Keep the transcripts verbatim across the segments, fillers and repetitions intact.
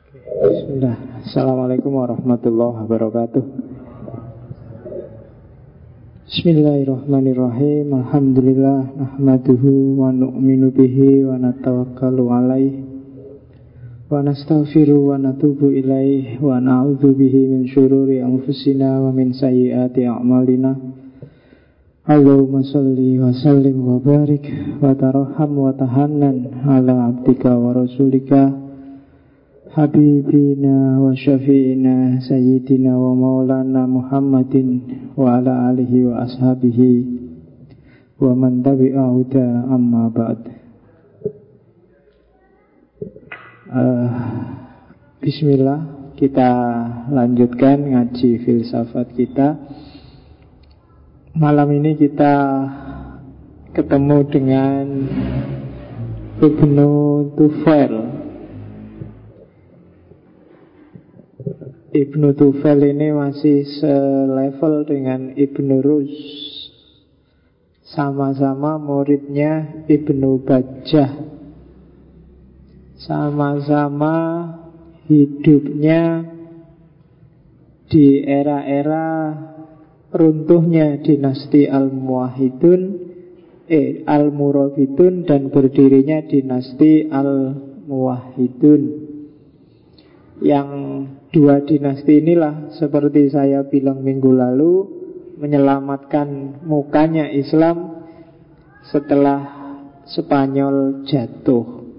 Bismillah. Assalamualaikum warahmatullahi wabarakatuh. Bismillahirrahmanirrahim. Alhamdulillah nahmaduhu wa nu'minu bihi wa natawakkalu alaih wa nastaghfiru wa natubu ilaih wa na'udzu bihi min syururi anfusina wa min sayyiati a'malina. Allahumma salli wa sallim wa barik wa tarham wa tahannan ala abdika wa rasulika Habibina wa syafi'ina Sayyidina wa maulana Muhammadin wa ala alihi wa ashabihi wa man tabi'ahuda amma ba'd. uh, Bismillah, kita lanjutkan ngaji filsafat kita. Malam ini kita ketemu dengan Ibnu Tufail. Ibnu Tufail ini masih selevel dengan Ibnu Rus. Sama-sama muridnya Ibnu Bajjah. Sama-sama hidupnya di era-era runtuhnya dinasti Al-Muwahhidun Eh Al-Murabitun dan berdirinya dinasti Al-Muwahhidun. Yang dua dinasti inilah, seperti saya bilang minggu lalu, menyelamatkan mukanya Islam setelah Spanyol jatuh.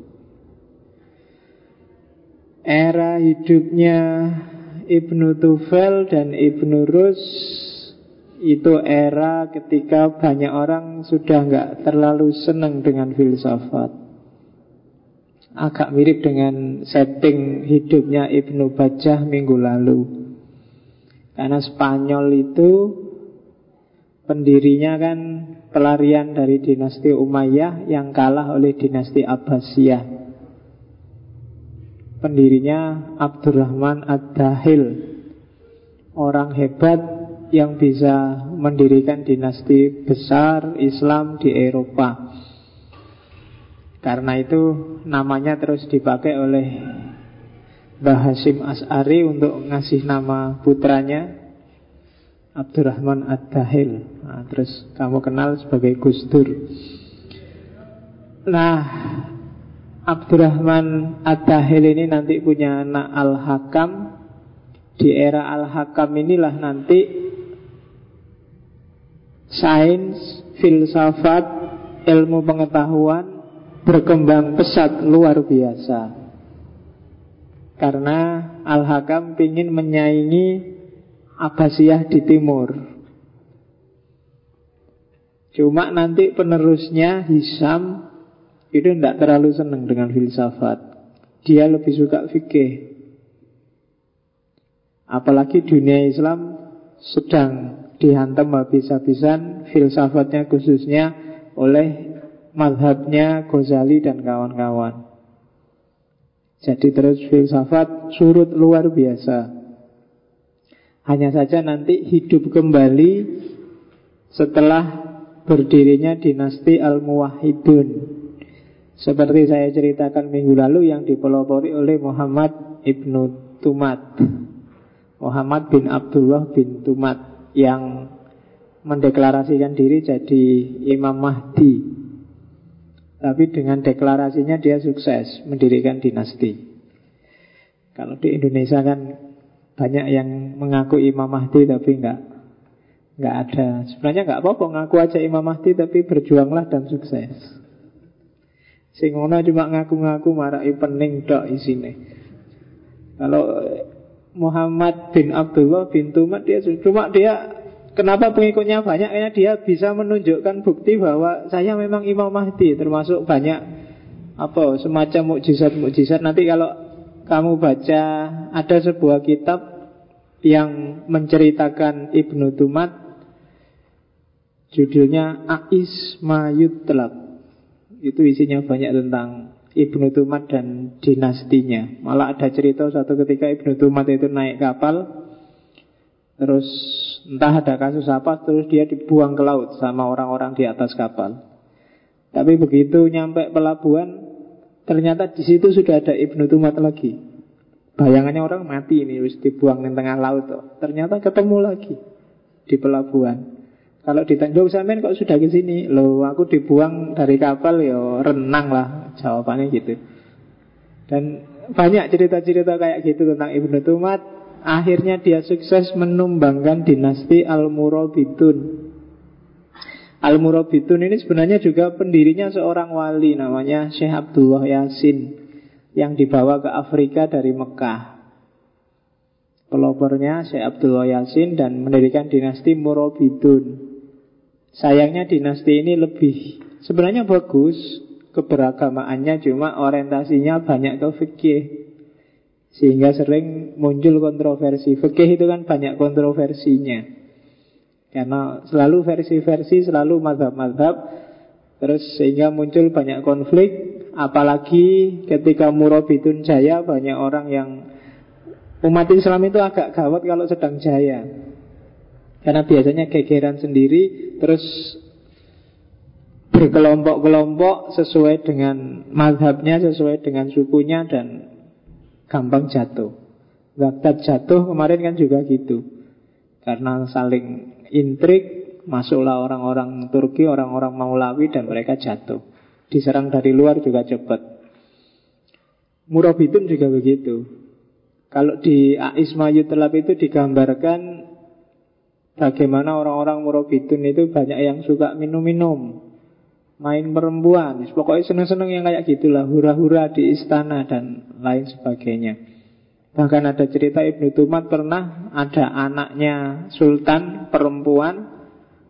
Era hidupnya Ibnu Tufail dan Ibnu Rus itu era ketika banyak orang sudah nggak terlalu senang dengan filsafat. Agak mirip dengan setting hidupnya Ibnu Bajjah minggu lalu. Karena Spanyol itu pendirinya kan pelarian dari dinasti Umayyah yang kalah oleh dinasti Abbasiyah. Pendirinya Abdurrahman Ad-Dakhil, orang hebat yang bisa mendirikan dinasti besar Islam di Eropa. Karena itu namanya terus dipakai oleh Mbah Hasyim Asy'ari untuk ngasih nama putranya Abdurrahman Ad-Dakhil. Nah, terus kamu kenal sebagai Gus Dur. Nah, Abdurrahman Ad-Dakhil ini nanti punya anak Al-Hakam. Di era Al-Hakam inilah nanti sains, filsafat, ilmu pengetahuan berkembang pesat luar biasa. Karena Al-Hakam ingin menyaingi Abbasiyah di timur. Cuma nanti penerusnya Hisam itu tidak terlalu senang dengan filsafat. Dia lebih suka fikih. Apalagi dunia Islam sedang dihantam habis-habisan filsafatnya, khususnya oleh mazhabnya Ghazali dan kawan-kawan. Jadi terus filsafat surut luar biasa. Hanya saja nanti hidup kembali setelah berdirinya dinasti Al-Muwahhidun. Seperti saya ceritakan minggu lalu, yang dipelopori oleh Muhammad Ibnu Tumat, Muhammad bin Abdullah bin Tumat, yang mendeklarasikan diri jadi Imam Mahdi. Tapi dengan deklarasinya dia sukses mendirikan dinasti. Kalau di Indonesia kan banyak yang mengaku Imam Mahdi tapi enggak enggak ada. Sebenarnya enggak apa-apa ngaku aja Imam Mahdi, tapi berjuanglah dan sukses. Sing ngono cuma ngaku-ngaku marai pening tok isine. Kalau Muhammad bin Abdullah bin Tumat, dia cuma dia kenapa pengikutnya banyak? Karena dia bisa menunjukkan bukti bahwa saya memang Imam Mahdi. Termasuk banyak apa semacam mukjizat-mukjizat. Nanti kalau kamu baca, ada sebuah kitab yang menceritakan Ibnu Tumat, judulnya Ais Ma Yutlab. Itu isinya banyak tentang Ibnu Tumat dan dinastinya. Malah ada cerita satu ketika Ibnu Tumat itu naik kapal, terus entah ada kasus apa, terus dia dibuang ke laut sama orang-orang di atas kapal. Tapi begitu nyampe pelabuhan, ternyata di situ sudah ada Ibnu Tumat lagi. Bayangannya orang mati ini, wis dibuang di tengah laut. Ternyata ketemu lagi di pelabuhan. Kalau ditanya, sampean kok sudah ke sini? Loh, aku dibuang dari kapal, ya renang lah, jawabannya gitu. Dan banyak cerita-cerita kayak gitu tentang Ibnu Tumat. Akhirnya dia sukses menumbangkan dinasti Al-Murabitun. Al-Murabitun ini sebenarnya juga pendirinya seorang wali, namanya Syekh Abdullah Yasin, yang dibawa ke Afrika dari Mekah. Pelopornya Syekh Abdullah Yasin dan mendirikan dinasti Murabitun. Sayangnya dinasti ini lebih, sebenarnya bagus keberagamaannya, cuma orientasinya banyak ke fikih, sehingga sering muncul kontroversi. Fikih itu kan banyak kontroversinya, karena selalu versi-versi, selalu mazhab-mazhab. Terus sehingga muncul banyak konflik. Apalagi ketika Murabitun jaya, banyak orang yang, umat Islam itu agak gawat kalau sedang jaya, karena biasanya gegeran sendiri, terus berkelompok-kelompok sesuai dengan mazhabnya, sesuai dengan sukunya, dan gampang jatuh. Baghdad jatuh kemarin kan juga gitu, karena saling intrik, masuklah orang-orang Turki, orang-orang Maulawi, dan mereka jatuh. Diserang dari luar juga cepat. Murabitun juga begitu. Kalau di Aisma Yutlab itu digambarkan bagaimana orang-orang Murabitun itu banyak yang suka minum-minum, main perempuan, pokoknya seneng-seneng yang kayak gitulah, hura-hura di istana dan lain sebagainya. Bahkan ada cerita Ibnu Tumat pernah ada anaknya sultan perempuan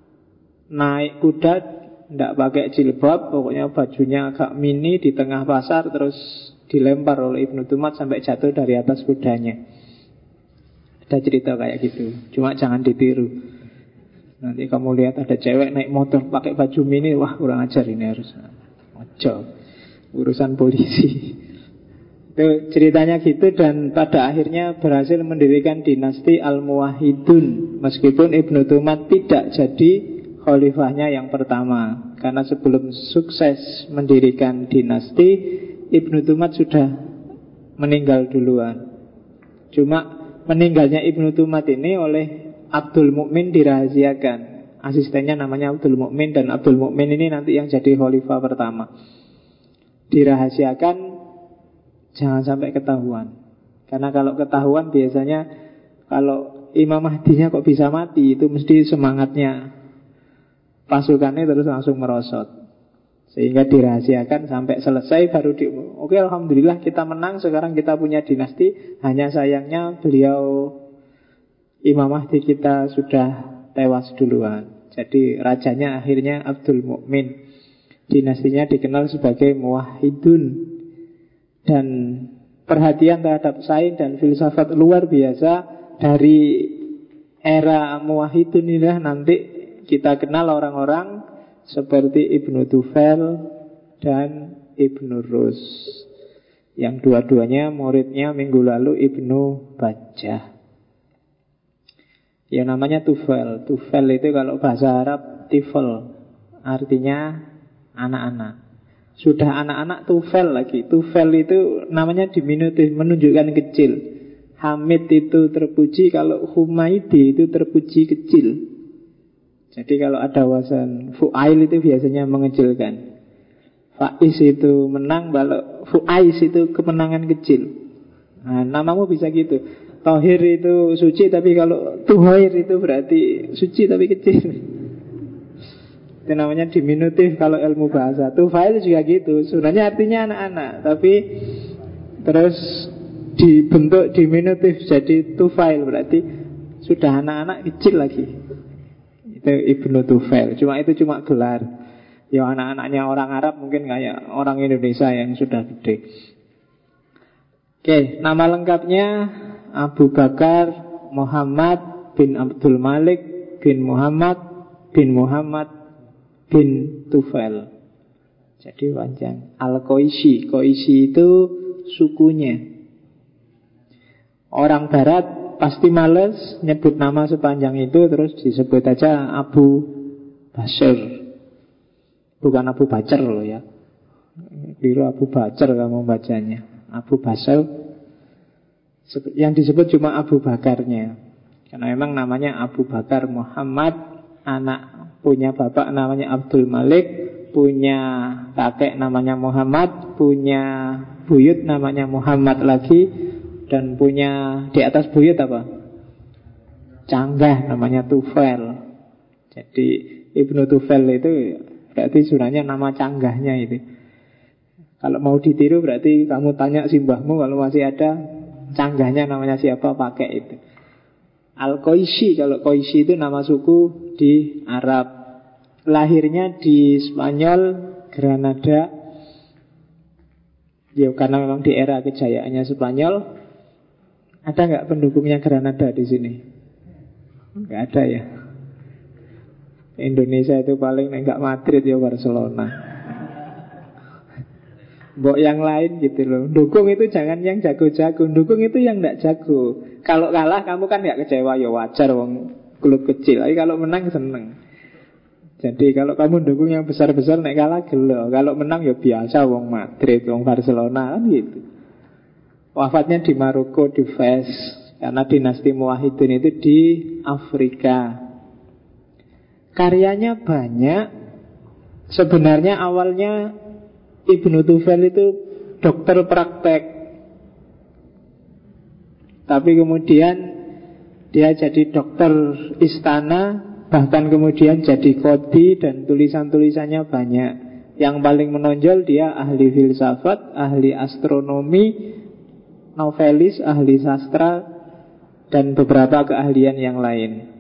naik kuda, tidak pakai jilbab, pokoknya bajunya agak mini, di tengah pasar, terus dilempar oleh Ibnu Tumat sampai jatuh dari atas kudanya. Ada cerita kayak gitu, cuma jangan ditiru. Nanti kamu lihat ada cewek naik motor pakai baju mini, wah kurang ajar ini, harus ojo, urusan polisi. Itu ceritanya gitu, dan pada akhirnya berhasil mendirikan dinasti Al-Muwahhidun, meskipun Ibnu Tumat tidak jadi khalifahnya yang pertama, karena sebelum sukses mendirikan dinasti, Ibnu Tumat sudah meninggal duluan. Cuma meninggalnya Ibnu Tumat ini oleh Abdul Mukmin dirahasiakan. Asistennya namanya Abdul Mukmin, dan Abdul Mukmin ini nanti yang jadi khalifah pertama. Dirahasiakan, jangan sampai ketahuan. Karena kalau ketahuan biasanya, kalau Imam Mahdinya kok bisa mati, itu mesti semangatnya pasukannya terus langsung merosot. Sehingga dirahasiakan sampai selesai, baru di oke, alhamdulillah kita menang, sekarang kita punya dinasti. Hanya sayangnya beliau Imam Mahdi kita sudah tewas duluan. Jadi rajanya akhirnya Abdul Mukmin. Dinastinya dikenal sebagai Muwahhidun. Dan perhatian terhadap sains dan filsafat luar biasa. Dari era Muwahhidun inilah nanti kita kenal orang-orang seperti Ibnu Tufail dan Ibnu Rus, yang dua-duanya muridnya minggu lalu Ibnu Bajjah. Ya namanya Tufail. Tufail itu kalau bahasa Arab tifel, artinya anak-anak. Sudah anak-anak Tufail lagi. Tufail itu namanya diminutif, menunjukkan kecil. Hamid itu terpuji, kalau Humaidi itu terpuji kecil. Jadi kalau ada wasan Fu'ail itu biasanya mengecilkan. Faiz itu menang, kalau Fu'ais itu kemenangan kecil. Nah, namamu bisa gitu. Tohir itu suci, tapi kalau Tuhair itu berarti suci tapi kecil. Itu namanya diminutif kalau ilmu bahasa. Tufail juga gitu, sebenarnya artinya anak-anak, tapi terus dibentuk diminutif jadi Tufail, berarti sudah anak-anak kecil lagi. Itu Ibnu Tufail. Cuma itu cuma gelar. Ya anak-anaknya orang Arab mungkin kayak orang Indonesia yang sudah gede. Oke, nama lengkapnya Abu Bakar Muhammad bin Abdul Malik bin Muhammad bin Muhammad bin Tufail. Jadi panjang. Al-Qaisi. Qaisi itu sukunya. Orang Barat pasti males nyebut nama sepanjang itu, terus disebut aja Abu Basir. Bukan Abu Bakar loh ya. Kira Abu Bakar kamu bacanya. Abu Basir. Yang disebut cuma Abu Bakarnya. Karena memang namanya Abu Bakar Muhammad, anak punya bapak namanya Abdul Malik, punya kakek namanya Muhammad, punya buyut namanya Muhammad lagi, dan punya di atas buyut apa? Canggah namanya Tufail. Jadi Ibnu Tufail itu berarti sebenarnya nama canggahnya itu. Kalau mau ditiru berarti kamu tanya simbahmu, kalau masih ada canggahnya namanya siapa, pakai itu. Al-Qaisi, kalau Qaisi itu nama suku di Arab. Lahirnya di Spanyol, Granada. Ya karena memang di era kejayaannya Spanyol. Ada nggak pendukungnya Granada di sini? Nggak ada ya. Indonesia itu paling nggak Madrid ya Barcelona. Mbok yang lain gitu loh. Dukung itu jangan yang jago-jago, dukung itu yang nggak jago. Kalau kalah kamu kan nggak kecewa, ya wajar wong klub kecil. Tapi kalau menang seneng. Jadi kalau kamu dukung yang besar-besar, nek kalah gelo. Kalau menang ya biasa wong Madrid, wong Barcelona kan gitu. Wafatnya di Maroko, di Fez. Karena dinasti Muwahhidin itu di Afrika. Karyanya banyak. Sebenarnya awalnya Ibnu Tufail itu dokter praktek, tapi kemudian dia jadi dokter istana, bahkan kemudian jadi qadhi, dan tulisan-tulisannya banyak. Yang paling menonjol dia ahli filsafat, ahli astronomi, novelis, ahli sastra, dan beberapa keahlian yang lain.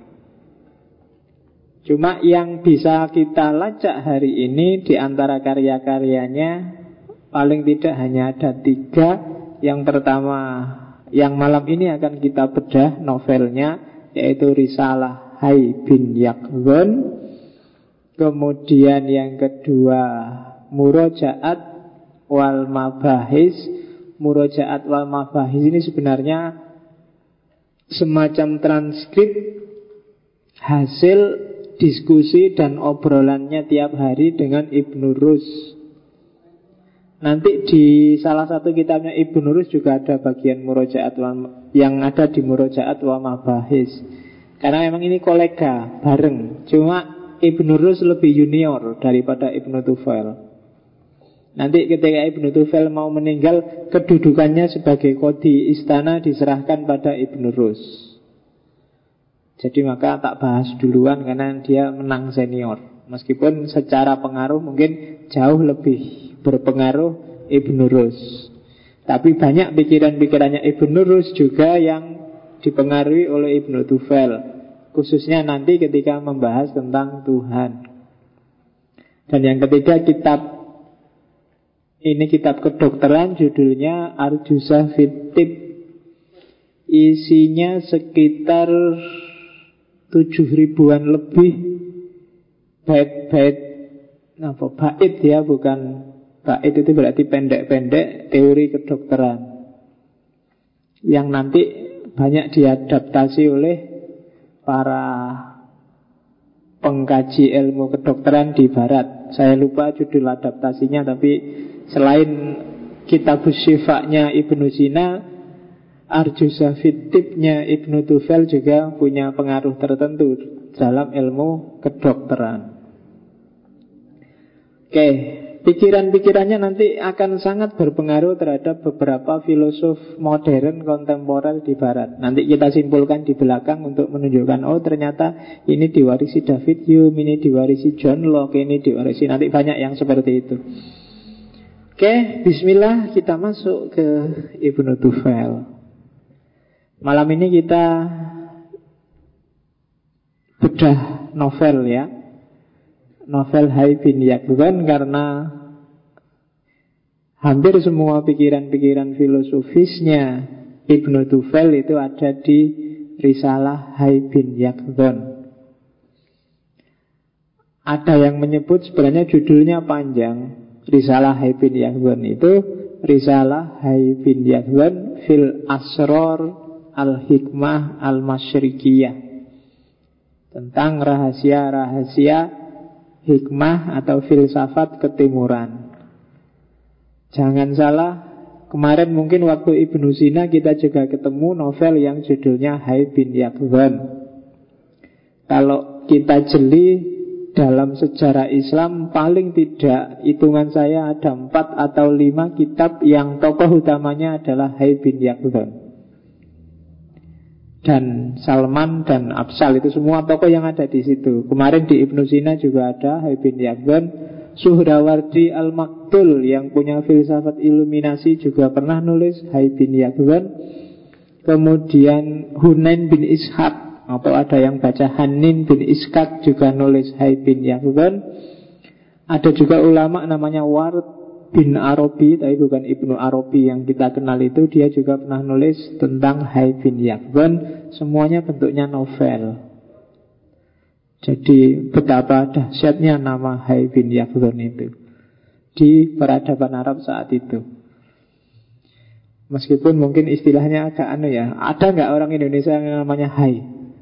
Cuma yang bisa kita lacak hari ini di antara karya-karyanya paling tidak hanya ada tiga. Yang pertama, yang malam ini akan kita bedah novelnya, yaitu Risalah Hai bin Yaqdhan. Kemudian yang kedua, Murojaat wal Mabahis. Murojaat wal Mabahis ini sebenarnya semacam transkrip hasil diskusi dan obrolannya tiap hari dengan Ibnu Rus. Nanti di salah satu kitabnya Ibnu Rus juga ada bagian Murojaat wa, yang ada di Murojaat wa Mabahis. Karena memang ini kolega bareng. Cuma Ibnu Rus lebih junior daripada Ibnu Tufail. Nanti ketika Ibnu Tufail mau meninggal, kedudukannya sebagai qadhi istana diserahkan pada Ibnu Rus. Jadi maka tak bahas duluan karena dia menang senior. Meskipun secara pengaruh mungkin jauh lebih berpengaruh Ibnu Rus. Tapi banyak pikiran-pikirannya Ibnu Rus juga yang dipengaruhi oleh Ibnu Tufail, khususnya nanti ketika membahas tentang Tuhan. Dan yang ketiga, kitab ini kitab kedokteran, judulnya Arjuza fit Tib. Isinya sekitar tujuh ribuan lebih bait-bait, apa bait ya, bukan bait itu berarti pendek-pendek, teori kedokteran yang nanti banyak diadaptasi oleh para pengkaji ilmu kedokteran di barat. Saya lupa judul adaptasinya, tapi selain Kitabus Syifa'nya Ibnu Sina, Arjuza fit Tibnya Ibnu Tufail juga punya pengaruh tertentu dalam ilmu kedokteran. Oke, pikiran-pikirannya nanti akan sangat berpengaruh terhadap beberapa filosof modern kontemporer di barat. Nanti kita simpulkan di belakang untuk menunjukkan, oh ternyata ini diwarisi David Hume, ini diwarisi John Locke, ini diwarisi, nanti banyak yang seperti itu. Oke, bismillah, kita masuk ke Ibnu Tufail. Malam ini kita bedah novel ya, novel Hai bin Yaqdhan, karena hampir semua pikiran-pikiran filosofisnya Ibnu Tufail itu ada di Risalah Hai bin Yaqdhan. Ada yang menyebut sebenarnya judulnya panjang. Risalah Hai bin Yaqdhan itu Risalah Hai bin Yaqdhan fil Asrar Al-Hikmah Al-Masyrikiyah, tentang rahasia-rahasia hikmah atau filsafat ketimuran. Jangan salah, Kemarin mungkin waktu Ibnu Sina kita juga ketemu novel yang judulnya Hai bin Yaqzan. Kalau kita jeli dalam sejarah Islam, paling tidak hitungan saya ada empat atau lima kitab yang tokoh utamanya adalah Hai bin Yaqzan dan Salman dan Absal. Itu semua tokoh yang ada di situ. Kemarin di Ibnu Sina juga ada Hai bin Yaqzan. Suhrawardi Al-Maktul yang punya filsafat iluminasi juga pernah nulis Hai bin Yaqzan. Kemudian Hunain bin Ishaq, atau ada yang baca Hanin bin Ishaq, juga nulis Hai bin Yaqzan. Ada juga ulama namanya Ward bin Arabi, tapi bukan Ibnu Arabi yang kita kenal itu. Dia juga pernah nulis tentang Hai bin Yaqzan. Semuanya bentuknya novel. Jadi betapa dahsyatnya nama Hai bin Yaqzan itu di peradaban Arab saat itu. Meskipun mungkin istilahnya agak aneh ya. Ada nggak orang Indonesia yang namanya Hai?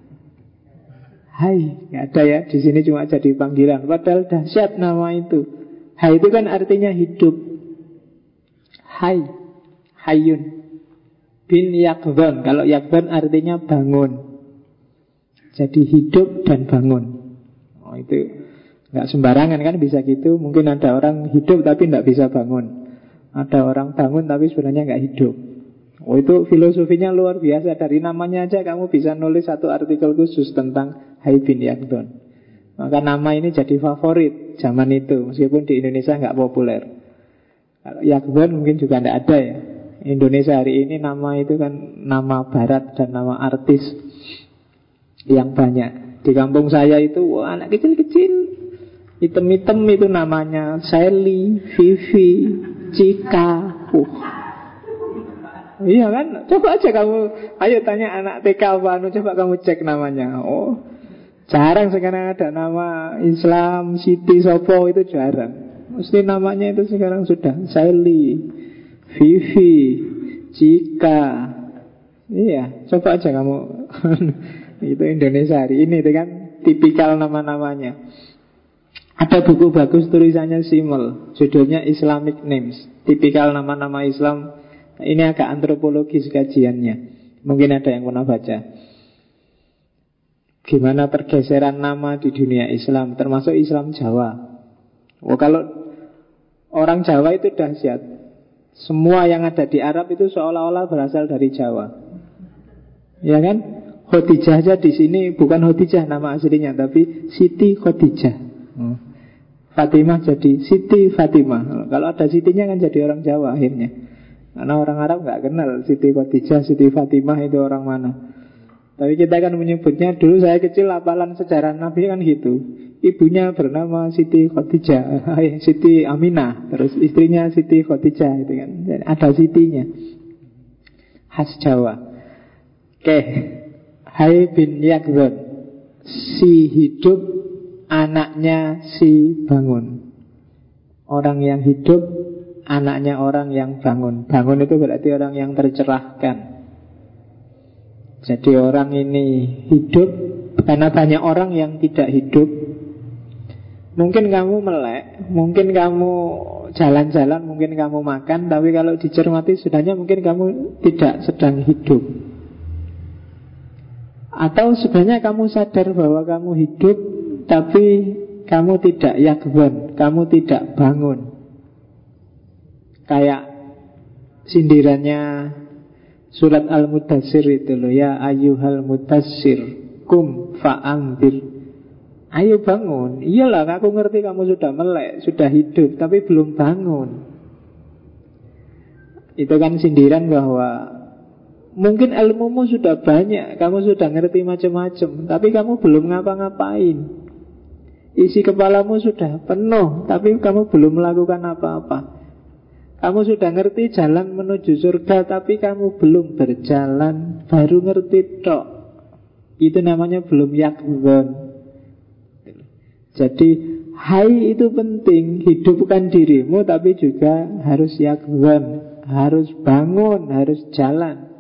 Hai, nggak ada ya. Di sini cuma jadi panggilan. Padahal dahsyat nama itu. Hai itu kan artinya hidup. Hai, Hayun bin Yaqzan. Kalau Yaqzan artinya bangun. Jadi hidup dan bangun. Oh, itu nggak sembarangan kan bisa gitu. Mungkin ada orang hidup tapi nggak bisa bangun. Ada orang bangun tapi sebenarnya nggak hidup. Oh, itu filosofinya luar biasa. Dari namanya aja kamu bisa nulis satu artikel khusus tentang Hai bin Yaqzan. Maka nama ini jadi favorit zaman itu, meskipun di Indonesia nggak populer. Kalau Yaqzan mungkin juga nggak ada ya. Indonesia hari ini nama itu kan nama barat dan nama artis yang banyak. Di kampung saya itu wah, anak kecil-kecil hitam-hitam itu namanya Sally, Vivi, Cika. uh. Iya kan? Coba aja kamu, ayo tanya anak T K apa anu, coba kamu cek namanya. Oh, jarang sekarang ada nama Islam, Siti, Sopo, itu jarang. Mesti namanya itu sekarang sudah Sally, Vivi, Cika. Iya, coba aja kamu. Itu Indonesia hari ini, itu kan tipikal nama-namanya. Ada buku bagus tulisannya Simel, judulnya Islamic Names, tipikal nama-nama Islam. Ini agak antropologis kajiannya, mungkin ada yang pernah baca. Gimana pergeseran nama di dunia Islam, termasuk Islam Jawa. Oh, kalau orang Jawa itu dahsyat. Semua yang ada di Arab itu seolah-olah berasal dari Jawa. Ya kan? Khadijah aja di sini bukan Khadijah nama aslinya, tapi Siti Khadijah. hmm. Fatimah jadi Siti Fatimah. Kalau ada Sitinya kan jadi orang Jawa akhirnya. Karena orang Arab nggak kenal Siti Khadijah, Siti Fatimah itu orang mana. Tapi kita kan menyebutnya, dulu saya kecil hafalan sejarah Nabi kan gitu. Ibunya bernama Siti Khadijah, Siti Aminah, terus istrinya Siti Khadijah itu kan. Ada Sitinya. Khas Jawa. Oke. Hai bin Yaqzan, si hidup, anaknya si bangun. Orang yang hidup, anaknya orang yang bangun. Bangun itu berarti orang yang tercerahkan. Jadi orang ini hidup, karena banyak orang yang tidak hidup. Mungkin kamu melek, mungkin kamu jalan-jalan, mungkin kamu makan, tapi kalau dicermati sebenarnya mungkin kamu tidak sedang hidup. Atau sebenarnya kamu sadar bahwa kamu hidup, tapi kamu tidak Yaqzan, kamu tidak bangun. Kayak sindirannya surat Al-Mudassir itu loh, ya ayyuhal mudassir kum fa'anzir. Ayo bangun. Iyalah, aku ngerti kamu sudah melek, sudah hidup, tapi belum bangun. Itu kan sindiran bahwa mungkin ilmumu sudah banyak, kamu sudah ngerti macam-macam, tapi kamu belum ngapa-ngapain. Isi kepalamu sudah penuh, tapi kamu belum melakukan apa-apa. Kamu sudah ngerti jalan menuju surga, tapi kamu belum berjalan, baru ngerti tok. Itu namanya belum Yaqzan. Jadi hai itu penting. Hidupkan dirimu, tapi juga harus Yaqzan, harus bangun, harus jalan.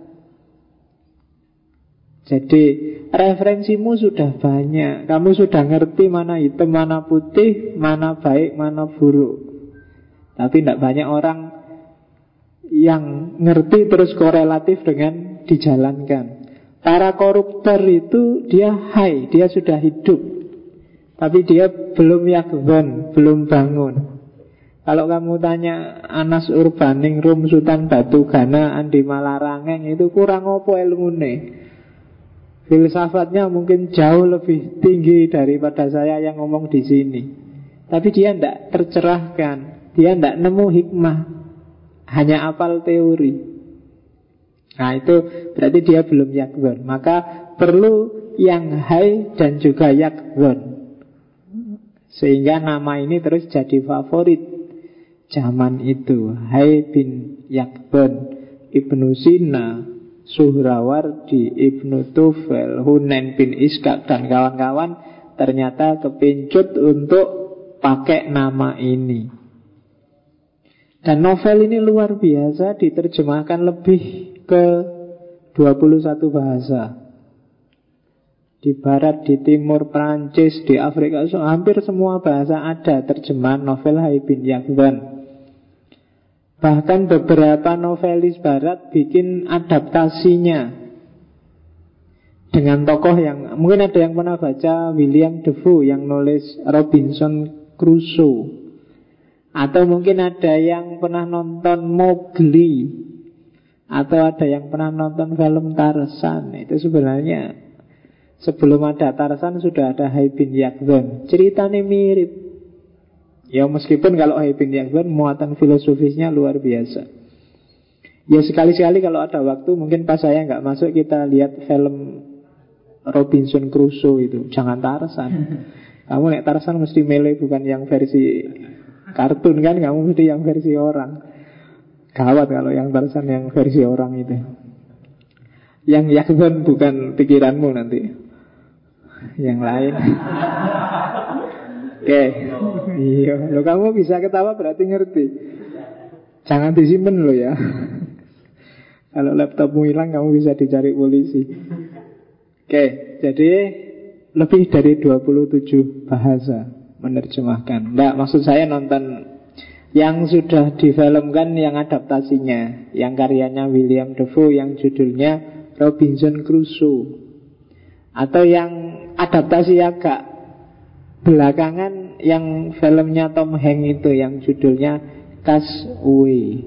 Jadi referensimu sudah banyak. Kamu sudah ngerti mana hitam, mana putih, mana baik, mana buruk. Tapi tidak banyak orang yang ngerti terus korelatif dengan dijalankan. Para koruptor itu dia high, dia sudah hidup, tapi dia belum yakzon, belum bangun. Kalau kamu tanya Anas Urbaningrum, Sultan Batu Gana, Andi Malarangeng, itu kurang apa ilmune? Filsafatnya mungkin jauh lebih tinggi daripada saya yang ngomong di sini. Tapi dia tidak tercerahkan, dia tidak nemu hikmah, hanya apal teori. Nah itu berarti dia belum yakzon. Maka perlu yang high dan juga yakzon, sehingga nama ini terus jadi favorit zaman itu. Hai bin Yakzon, Ibnu Sina, Suhrawardi, Ibnu Tufel, Hunain bin Iskak dan kawan-kawan ternyata kepincut untuk pakai nama ini. Dan novel ini luar biasa, diterjemahkan lebih ke dua puluh satu bahasa. Di barat, di timur, Prancis, di Afrika, so, hampir semua bahasa ada terjemahan novel Hai bin Yakzon. Bahkan beberapa novelis barat bikin adaptasinya dengan tokoh yang mungkin ada yang pernah baca William Defoe yang nulis Robinson Crusoe, atau mungkin ada yang pernah nonton Mowgli, atau ada yang pernah nonton film Tarzan. Itu sebenarnya sebelum ada Tarzan sudah ada Hai bin Yakzon. Ceritanya mirip. Ya meskipun kalau Hai bin Yakzon muatan filosofisnya luar biasa. Ya sekali-sekali kalau ada waktu, mungkin pas saya nggak masuk, kita lihat film Robinson Crusoe itu. Jangan Tarzan. Kamu nek Tarzan mesti milih bukan yang versi kartun kan, kamu mesti yang versi orang. Gawat kalau yang Tarzan yang versi orang itu. Yang Yakzon bukan pikiranmu nanti, yang lain. Oke, okay. Iya, lo kamu bisa ketawa berarti ngerti. Jangan disimpan lo ya. Kalau laptopmu hilang kamu bisa dicari polisi. Oke, okay. Jadi lebih dari dua puluh tujuh bahasa menerjemahkan. Nggak, maksud saya nonton yang sudah difilmkan, yang adaptasinya, yang karyanya William Defoe, yang judulnya Robinson Crusoe, atau yang adaptasi agak belakangan yang filmnya Tom Hanks itu yang judulnya Castaway.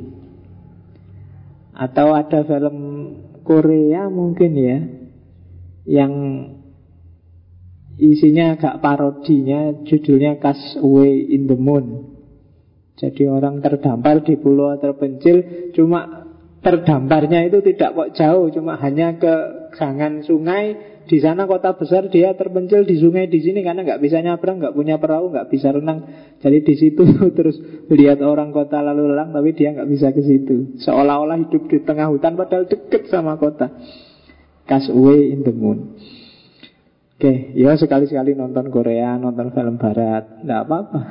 Atau ada film Korea mungkin ya, yang isinya agak parodinya, judulnya Castaway in the Moon. Jadi orang terdampar di pulau terpencil, cuma terdamparnya itu tidak kok jauh, cuma hanya ke gangan sungai. Di sana kota besar, dia terpencil di sungai di sini karena nggak bisa nyabrang, nggak punya perahu, nggak bisa renang. Jadi di situ terus lihat orang kota lalu lalang, tapi dia nggak bisa ke situ. Seolah-olah hidup di tengah hutan padahal deket sama kota. Castaway in the Moon. Oke, okay, ya sekali-sekali nonton Korea, nonton film barat, nggak apa-apa.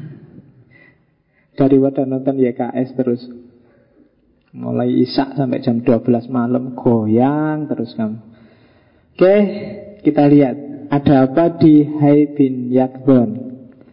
Daripada nonton Y K S terus, mulai isak sampai jam dua belas malam goyang terus kamu. Oke, kita lihat ada apa di Hai bin Yakzon.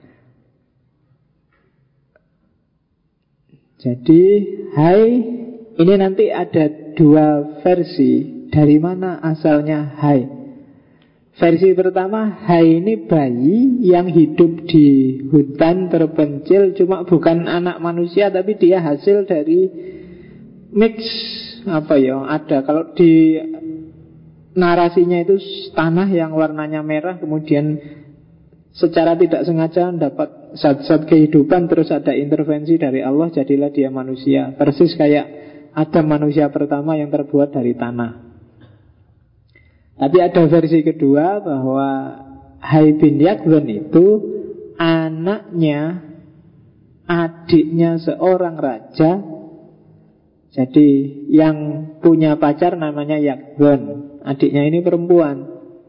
Jadi Hai ini nanti ada dua versi. Dari mana asalnya Hai? Versi pertama, Hai ini bayi yang hidup di hutan terpencil, cuma bukan anak manusia, tapi dia hasil dari mix apa ya? Ada kalau di narasinya itu tanah yang warnanya merah, kemudian secara tidak sengaja dapat zat-zat kehidupan, terus ada intervensi dari Allah, jadilah dia manusia. Persis kayak Adam manusia pertama yang terbuat dari tanah. Tapi ada versi kedua bahwa Hai bin Yakzon itu anaknya, adiknya seorang raja. Jadi yang punya pacar namanya Yakzon, adiknya ini perempuan.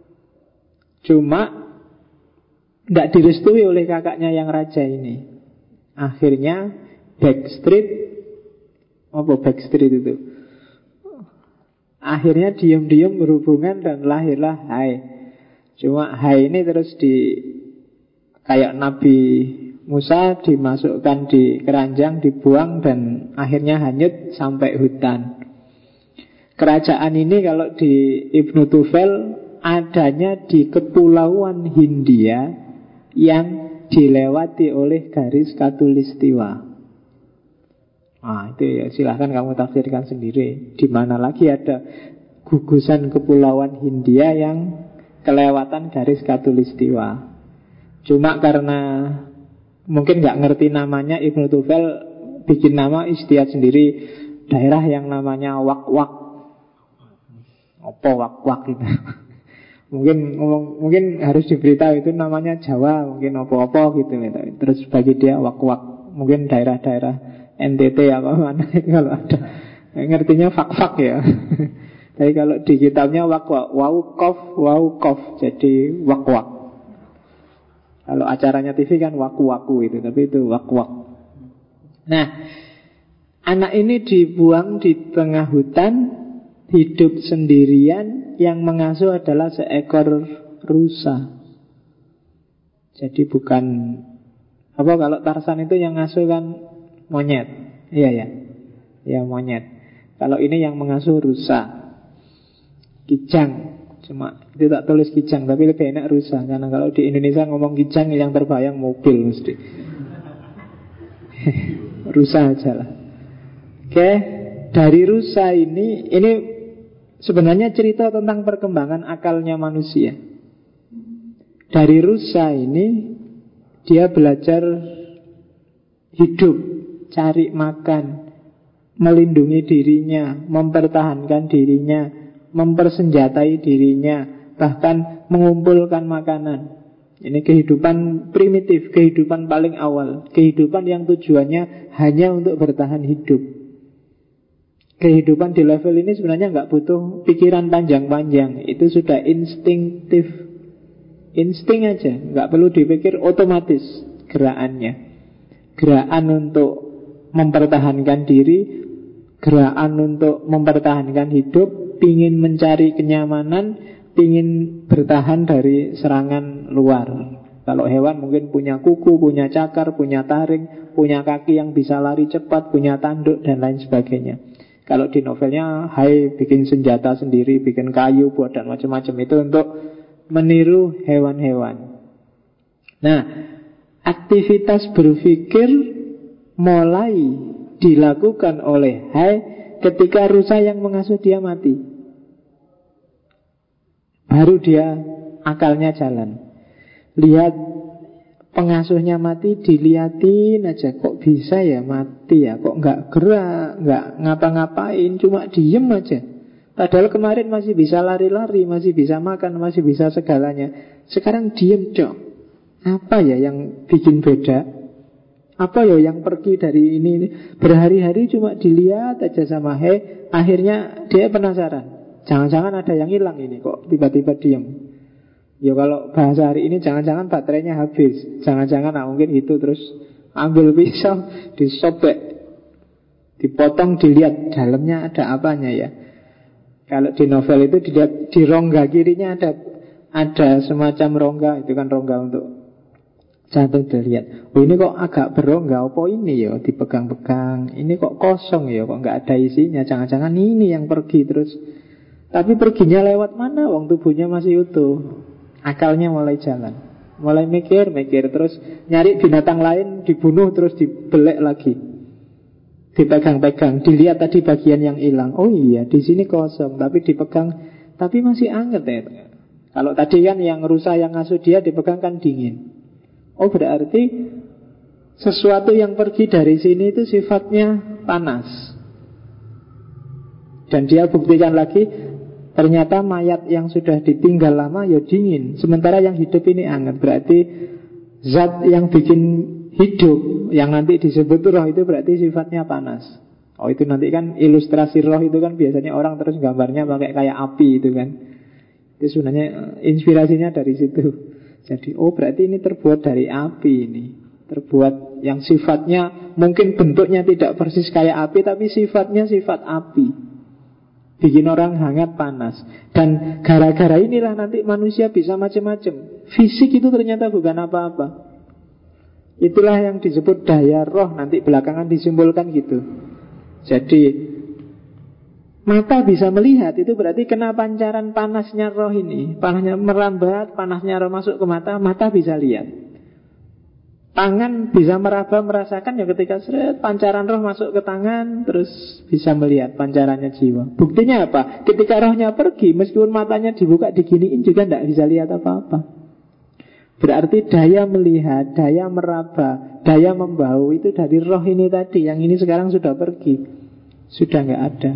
Cuma tidak direstui oleh kakaknya yang raja ini. Akhirnya Backstreet, apa Backstreet itu? Akhirnya diam-diam berhubungan dan lahirlah Hai. Cuma Hai ini terus di kayak Nabi Musa dimasukkan di keranjang, dibuang, dan akhirnya hanyut sampai hutan. Kerajaan ini kalau di Ibnu Tufel adanya di kepulauan Hindia yang dilewati oleh garis khatulistiwa. Nah itu ya silahkan kamu tafsirkan sendiri. Di mana lagi ada gugusan kepulauan Hindia yang kelewatan garis khatulistiwa. Cuma karena mungkin nggak ngerti namanya, Ibnu Tufel bikin nama istiad sendiri, daerah yang namanya Wak-Wak. Apa Wak-Wak itu? Mungkin mungkin harus diberitahu itu namanya Jawa, mungkin apa-apa gitu. Terus bagi dia Wak-Wak, mungkin daerah-daerah N T T apa mana kalau ada. Ngertinya fak-fak ya. Tapi kalau di kitabnya Wak-Wak, Wau-Kof, Wau-Kof, jadi Wak-Wak. Kalau acaranya T V kan waku-waku itu, tapi itu wak-wak. Nah, anak ini dibuang di tengah hutan, hidup sendirian, yang mengasuh adalah seekor rusa. Jadi bukan apa kalau Tarsan itu yang ngasuh kan monyet. Iya ya. Ya monyet. Kalau ini yang mengasuh rusa. Kijang. Cuma itu tak tulis kijang, tapi lebih enak rusa. Karena kalau di Indonesia ngomong kijang yang terbayang mobil mesti. Rusa aja lah. Oke, dari rusa ini, ini sebenarnya cerita tentang perkembangan akalnya manusia. Dari rusa ini dia belajar hidup, cari makan, melindungi dirinya, mempertahankan dirinya, mempersenjatai dirinya, bahkan mengumpulkan makanan. Ini kehidupan primitif, kehidupan paling awal, kehidupan yang tujuannya hanya untuk bertahan hidup. Kehidupan di level ini sebenarnya nggak butuh pikiran panjang-panjang, itu sudah instinktif, insting aja, nggak perlu dipikir, otomatis gerakannya. Gerakan untuk mempertahankan diri, gerakan untuk mempertahankan hidup, pingin mencari kenyamanan, pingin bertahan dari serangan luar. Kalau hewan mungkin punya kuku, punya cakar, punya taring, punya kaki yang bisa lari cepat, punya tanduk, dan lain sebagainya. Kalau di novelnya, hai bikin senjata sendiri, bikin kayu buat dan macam-macam, itu untuk meniru hewan-hewan. Nah, aktivitas berpikir mulai dilakukan oleh hai ketika rusa yang mengasuh dia mati. Baru dia akalnya jalan. Lihat pengasuhnya mati, diliatin aja, kok bisa ya mati ya, kok nggak gerak, nggak ngapa-ngapain, cuma diem aja. Padahal kemarin masih bisa lari-lari, masih bisa makan, masih bisa segalanya. Sekarang diem dong. Apa ya yang bikin beda? Apa ya yang pergi dari ini? Berhari-hari cuma dilihat aja sama he. Akhirnya dia penasaran, jangan-jangan ada yang hilang ini, kok tiba-tiba diem. Ya kalau bahasa hari ini, jangan-jangan baterainya habis, jangan-jangan nah, mungkin itu. Terus ambil pisau, disobek, dipotong, dilihat dalamnya ada apanya ya. Kalau di novel itu dilihat di rongga kirinya ada ada semacam rongga, itu kan rongga untuk jantung, dilihat. Oh ini kok agak berongga, apa ini ya, dipegang-pegang. Ini kok kosong ya, kok nggak ada isinya. Jangan-jangan ini yang pergi terus. Tapi perginya lewat mana? Wong tubuhnya masih utuh. Akalnya mulai jalan, mulai mikir-mikir, terus nyari binatang lain, dibunuh, terus dibelek lagi, dipegang-pegang, dilihat tadi bagian yang hilang. Oh iya, di sini kosong, tapi dipegang, tapi masih anget ya. Kalau tadi kan yang rusa yang ngasuh dia dipegang kan dingin. Oh berarti sesuatu yang pergi dari sini itu sifatnya panas. Dan dia buktikan lagi, ternyata mayat yang sudah ditinggal lama ya dingin, sementara yang hidup ini anget. Berarti zat yang bikin hidup, yang nanti disebut roh, itu berarti sifatnya panas. Oh itu nanti kan ilustrasi roh itu kan biasanya orang terus gambarnya pakai kayak api itu kan. Itu sebenarnya inspirasinya dari situ. Jadi oh berarti ini terbuat dari api ini, terbuat yang sifatnya mungkin bentuknya tidak persis kayak api, tapi sifatnya sifat api, bikin orang hangat panas. Dan gara-gara inilah nanti manusia bisa macam-macam. Fisik itu ternyata bukan apa-apa. Itulah yang disebut daya roh. Nanti belakangan disimpulkan gitu. Jadi mata bisa melihat, itu berarti kena pancaran panasnya roh ini. Panasnya merambat, panasnya roh masuk ke mata, mata bisa lihat. Tangan bisa meraba, merasakan ya ketika seret, pancaran roh masuk ke tangan, terus bisa melihat pancarannya jiwa. Buktinya apa? Ketika rohnya pergi, meskipun matanya dibuka diginiin juga tidak bisa lihat apa-apa. Berarti daya melihat, daya meraba, daya membau itu dari roh ini tadi. Yang ini sekarang sudah pergi, sudah nggak ada.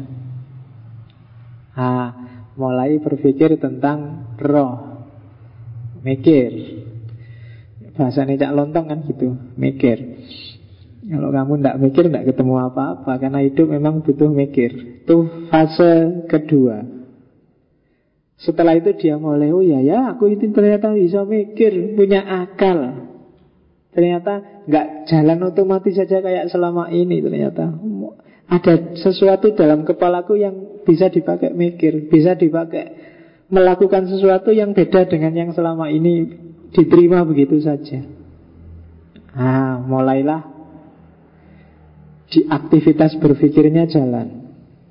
Ah, mulai berpikir tentang roh, mikir. Bahasanya Cak Lontong kan gitu, mikir. Kalau kamu tidak mikir, tidak ketemu apa-apa. Karena hidup memang butuh mikir. Itu fase kedua. Setelah itu dia mulai, oh ya ya, aku itu ternyata bisa mikir, punya akal. Ternyata nggak jalan otomatis saja kayak selama ini. Ternyata ada sesuatu dalam kepalaku yang bisa dipakai mikir, bisa dipakai melakukan sesuatu yang beda dengan yang selama ini diterima begitu saja. Ah, mulailah di aktivitas berpikirnya jalan.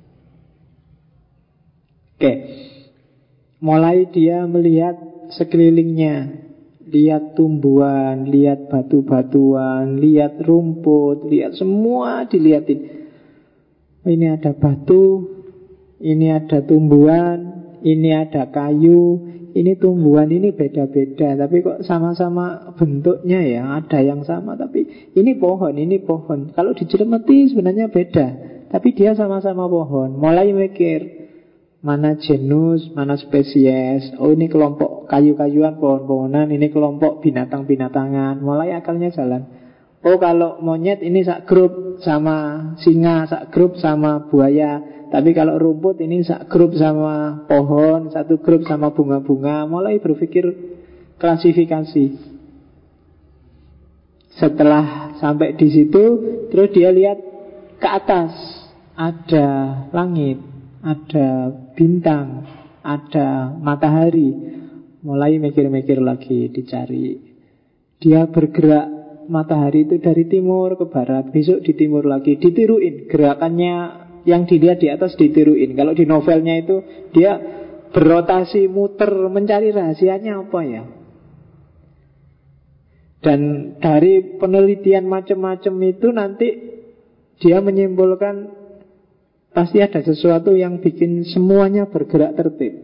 Oke. Mulai dia melihat sekelilingnya, lihat tumbuhan, lihat batu-batuan, lihat rumput, lihat semua dilihatin. Ini ada batu, ini ada tumbuhan, ini ada kayu, ini tumbuhan, ini beda-beda, tapi kok sama-sama bentuknya ya. Ada yang sama, tapi ini pohon, ini pohon. Kalau dicermati sebenarnya beda, tapi dia sama-sama pohon. Mulai mikir, mana genus, mana spesies. Oh ini kelompok kayu-kayuan, pohon-pohonan. Ini kelompok binatang-binatangan. Mulai akalnya jalan. Oh kalau monyet ini sak grup sama singa, sak grup sama buaya. Tapi kalau rumput ini sak grup sama pohon, satu grup sama bunga-bunga. Mulai berpikir klasifikasi. Setelah sampai di situ, terus dia lihat ke atas. Ada langit, ada bintang, ada matahari. Mulai mikir-mikir lagi, dicari. Dia bergerak, matahari itu dari timur ke barat, besok di timur lagi, ditiruin gerakannya. Yang dilihat di atas ditiruin. Kalau di novelnya itu dia berotasi, muter, mencari rahasianya apa ya. Dan dari penelitian macam-macam itu nanti dia menyimpulkan pasti ada sesuatu yang bikin semuanya bergerak tertib.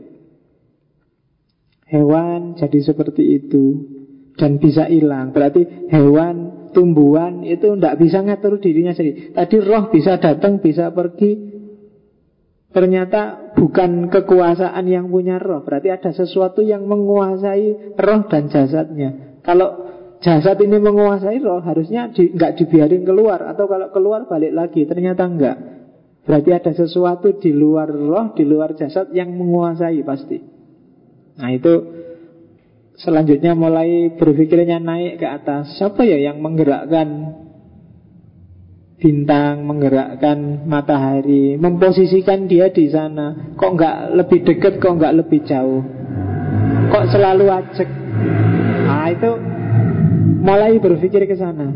Hewan jadi seperti itu dan bisa hilang. Berarti hewan, tumbuhan itu tidak bisa ngatur dirinya sendiri. Tadi roh bisa datang, bisa pergi. Ternyata bukan kekuasaan yang punya roh. Berarti ada sesuatu yang menguasai roh dan jasadnya. Kalau jasad ini menguasai roh, harusnya di, nggak dibiarin keluar. Atau kalau keluar balik lagi. Ternyata enggak. Berarti ada sesuatu di luar roh, di luar jasad yang menguasai pasti. Nah itu selanjutnya mulai berpikirnya naik ke atas. Siapa ya yang menggerakkan bintang, menggerakkan matahari, memposisikan dia di sana? Kok nggak lebih dekat, kok nggak lebih jauh? Kok selalu ajak? Nah itu mulai berpikir ke sana.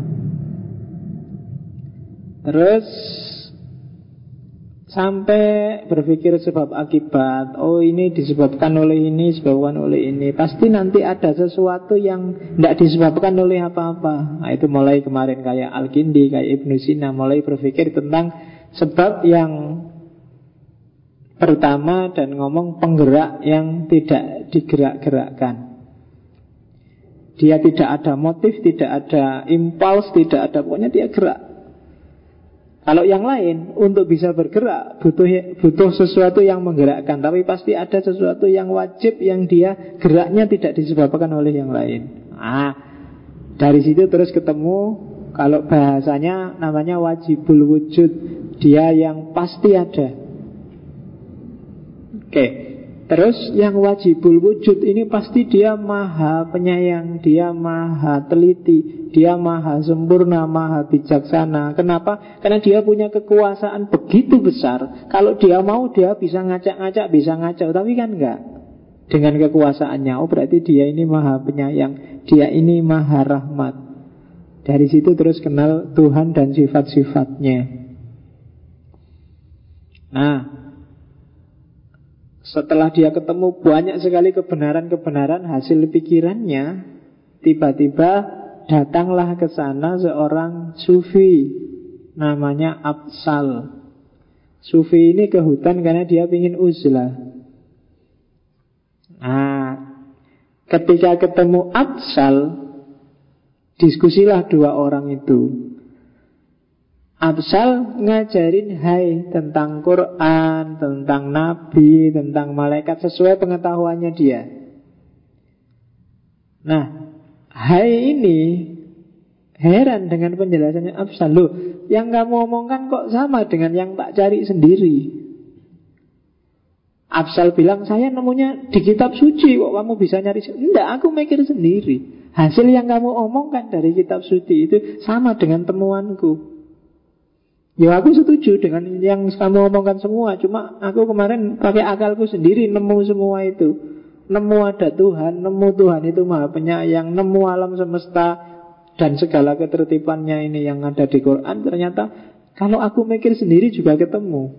Terus sampai berpikir sebab akibat. Oh ini disebabkan oleh ini, disebabkan oleh ini. Pasti nanti ada sesuatu yang tidak disebabkan oleh apa-apa. Nah itu mulai kemarin kayak Al-Kindi, kayak Ibnu Sina, mulai berpikir tentang sebab yang pertama dan ngomong penggerak yang tidak digerak-gerakkan. Dia tidak ada motif, tidak ada impuls, tidak ada, pokoknya dia gerak. Kalau yang lain untuk bisa bergerak butuh butuh sesuatu yang menggerakkan, tapi pasti ada sesuatu yang wajib yang dia geraknya tidak disebabkan oleh yang lain. Nah, dari situ terus ketemu kalau bahasanya namanya wajibul wujud, dia yang pasti ada. Oke. Terus yang wajibul wujud ini pasti dia maha penyayang, dia maha teliti, dia maha sempurna, maha bijaksana. Kenapa? Karena dia punya kekuasaan begitu besar. Kalau dia mau dia bisa ngacak-ngacak, bisa ngacau. Tapi kan enggak. Dengan kekuasaannya, oh berarti dia ini maha penyayang, dia ini maha rahmat. Dari situ terus kenal Tuhan dan sifat-sifatnya. Nah, setelah dia ketemu banyak sekali kebenaran-kebenaran hasil pikirannya, tiba-tiba datanglah ke sana seorang sufi namanya Absal. Sufi ini ke hutan karena dia ingin uzlah. Nah, ketika ketemu Absal, diskusilah dua orang itu. Absal ngajarin hai tentang Quran, tentang Nabi, tentang malaikat sesuai pengetahuannya dia. Nah, hai ini heran dengan penjelasannya Absal. Loh, yang kamu omongkan kok sama dengan yang tak cari sendiri. Absal bilang, saya nemunya di kitab suci, kok kamu bisa nyari? Enggak, aku mikir sendiri. Hasil yang kamu omongkan dari kitab suci itu sama dengan temuanku. Ya aku setuju dengan yang kamu omongkan semua. Cuma aku kemarin pakai akalku sendiri nemu semua itu. Nemu ada Tuhan, nemu Tuhan itu maha penyayang, nemu alam semesta dan segala ketertibannya ini yang ada di Quran. Ternyata kalau aku mikir sendiri juga ketemu.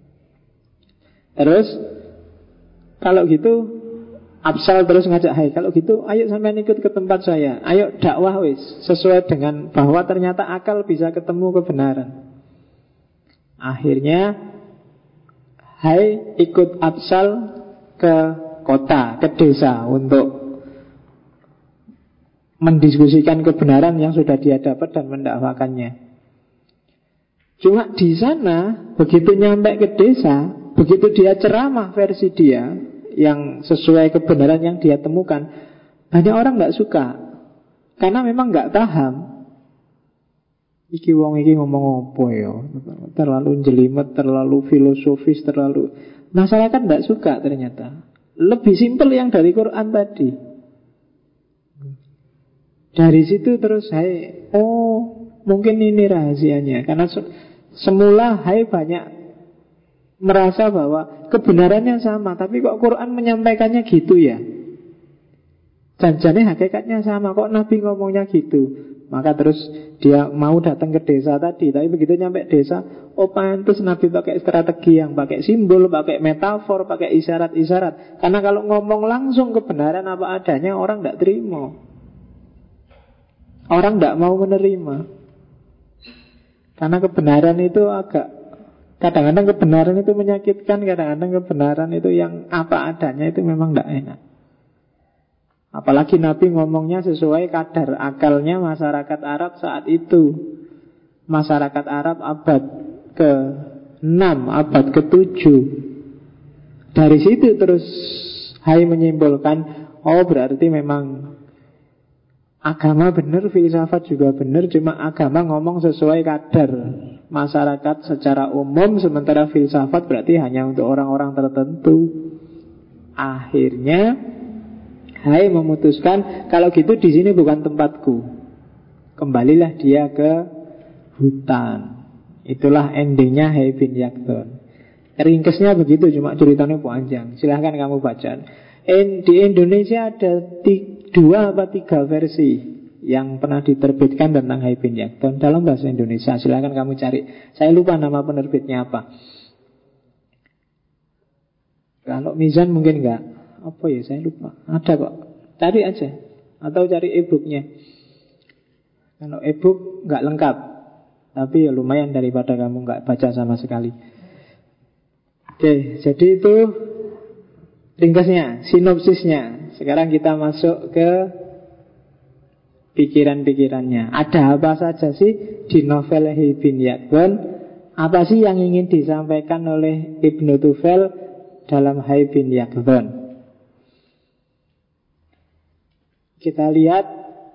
Terus kalau gitu Absal terus ngajak, hai kalau gitu ayo sampean ikut ke tempat saya, ayo dakwah wis sesuai dengan bahwa ternyata akal bisa ketemu kebenaran. Akhirnya hai ikut Absal ke kota, ke desa untuk mendiskusikan kebenaran yang sudah dia dapat dan mendakwakannya. Cuma di sana begitu nyampe ke desa, begitu dia ceramah versi dia yang sesuai kebenaran yang dia temukan, banyak orang gak suka karena memang gak paham. Iki wong iki ngomong apa ya, terlalu jelimet, terlalu filosofis, terlalu. Masyarakat gak suka ternyata. Lebih simpel yang dari Quran tadi. Dari situ terus hai, oh mungkin ini rahasianya. Karena se- semula hai banyak merasa bahwa kebenarannya sama, tapi kok Quran menyampaikannya gitu ya. Janjane hakikatnya sama, kok Nabi ngomongnya gitu. Maka terus dia mau datang ke desa tadi. Tapi begitu nyampe desa, oh pantes Nabi pakai strategi yang pakai simbol, pakai metafor, pakai isyarat-isyarat. Karena kalau ngomong langsung kebenaran apa adanya, orang tidak terima. Orang tidak mau menerima. Karena kebenaran itu agak, kadang-kadang kebenaran itu menyakitkan, kadang-kadang kebenaran itu yang apa adanya itu memang tidak enak. Apalagi Nabi ngomongnya sesuai kadar akalnya masyarakat Arab saat itu. Masyarakat Arab abad ke enam, abad ke tujuh. Dari situ terus hai menyimpulkan, oh berarti memang agama benar, filsafat juga benar. Cuma agama ngomong sesuai kadar masyarakat secara umum, sementara filsafat berarti hanya untuk orang-orang tertentu. Akhirnya hai memutuskan, kalau gitu di sini bukan tempatku. Kembalilah dia ke hutan. Itulah endingnya Hai bin Yaqdhan. Ringkesnya begitu, cuma ceritanya panjang. Silahkan kamu baca. Di Indonesia ada tiga, dua atau tiga versi yang pernah diterbitkan tentang Hai bin Yaqdhan dalam bahasa Indonesia. Silahkan kamu cari. Saya lupa nama penerbitnya apa. Kalau Mizan mungkin enggak. Apa ya, saya lupa. Ada kok, cari aja. Atau cari e-booknya. Kalau e-book nggak lengkap, tapi ya lumayan daripada kamu nggak baca sama sekali. Oke, jadi itu ringkasnya, sinopsisnya. Sekarang kita masuk ke pikiran-pikirannya. Ada apa saja sih di novel Hai bin Yaqdhan? Apa sih yang ingin disampaikan oleh Ibnu Tufel dalam Hai bin Yaqdhan? Kita lihat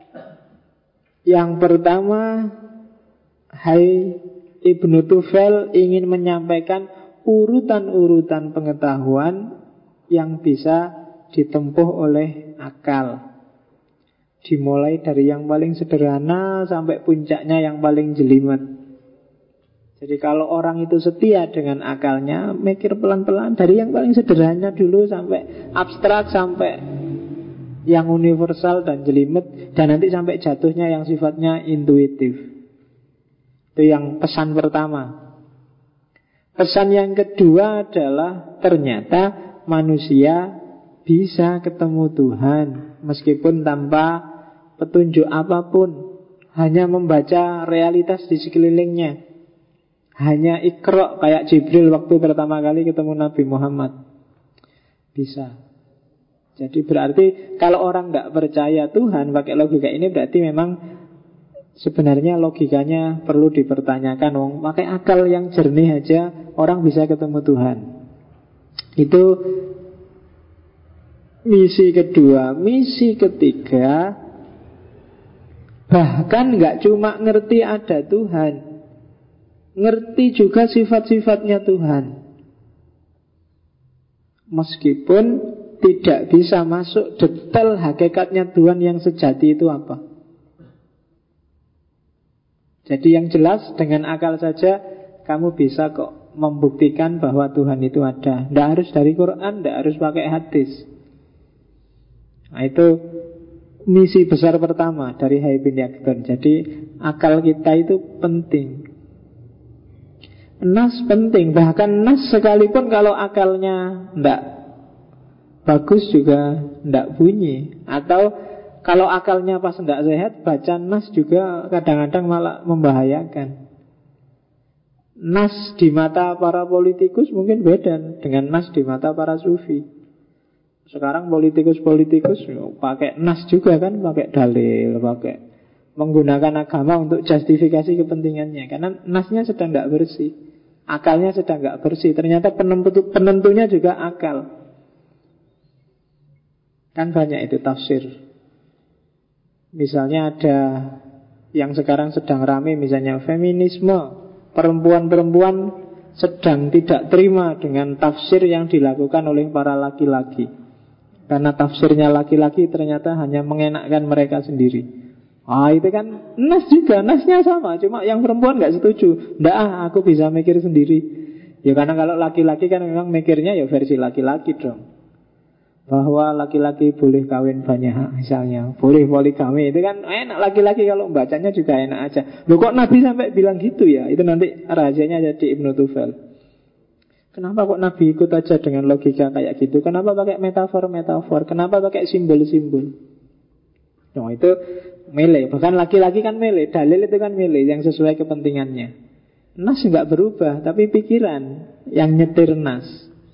yang pertama, Hai Ibnu Tufel ingin menyampaikan urutan-urutan pengetahuan yang bisa ditempuh oleh akal. Dimulai dari yang paling sederhana sampai puncaknya yang paling jelimet. Jadi kalau orang itu setia dengan akalnya, mikir pelan-pelan dari yang paling sederhana dulu sampai abstrak, sampai yang universal dan jelimet, dan nanti sampai jatuhnya yang sifatnya intuitif. Itu yang pesan pertama. Pesan yang kedua adalah ternyata manusia bisa ketemu Tuhan meskipun tanpa petunjuk apapun, hanya membaca realitas di sekelilingnya, hanya iqra kayak Jibril waktu pertama kali ketemu Nabi Muhammad. Bisa. Jadi berarti kalau orang nggak percaya Tuhan pakai logika ini, berarti memang sebenarnya logikanya perlu dipertanyakan. Wong pakai akal yang jernih aja orang bisa ketemu Tuhan. Itu misi kedua. Misi ketiga, bahkan nggak cuma ngerti ada Tuhan, ngerti juga sifat-sifatnya Tuhan. Meskipun tidak bisa masuk detail hakikatnya Tuhan yang sejati itu apa. Jadi yang jelas dengan akal saja kamu bisa kok membuktikan bahwa Tuhan itu ada. Tidak harus dari Quran, tidak harus pakai hadis. Nah itu misi besar pertama dari Hayy bin Yaqdhan. Jadi akal kita itu penting. Nas penting. Bahkan nas sekalipun kalau akalnya tidak bagus juga tidak bunyi. Atau kalau akalnya pas tidak sehat, baca nas juga kadang-kadang malah membahayakan. Nas di mata para politikus mungkin beda dengan nas di mata para sufi. Sekarang politikus-politikus pakai nas juga kan, pakai dalil, pakai menggunakan agama untuk justifikasi kepentingannya. Karena nasnya sedang tidak bersih, akalnya sedang tidak bersih. Ternyata penentu, penentunya juga akal. Kan banyak itu tafsir. Misalnya ada yang sekarang sedang ramai, misalnya feminisme. Perempuan-perempuan sedang tidak terima dengan tafsir yang dilakukan oleh para laki-laki. Karena tafsirnya laki-laki ternyata hanya mengenakkan mereka sendiri. Ah itu kan nas juga, nasnya sama, cuma yang perempuan gak setuju. Nggak ah, aku bisa mikir sendiri. Ya karena kalau laki-laki kan memang mikirnya ya versi laki-laki dong. Bahwa laki-laki boleh kawin banyak misalnya, boleh poligami. Itu kan enak, laki-laki kalau bacanya juga enak aja. Loh kok Nabi sampai bilang gitu ya? Itu nanti rahasianya jadi Ibnu Tufel. Kenapa kok Nabi ikut aja dengan logika kayak gitu? Kenapa pakai metafor-metafor? Kenapa pakai simbol-simbol? Nah itu milih. Bahkan laki-laki kan milih. Dalil itu kan milih yang sesuai kepentingannya. Nas nggak berubah, tapi pikiran yang nyetir nas.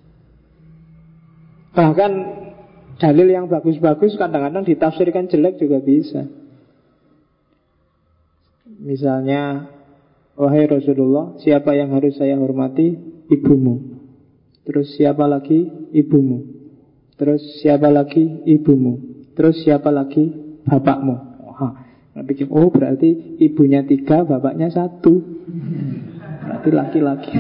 Bahkan dalil yang bagus-bagus kadang-kadang ditafsirkan jelek juga bisa. Misalnya, wahai Rasulullah, siapa yang harus saya hormati? Ibumu. Terus siapa lagi? Ibumu. Terus siapa lagi? Ibumu. Terus siapa lagi? Bapakmu. Wah, pikir, oh berarti ibunya tiga, bapaknya satu. Berarti laki-laki.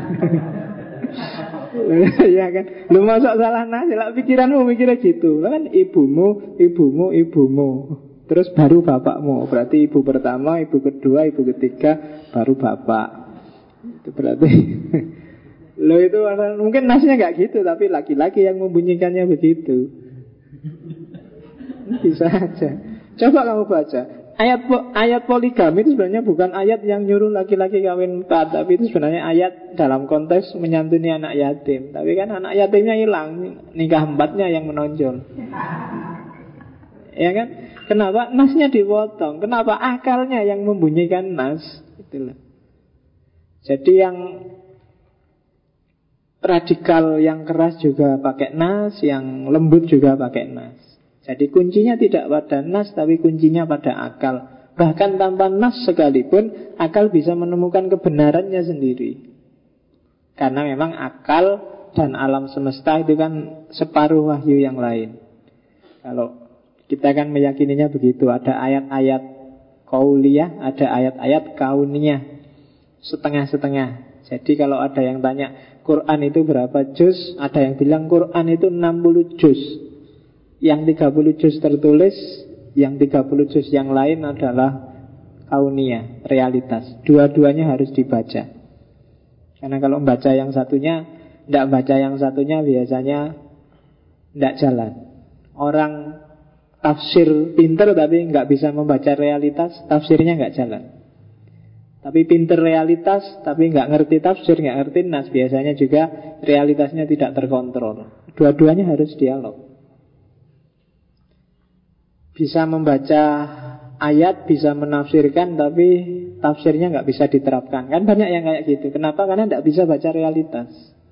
Ya kan, lu masuk salah nasi lah, pikiranmu mikirnya gitu. Kan ibumu, ibumu, ibumu. Terus baru bapakmu. Berarti ibu pertama, ibu kedua, ibu ketiga, baru bapak. Itu berarti lo itu mungkin nasnya gak gitu, tapi laki-laki yang membunyikannya begitu. Bisa aja. Coba kamu baca ayat ayat poligami itu sebenarnya bukan ayat yang nyuruh laki-laki kawin empat, tapi itu sebenarnya ayat dalam konteks menyantuni anak yatim. Tapi kan anak yatimnya hilang, nikah empatnya yang menonjol. Ya kan? Kenapa nasnya dipotong? Kenapa akalnya yang membunyikan nas? Itulah. Jadi yang radikal, yang keras juga pakai nas, yang lembut juga pakai nas. Jadi kuncinya tidak pada nas, tapi kuncinya pada akal. Bahkan tanpa nas sekalipun, akal bisa menemukan kebenarannya sendiri. Karena memang akal dan alam semesta itu kan separuh wahyu yang lain. Kalau kita kan meyakininya begitu, ada ayat-ayat qauliyah, ada ayat-ayat kauniyah, setengah-setengah. Jadi kalau ada yang tanya Quran itu berapa juz, ada yang bilang Quran itu enam puluh juz. Yang tiga puluh juz tertulis, yang tiga puluh juz yang lain adalah kauniyah, realitas. Dua-duanya harus dibaca. Karena kalau membaca yang satunya, tidak baca yang satunya biasanya tidak jalan. Orang tafsir pinter tapi nggak bisa membaca realitas, tafsirnya nggak jalan. Tapi pinter realitas tapi nggak ngerti tafsir, nggak ngerti nas, biasanya juga realitasnya tidak terkontrol. Dua-duanya harus dialog. Bisa membaca ayat, bisa menafsirkan, tapi tafsirnya nggak bisa diterapkan. Kan banyak yang kayak gitu. Kenapa? Karena nggak bisa baca realitas.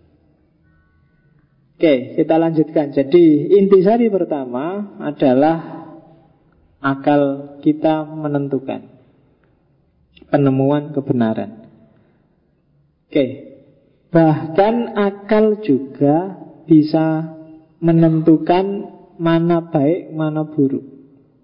Oke, kita lanjutkan. Jadi intisari pertama adalah akal kita menentukan penemuan kebenaran. Oke, bahkan akal juga bisa menentukan mana baik, mana buruk.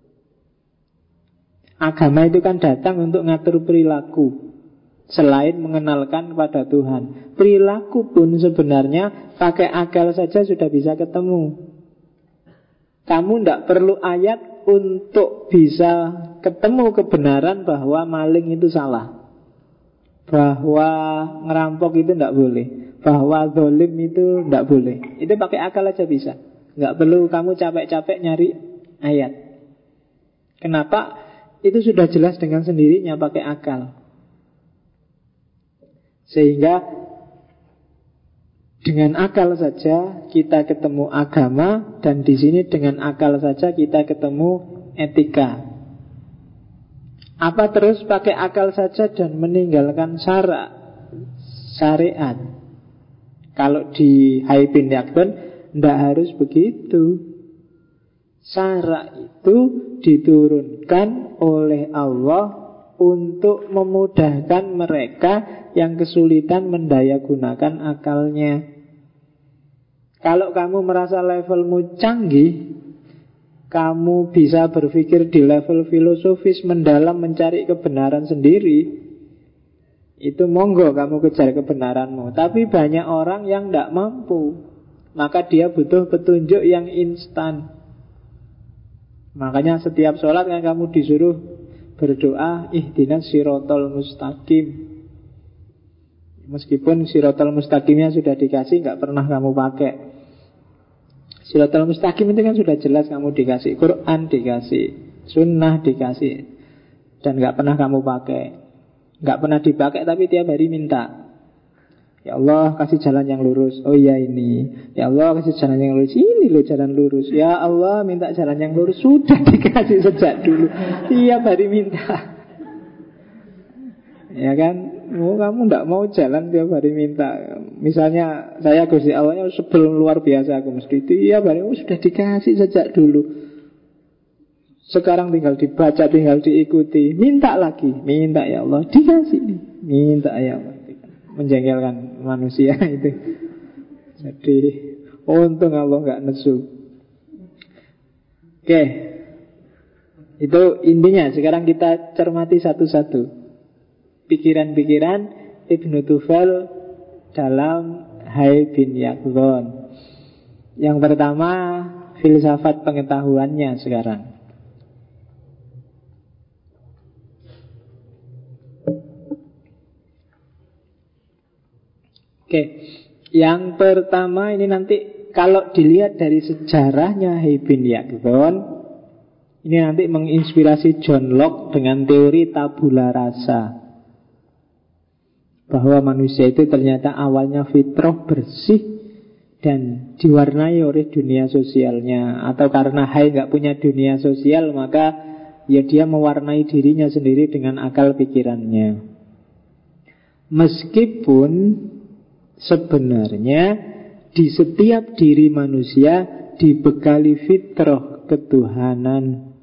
Agama itu kan datang untuk ngatur perilaku, selain mengenalkan kepada Tuhan. Perilaku pun sebenarnya pakai akal saja sudah bisa ketemu. Kamu tidak perlu ayat untuk bisa ketemu kebenaran bahwa maling itu salah, bahwa ngerampok itu tidak boleh, bahwa zalim itu tidak boleh. Itu pakai akal aja bisa. Nggak perlu kamu capek-capek nyari ayat. Kenapa? Itu sudah jelas dengan sendirinya pakai akal. Sehingga dengan akal saja kita ketemu agama, dan di sini dengan akal saja kita ketemu etika. Apa terus pakai akal saja dan meninggalkan syara, syariat? Kalau di Hai bin Yaqdhan tidak harus begitu. Syara itu diturunkan oleh Allah untuk memudahkan mereka yang kesulitan mendayagunakan akalnya. Kalau kamu merasa levelmu canggih, kamu bisa berpikir di level filosofis mendalam, mencari kebenaran sendiri, itu monggo kamu kejar kebenaranmu. Tapi banyak orang yang tidak mampu, maka dia butuh petunjuk yang instan. Makanya setiap sholat kan kamu disuruh berdoa ihdinas sirotol mustaqim. Meskipun sirotol mustaqimnya sudah dikasih, nggak pernah kamu pakai. Sirotol mustaqim itu kan sudah jelas kamu dikasih, Quran dikasih, sunnah dikasih, dan nggak pernah kamu pakai. Nggak pernah dipakai tapi tiap hari minta, ya Allah kasih jalan yang lurus. Oh iya ini, ya Allah kasih jalan yang lurus. Ini loh jalan lurus. Ya Allah minta jalan yang lurus. Sudah dikasih sejak dulu. Tiap hari minta. Ya kan, oh, kamu tidak mau jalan tiap hari minta. Misalnya saya Gusti Allahnya sebelum luar biasa, aku mesti tiap hari oh, sudah dikasih sejak dulu. Sekarang tinggal dibaca, tinggal diikuti. Minta lagi, minta ya Allah, dikasih nih. Minta ya Allah. Menjengkelkan manusia itu. Jadi untung Allah nggak nesu. Oke, itu intinya. Sekarang kita cermati satu-satu pikiran-pikiran Ibnu Tufel dalam Hai bin Yaqdhan. Yang pertama, filsafat pengetahuannya sekarang. Oke, yang pertama ini nanti kalau dilihat dari sejarahnya Hai bin Yaqdhan, ini nanti menginspirasi John Locke dengan teori tabula rasa, bahwa manusia itu ternyata awalnya fitrah bersih dan diwarnai oleh dunia sosialnya. Atau karena Hai nggak punya dunia sosial, maka ya dia mewarnai dirinya sendiri dengan akal pikirannya. Meskipun sebenarnya di setiap diri manusia dibekali fitrah ketuhanan.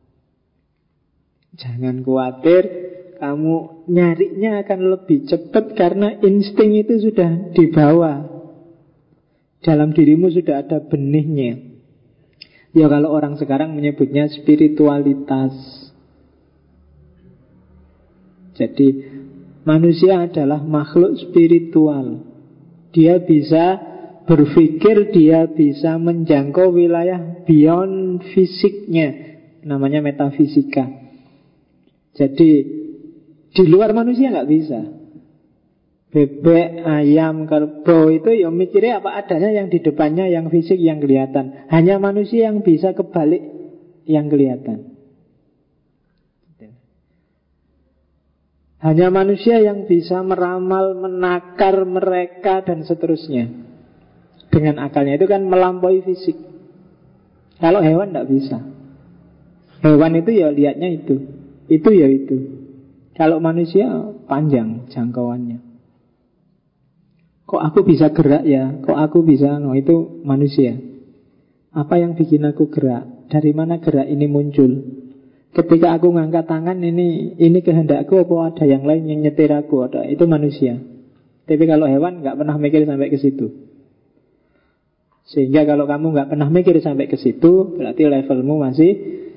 Jangan khawatir, kamu nyarinya akan lebih cepat karena insting itu sudah dibawa. Dalam dirimu sudah ada benihnya. Ya kalau orang sekarang menyebutnya spiritualitas. Jadi manusia adalah makhluk spiritual. Dia bisa berpikir, dia bisa menjangkau wilayah beyond fisiknya. Namanya metafisika. Jadi di luar manusia nggak bisa. Bebek, ayam, kerbau itu ya mikirnya apa adanya, yang di depannya yang fisik yang kelihatan. Hanya manusia yang bisa kebalik. yang kelihatan. Hanya manusia yang bisa meramal, menakar, mereka, dan seterusnya dengan akalnya. Itu kan melampaui fisik. Kalau hewan tidak bisa. Hewan itu ya lihatnya itu, itu ya itu. Kalau manusia panjang jangkauannya. Kok aku bisa gerak ya? Kok aku bisa? No, itu manusia. Apa yang bikin aku gerak? Dari mana gerak ini muncul? Ketika aku ngangkat tangan, ini ini kehendakku apa ada yang lain yang nyetir aku? Ada, itu manusia. Tapi kalau hewan nggak pernah mikir sampai ke situ. Sehingga kalau kamu nggak pernah mikir sampai ke situ, berarti levelmu masih,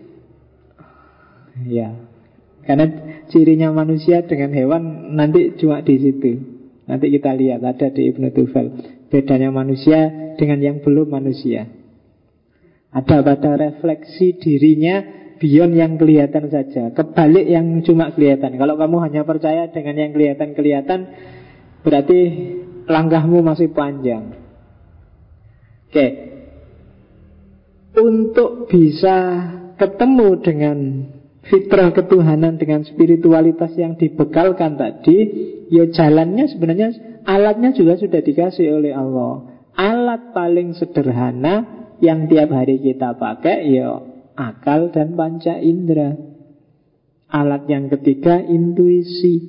ya, karena cirinya manusia dengan hewan nanti cuma di situ. Nanti kita lihat ada di Ibnu Tufel bedanya manusia dengan yang belum manusia. Ada pada refleksi dirinya beyond yang kelihatan saja, kebalik yang cuma kelihatan. Kalau kamu hanya percaya dengan yang kelihatan-kelihatan, berarti langkahmu masih panjang. Oke, untuk bisa ketemu dengan fitrah ketuhanan, dengan spiritualitas yang dibekalkan tadi, ya jalannya sebenarnya alatnya juga sudah dikasih oleh Allah. Alat paling sederhana yang tiap hari kita pakai ya akal dan panca indera. Alat yang ketiga intuisi.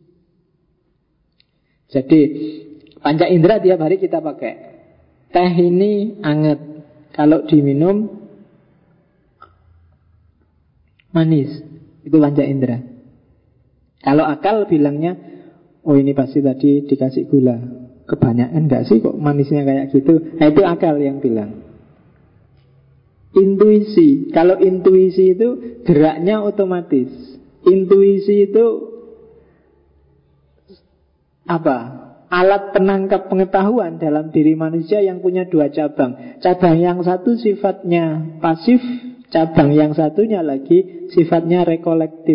Jadi panca indera tiap hari kita pakai. Teh ini anget, kalau diminum manis, itu panca indera. Kalau akal bilangnya, oh ini pasti tadi dikasih gula, kebanyakan enggak sih kok manisnya kayak gitu. Nah itu akal yang bilang. Intuisi, kalau intuisi itu geraknya otomatis. Intuisi itu apa? Alat penangkap pengetahuan dalam diri manusia yang punya dua cabang. Cabang yang satu sifatnya pasif, cabang yang satunya lagi sifatnya rekolektif.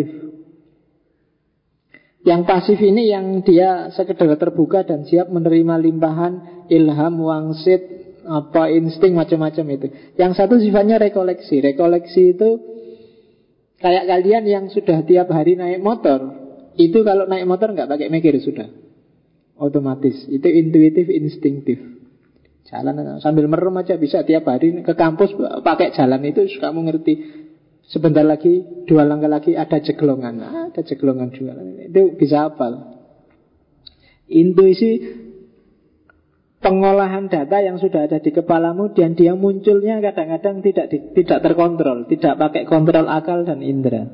Yang pasif ini yang dia sekedar terbuka dan siap menerima limpahan, ilham, wangsit, apa insting macam-macam itu. Yang satu sifatnya rekoleksi. Rekoleksi itu kayak kalian yang sudah tiap hari naik motor. Itu kalau naik motor nggak pakai mikir sudah, otomatis. Itu intuitif, instinktif. Jalan sambil merem aja bisa tiap hari ke kampus pakai jalan itu kamu ngerti. Sebentar lagi, dua langkah lagi ada jeglongan. Nah, ada jeglongan juga. Itu bisa hafal. Intuisi pengolahan data yang sudah ada di kepalamu dan dia munculnya kadang-kadang tidak di, tidak terkontrol, tidak pakai kontrol akal dan indera.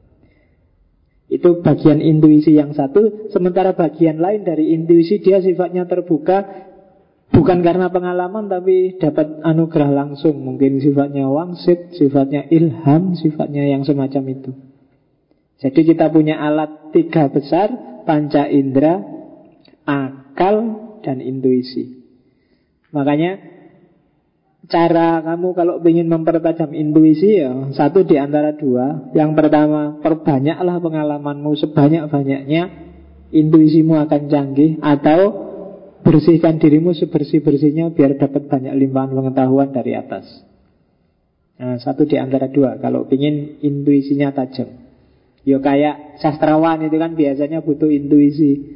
Itu bagian intuisi yang satu. Sementara bagian lain dari intuisi dia sifatnya terbuka, bukan karena pengalaman tapi dapat anugerah langsung. Mungkin sifatnya wangsit, sifatnya ilham, sifatnya yang semacam itu. Jadi kita punya alat tiga besar, panca indera, akal, dan intuisi. Makanya cara kamu kalau ingin mempertajam intuisi ya satu di antara dua. Yang pertama, perbanyaklah pengalamanmu sebanyak-banyaknya, intuisimu akan canggih. Atau bersihkan dirimu sebersih-bersihnya biar dapat banyak limpahan pengetahuan dari atas. Nah, satu di antara dua kalau ingin intuisinya tajam. Ya kayak sastrawan itu kan biasanya butuh intuisi.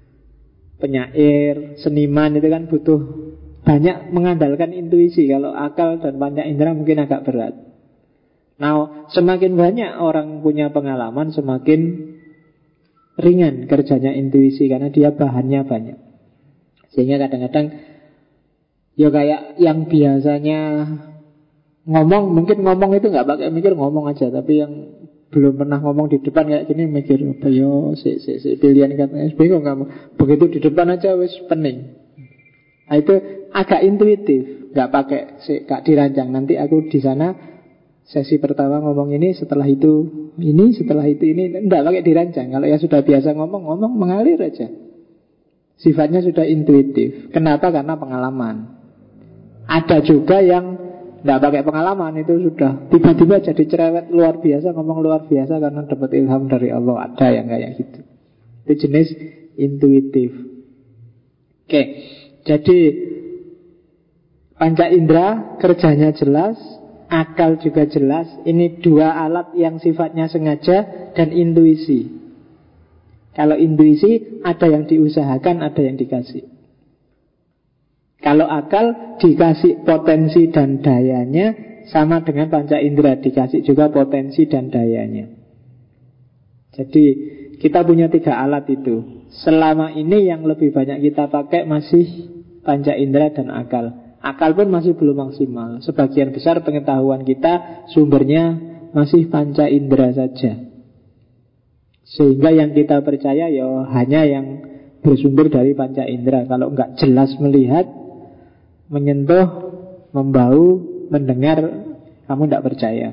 Penyair, seniman itu kan butuh banyak mengandalkan intuisi. Kalau akal dan panca indera mungkin agak berat. Nah, semakin banyak orang punya pengalaman, semakin ringan kerjanya intuisi karena dia bahannya banyak. Sehingga kadang-kadang ya kayak yang biasanya ngomong, mungkin ngomong itu gak pakai mikir, ngomong aja. Tapi yang belum pernah ngomong di depan kayak gini mikir, apa yo si, si, si, pilihan katanya bingung kamu. Begitu di depan aja wis pening. Nah itu agak intuitif, gak pakai si, gak dirancang. Nanti aku di sana sesi pertama ngomong ini, setelah itu ini, setelah itu ini, enggak pakai dirancang. Kalau yang sudah biasa ngomong, ngomong mengalir aja. Sifatnya sudah intuitif. Kenapa? Karena pengalaman. Ada juga yang tidak pakai pengalaman, itu sudah tiba-tiba jadi cerewet luar biasa, ngomong luar biasa karena dapat ilham dari Allah. Ada yang kayak gitu. Itu jenis intuitif. Oke, jadi panca indera kerjanya jelas, akal juga jelas. Ini dua alat yang sifatnya sengaja dan intuisi. Kalau intuisi ada yang diusahakan, ada yang dikasih. Kalau akal dikasih potensi dan dayanya, sama dengan panca indera, dikasih juga potensi dan dayanya. Jadi kita punya tiga alat itu. Selama ini yang lebih banyak kita pakai masih panca indera dan akal. Akal pun masih belum maksimal. Sebagian besar pengetahuan kita sumbernya masih panca indera saja. Sehingga yang kita percaya ya hanya yang bersumber dari panca indera. Kalau enggak jelas melihat, menyentuh, membau, mendengar, kamu enggak percaya.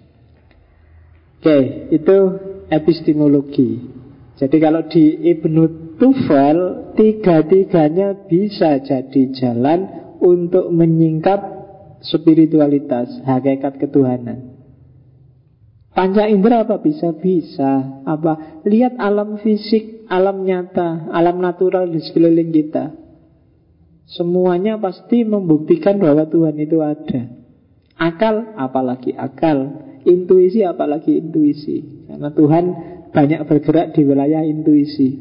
Oke, itu epistemologi. Jadi kalau di Ibnu Tufel, tiga-tiganya bisa jadi jalan untuk menyingkap spiritualitas, hakikat ketuhanan. Panca indera apa bisa? Bisa. Apa? Lihat alam fisik, alam nyata, alam natural di sekeliling kita. Semuanya pasti membuktikan bahwa Tuhan itu ada. Akal, apalagi akal. Intuisi, apalagi intuisi. Karena Tuhan banyak bergerak di wilayah intuisi.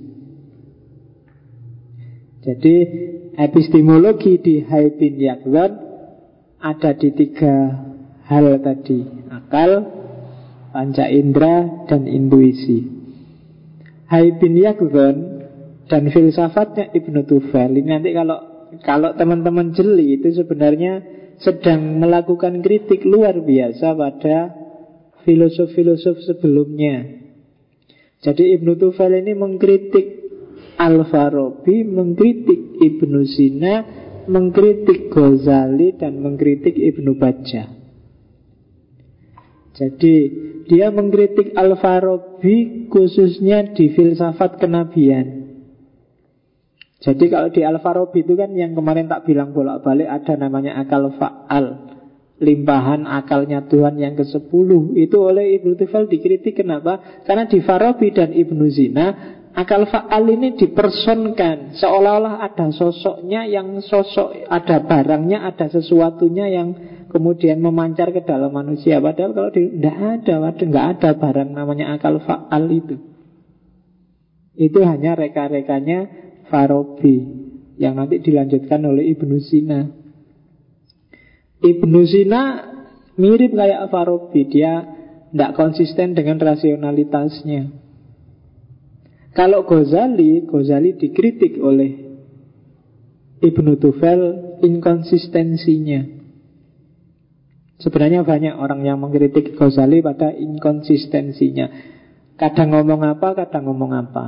Jadi epistemologi di Hai bin Yaqzan ada di tiga hal tadi: akal, panca indera, dan intuisi. Hai bin Yaqzan dan filsafatnya Ibnu Tufel ini nanti kalau kalau teman-teman jeli itu sebenarnya sedang melakukan kritik luar biasa pada filosof-filosof sebelumnya. Jadi Ibnu Tufel ini mengkritik Al-Farabi, mengkritik Ibnu Sina, mengkritik Ghazali, dan mengkritik Ibnu Bajjah. Jadi dia mengkritik Al-Farabi khususnya di filsafat kenabian. Jadi kalau di Al-Farabi itu kan yang kemarin tak bilang bolak-balik ada namanya akal fa'al, limpahan akalnya Tuhan yang kesepuluh. Itu oleh Ibnu Tufel dikritik. Kenapa? Karena di Farabi dan Ibnu Sina akal fa'al ini dipersonkan, seolah-olah ada sosoknya, yang sosok, ada barangnya, ada sesuatunya yang kemudian memancar ke dalam manusia. Padahal kalau tidak ada, tidak ada barang namanya akal fa'al itu. Itu hanya reka-rekanya Farabi yang nanti dilanjutkan oleh Ibnu Sina. Ibnu Sina mirip kayak Farabi, dia tidak konsisten dengan rasionalitasnya. Kalau Ghazali, Ghazali dikritik oleh Ibnu Tufel inkonsistensinya. Sebenarnya banyak orang yang mengkritik Ghazali pada inkonsistensinya. Kadang ngomong apa, kadang ngomong apa.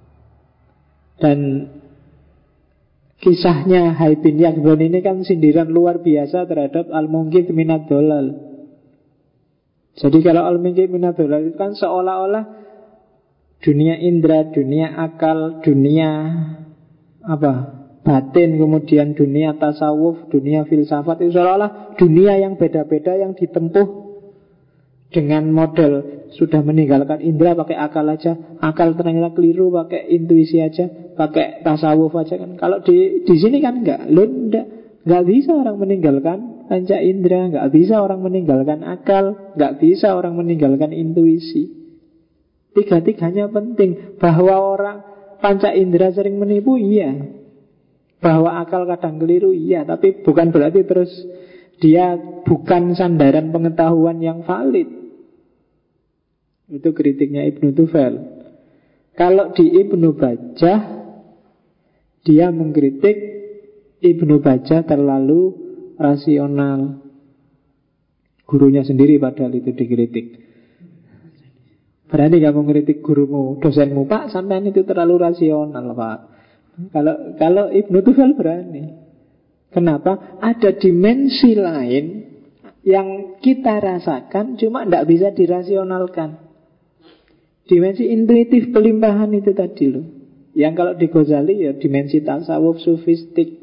Dan kisahnya Hai bin Yaqzan ini kan sindiran luar biasa terhadap Al-Munqidh minad Dhalal. Jadi kalau Al-Munqidh minad Dhalal itu kan seolah-olah dunia indera, dunia akal, dunia apa batin, kemudian dunia tasawuf, dunia filsafat, itu seolah-olah dunia yang beda-beda yang ditempuh dengan model sudah meninggalkan indera pakai akal aja, akal ternyata keliru pakai intuisi aja, pakai tasawuf aja kan. Kalau di di sini kan enggak, lo enggak, enggak bisa orang meninggalkan panca indera, enggak bisa orang meninggalkan akal, enggak bisa orang meninggalkan intuisi. Tiga-tiganya penting. Bahwa orang panca indera sering menipu, iya. Bahwa akal kadang keliru, iya. Tapi bukan berarti terus dia bukan sandaran pengetahuan yang valid. Itu kritiknya Ibnu Tufel. Kalau di Ibnu Bajjah, dia mengkritik Ibnu Bajjah terlalu rasional. Gurunya sendiri padahal itu dikritik. Berani kamu mengkritik gurumu, dosenmu, Pak, sampean itu terlalu rasional, Pak. Kalau kalau Ibnu Tufel berani. Kenapa? Ada dimensi lain yang kita rasakan cuma tidak bisa dirasionalkan. Dimensi intuitif pelimpahan itu tadi loh. Yang kalau di Ghazali ya dimensi tasawuf sufistik.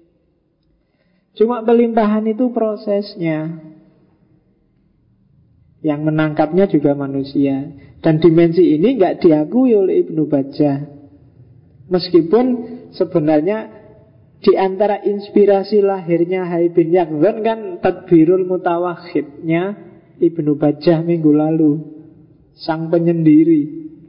Cuma pelimpahan itu prosesnya. Yang menangkapnya juga manusia. Dan dimensi ini nggak diakui oleh Ibnu Bajjah. Meskipun sebenarnya Di antara inspirasi lahirnya Hai bin Yaqdhan kan Tadbirul Mutawakhidnya Ibnu Bajjah minggu lalu, sang penyendiri,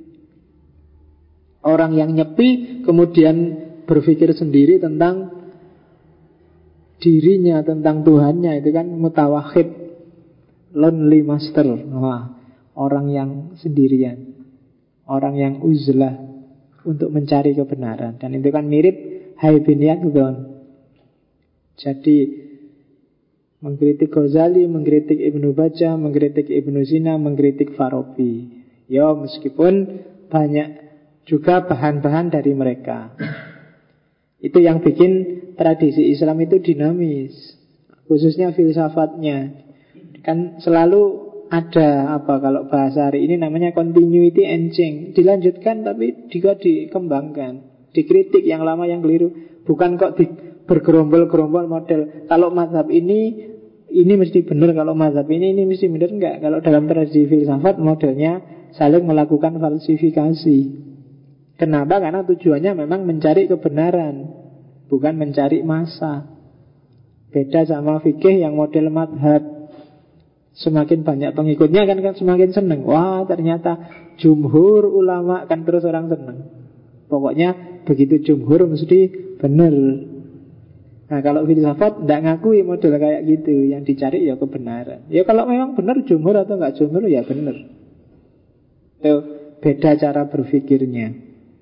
orang yang nyepi kemudian berpikir sendiri tentang dirinya, tentang Tuhannya. Itu kan mutawakhid, lonely master. Wah, orang yang sendirian, orang yang uzlah untuk mencari kebenaran. Dan itu kan mirip Hai bin Yaqdhan. Jadi mengkritik Ghazali, mengkritik Ibnu Bajjah, mengkritik Ibnu Sina, mengkritik Farabi. Ya meskipun banyak juga bahan-bahan dari mereka. Itu yang bikin tradisi Islam itu dinamis, khususnya filsafatnya. Kan selalu ada apa, kalau bahasa hari ini namanya continuity and change. Dilanjutkan tapi juga dikembangkan, dikritik yang lama yang keliru. Bukan kok di, bergerombol-gerombol model kalau mazhab ini ini mesti benar, kalau mazhab ini ini mesti benar. Enggak. Kalau dalam tradisi filsafat modelnya saling melakukan falsifikasi. Kenapa? Karena tujuannya memang mencari kebenaran, bukan mencari massa. Beda sama fikih yang model madhab. Semakin banyak pengikutnya kan, kan semakin seneng. Wah ternyata jumhur ulama, kan terus orang seneng. Pokoknya begitu jumhur mesti benar. Nah kalau filsafat tidak ngakui model kayak gitu. Yang dicari ya kebenaran. Ya kalau memang benar jumhur atau nggak jumhur ya benar. Itu beda cara berpikirnya.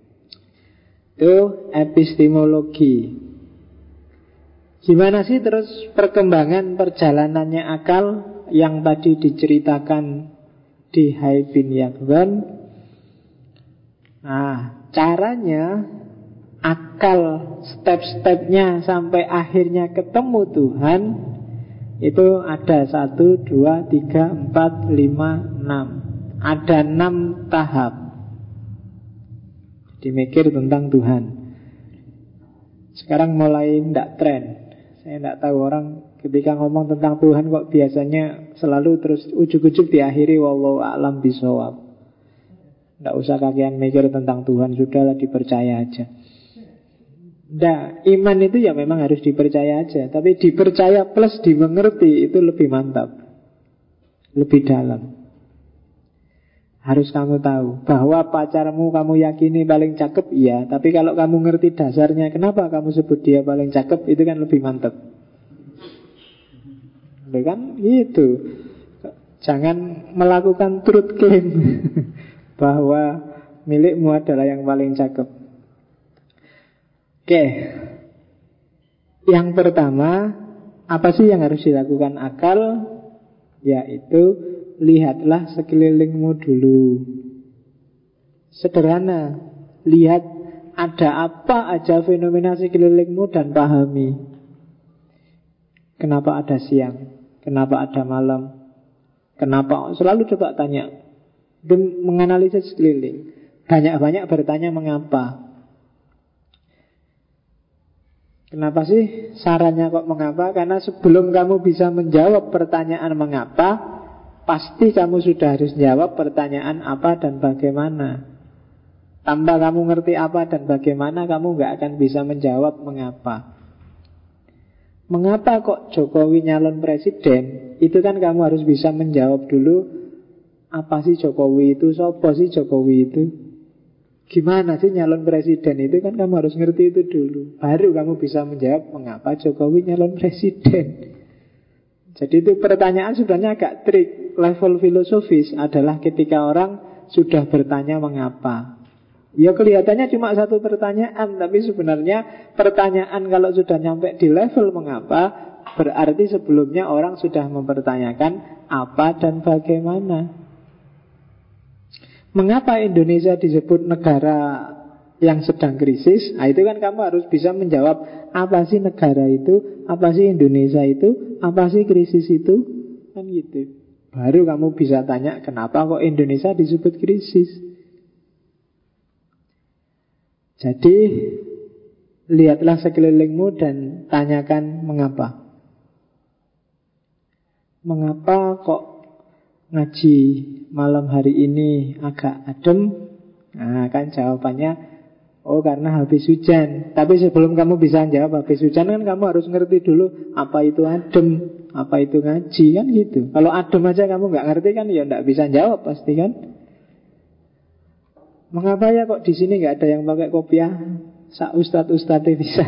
Itu epistemologi. Gimana sih terus perkembangan perjalanannya akal yang tadi diceritakan di Hai bin Yaqdhan? Nah, caranya akal step-stepnya sampai akhirnya ketemu Tuhan itu ada satu, dua, tiga, empat, lima, enam. Ada enam tahap dimikir tentang Tuhan. Sekarang mulai tidak tren. Saya tidak tahu orang ketika ngomong tentang Tuhan kok biasanya selalu terus ujuk-ujuk diakhiri wallahu a'lam bishawab. Tidak usah kakean mikir tentang Tuhan, sudahlah dipercaya aja. Nah, iman itu ya memang harus dipercaya aja, tapi dipercaya plus dimengerti itu lebih mantap, lebih dalam. Harus kamu tahu bahwa pacarmu kamu yakini paling cakep, iya. Tapi kalau kamu ngerti dasarnya kenapa kamu sebut dia paling cakep, itu kan lebih mantap. Itu kan gitu. Jangan melakukan truth claim bahwa milikmu adalah yang paling cakep. Oke. Yang pertama, apa sih yang harus dilakukan akal? Yaitu lihatlah sekelilingmu dulu. Sederhana, lihat ada apa aja fenomena sekelilingmu dan pahami. Kenapa ada siang? Kenapa ada malam? Kenapa? Selalu coba tanya. Dan menganalisis sekeliling. Banyak-banyak bertanya mengapa. Kenapa sih? Sarannya kok mengapa? Karena sebelum kamu bisa menjawab pertanyaan mengapa, pasti kamu sudah harus jawab pertanyaan apa dan bagaimana. Tanpa kamu ngerti apa dan bagaimana, kamu gak akan bisa menjawab mengapa. Mengapa kok Jokowi nyalon presiden? Itu kan kamu harus bisa menjawab dulu. Apa sih Jokowi itu? Sopo sih Jokowi itu? Gimana sih nyalon presiden itu? Kan kamu harus ngerti itu dulu. Baru kamu bisa menjawab mengapa Jokowi nyalon presiden. Jadi itu pertanyaan sebenarnya agak trik. Level filosofis adalah ketika orang sudah bertanya mengapa. Ya kelihatannya cuma satu pertanyaan, tapi sebenarnya pertanyaan kalau sudah nyampe di level mengapa, berarti sebelumnya orang sudah mempertanyakan apa dan bagaimana. Mengapa Indonesia disebut negara yang sedang krisis? Nah itu kan kamu harus bisa menjawab apa sih negara itu, apa sih Indonesia itu, apa sih krisis itu. Kan gitu. Baru kamu bisa tanya kenapa kok Indonesia disebut krisis. Jadi lihatlah sekelilingmu dan tanyakan mengapa. Mengapa kok ngaji malam hari ini agak adem? Nah kan jawabannya Oh karena habis hujan. Tapi sebelum kamu bisa jawab habis hujan kan kamu harus ngerti dulu apa itu adem, apa itu ngaji, kan gitu. Kalau adem aja kamu gak ngerti kan ya gak bisa jawab pasti kan. Mengapa ya kok di sini gak ada yang pakai kopiah? Sak ustad-ustadnya bisa.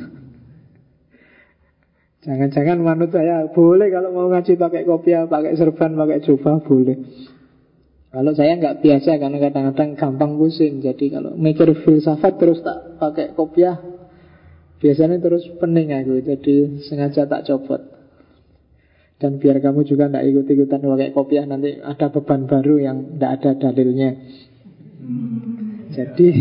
Jangan-jangan manut saya boleh kalau mau ngaji pakai kopiah, pakai serban, pakai jubah boleh. Kalau saya nggak biasa karena kadang-kadang gampang pusing. Jadi kalau mikir filsafat terus tak pakai kopiah, biasanya terus pening aku. Jadi sengaja tak copot. Dan biar kamu juga nggak ikut-ikutan pakai kopiah, nanti ada beban baru yang nggak ada dalilnya. Jadi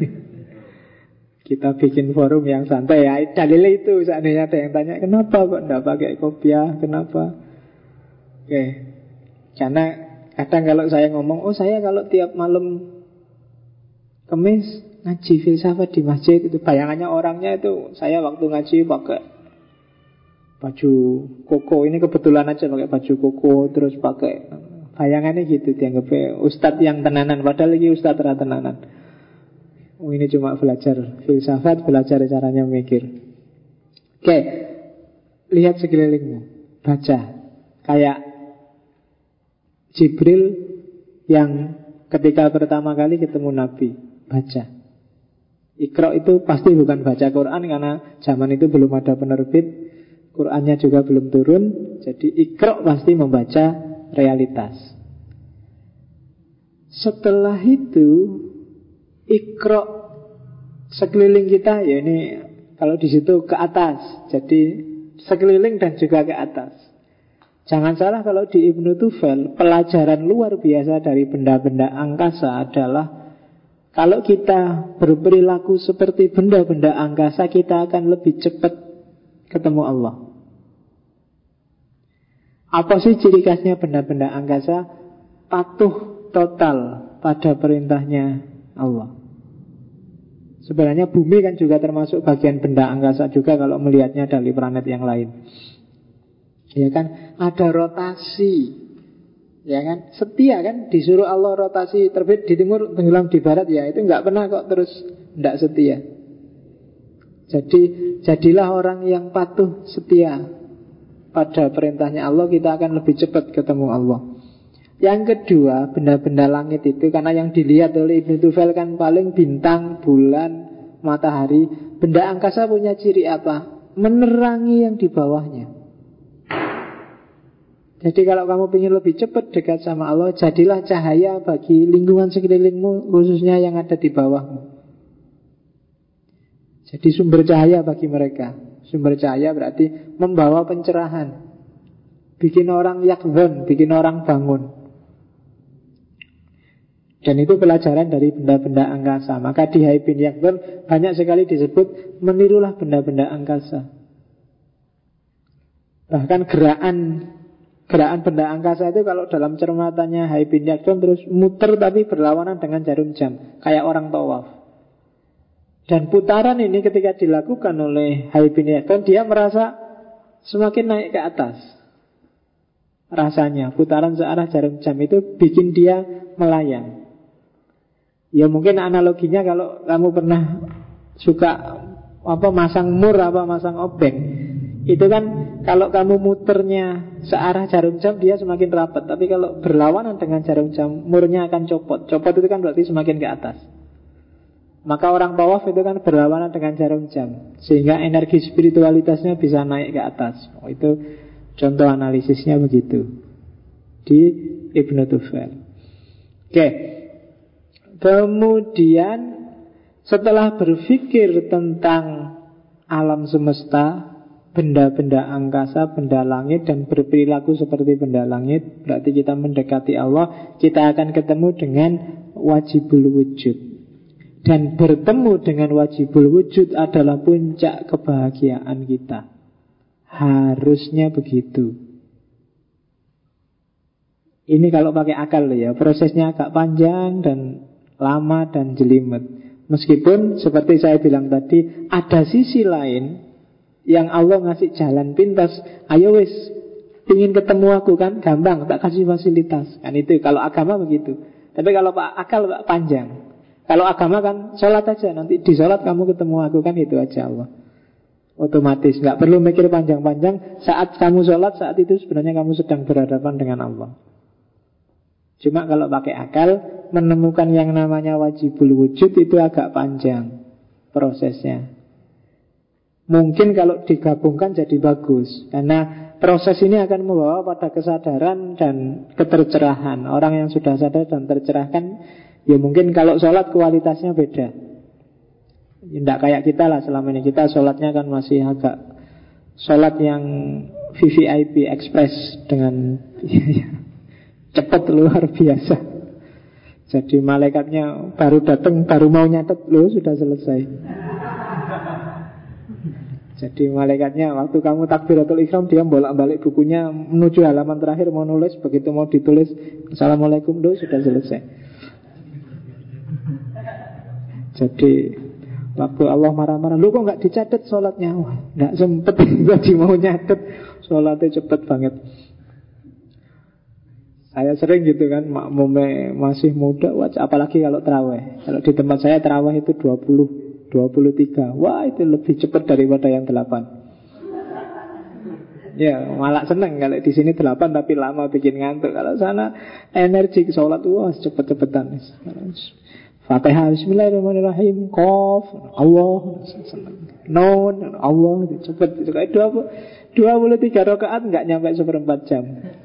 kita bikin forum yang santai ya. Dalilnya itu seandainya ada yang tanya kenapa kok nggak pakai kopiah, kenapa? Oke, karena kadang kalau saya ngomong, oh saya kalau tiap malam Kamis ngaji filsafat di masjid, itu bayangannya orangnya itu saya waktu ngaji pakai baju koko. Ini kebetulan aja pakai baju koko, terus pakai, bayangannya gitu, dianggapnya ustadz yang tenanan, padahal lagi ustadz ra tenanan. Oh ini cuma belajar filsafat, belajar caranya mikir. Oke, lihat sekelilingmu, baca. Kayak Jibril yang ketika pertama kali ketemu Nabi, baca. Iqra itu pasti bukan baca Quran, karena zaman itu belum ada penerbit, Qurannya juga belum turun. Jadi Iqra pasti membaca realitas. Setelah itu Iqra sekeliling kita, ya ini kalau di situ ke atas, jadi sekeliling dan juga ke atas. Jangan salah kalau di Ibnu Tufel, pelajaran luar biasa dari benda-benda angkasa adalah kalau kita berperilaku seperti benda-benda angkasa, kita akan lebih cepat ketemu Allah. Apa sih ciri khasnya benda-benda angkasa? Patuh total pada perintahnya Allah. Sebenarnya bumi kan juga termasuk bagian benda angkasa juga kalau melihatnya dari planet yang lain. Ya kan, ada rotasi. Ya kan, setia kan, disuruh Allah rotasi terbit di timur, tenggelam di barat, ya itu nggak pernah kok terus nggak setia. Jadi jadilah orang yang patuh setia pada perintahnya Allah, kita akan lebih cepat ketemu Allah. Yang kedua, benda-benda langit itu, karena yang dilihat oleh Ibnu Tufel kan paling bintang, bulan, matahari. Benda angkasa punya ciri apa? Menerangi yang di bawahnya. Jadi kalau kamu ingin lebih cepat dekat sama Allah, jadilah cahaya bagi lingkungan sekelilingmu, khususnya yang ada di bawahmu. Jadi sumber cahaya bagi mereka. Sumber cahaya berarti membawa pencerahan, bikin orang yakzon, bikin orang bangun. Dan itu pelajaran dari benda-benda angkasa. Maka di Hai bin Yakzon banyak sekali disebut menirulah benda-benda angkasa. Bahkan gerakan Gerakan benda angkasa itu kalau dalam cermatannya Hai bin Yakzon terus muter tapi berlawanan dengan jarum jam, kayak orang tawaf. Dan putaran ini ketika dilakukan oleh Hai bin Yakzon, dia merasa semakin naik ke atas. Rasanya putaran searah jarum jam itu bikin dia melayang. Ya mungkin analoginya kalau kamu pernah suka apa masang mur, apa masang obeng, itu kan kalau kamu muternya searah jarum jam, dia semakin rapat. Tapi kalau berlawanan dengan jarum jam, murnya akan copot. Copot itu kan berarti semakin ke atas. Maka orang tawaf itu kan berlawanan dengan jarum jam, sehingga energi spiritualitasnya bisa naik ke atas. Oh, itu contoh analisisnya begitu di Ibnu Tufel. Oke. Kemudian setelah berpikir tentang alam semesta, benda-benda angkasa, benda langit, dan berperilaku seperti benda langit, berarti kita mendekati Allah, kita akan ketemu dengan wajibul wujud. Dan bertemu dengan wajibul wujud adalah puncak kebahagiaan kita. Harusnya begitu. Ini kalau pakai akal ya, prosesnya agak panjang dan lama dan jelimet. Meskipun seperti saya bilang tadi, ada sisi lain yang Allah ngasih jalan pintas. Ayo wis, ingin ketemu aku kan, gampang, tak kasih fasilitas. Kan itu, kalau agama begitu. Tapi kalau pak akal pak panjang. Kalau agama kan sholat aja, nanti di sholat kamu ketemu aku, kan itu aja Allah. Otomatis, nggak perlu mikir panjang-panjang. Saat kamu sholat, saat itu sebenarnya kamu sedang berhadapan dengan Allah. Cuma kalau pakai akal, menemukan yang namanya wajibul wujud itu agak panjang prosesnya. Mungkin kalau digabungkan jadi bagus, karena proses ini akan membawa pada kesadaran dan ketercerahan. Orang yang sudah sadar dan tercerahkan, ya mungkin kalau sholat kualitasnya beda. Tidak kayak kita lah selama ini. Kita sholatnya kan masih agak sholat yang V V I P Express dengan cepat luar biasa. Jadi malaikatnya baru datang, baru mau nyatet, loh sudah selesai. Jadi malaikatnya waktu kamu takbiratul ihram, dia bolak-balik bukunya menuju halaman terakhir mau nulis, begitu mau ditulis Assalamualaikum, loh sudah selesai. Jadi waktu Allah marah-marah, lu kok gak dicatat sholatnya? Wah, gak sempet, tadi mau nyatet. Sholatnya cepet banget. Saya sering gitu kan, makmumnya masih muda, wah, apalagi kalau terawih. Kalau di tempat saya terawih itu dua puluh, dua puluh tiga. Wah, itu lebih cepat daripada yang delapan. Ya, malah seneng kalau di sini delapan tapi lama bikin ngantuk. Kalau sana energi sholat, wah cepet-cepetan. Fatihah bismillahirrahmanirrahim, Qaf Allah, Nun Allah, cepet itu kayak dua puluh tiga rakaat nggak nyampe seperempat jam.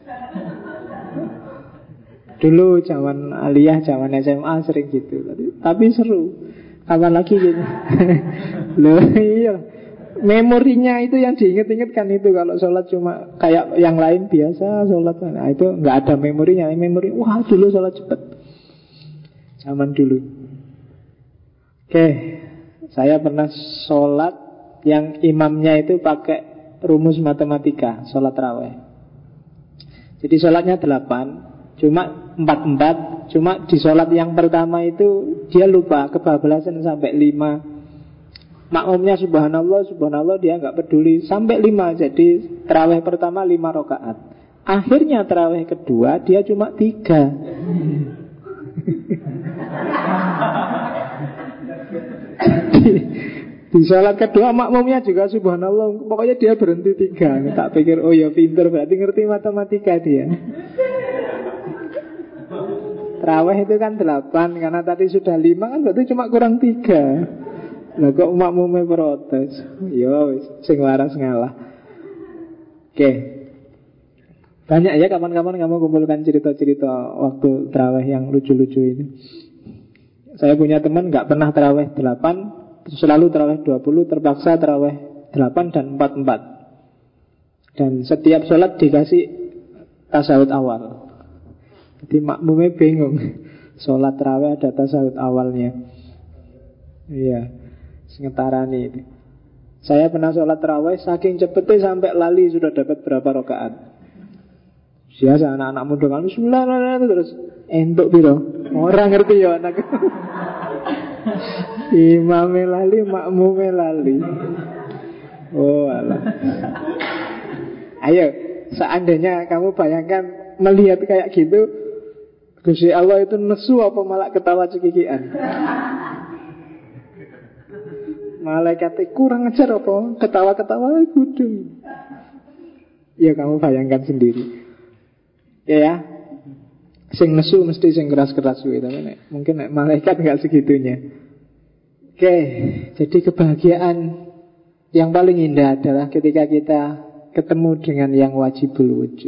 Dulu zaman aliyah, zaman S M A sering gitu. Tapi seru. Kapan lagi gitu. Loh iya. Memorinya itu yang diinget-ingetkan itu. Kalau sholat cuma kayak yang lain biasa sholat, nah itu nggak ada memorinya. Memori, wah dulu sholat cepet. Zaman dulu. Oke, saya pernah sholat yang imamnya itu pakai rumus matematika, sholat raweh. Jadi sholatnya delapan, cuma empat-empat. Cuma di sholat yang pertama itu dia lupa, kebablasan sampai lima. Makmumnya subhanallah, subhanallah, dia nggak peduli sampai lima. Jadi terawih pertama lima rakaat. Akhirnya terawih kedua dia cuma tiga. Di, di sholat kedua makmumnya juga subhanallah, pokoknya dia berhenti tiga. Tak pikir oh ya pinter, berarti ngerti matematika dia. Terawih itu kan delapan, karena tadi sudah lima kan berarti cuma kurang tiga. Lah kok makmumnya protes? Yo, sing waras ngalah. Oke. Banyak ya kapan-kapan kamu kumpulkan cerita-cerita waktu terawih yang lucu-lucu ini. Saya punya teman gak pernah terawih delapan, selalu terawih dua puluh, terpaksa terawih delapan dan empat empat. Dan setiap sholat dikasih tasawuf awal. Jadi makmumnya bingung. Sholat terawih ada tasawuf awalnya. Iya, sementarani itu. Saya pernah sholat terawih, saking cepetnya sampai lali sudah dapat berapa rakaat. Biasa anak-anak muda kan bismillahirrahmanirrahim terus entuk piro? Orang ngerti ya anak. Imame lali, makmume lali. Oh alah. Ayo, seandainya kamu bayangkan melihat kayak gitu, Gusti Allah itu nesu apa malah ketawa cekikian? Malaikatnya kurang ajar apa? Ketawa-ketawa kudu. Ya kamu bayangkan sendiri. Ya ya, sing nesu mesti sing keras-keras gitu. Mungkin malaikat nggak segitunya. Oke, jadi kebahagiaan yang paling indah adalah ketika kita ketemu dengan yang wajibul wujud.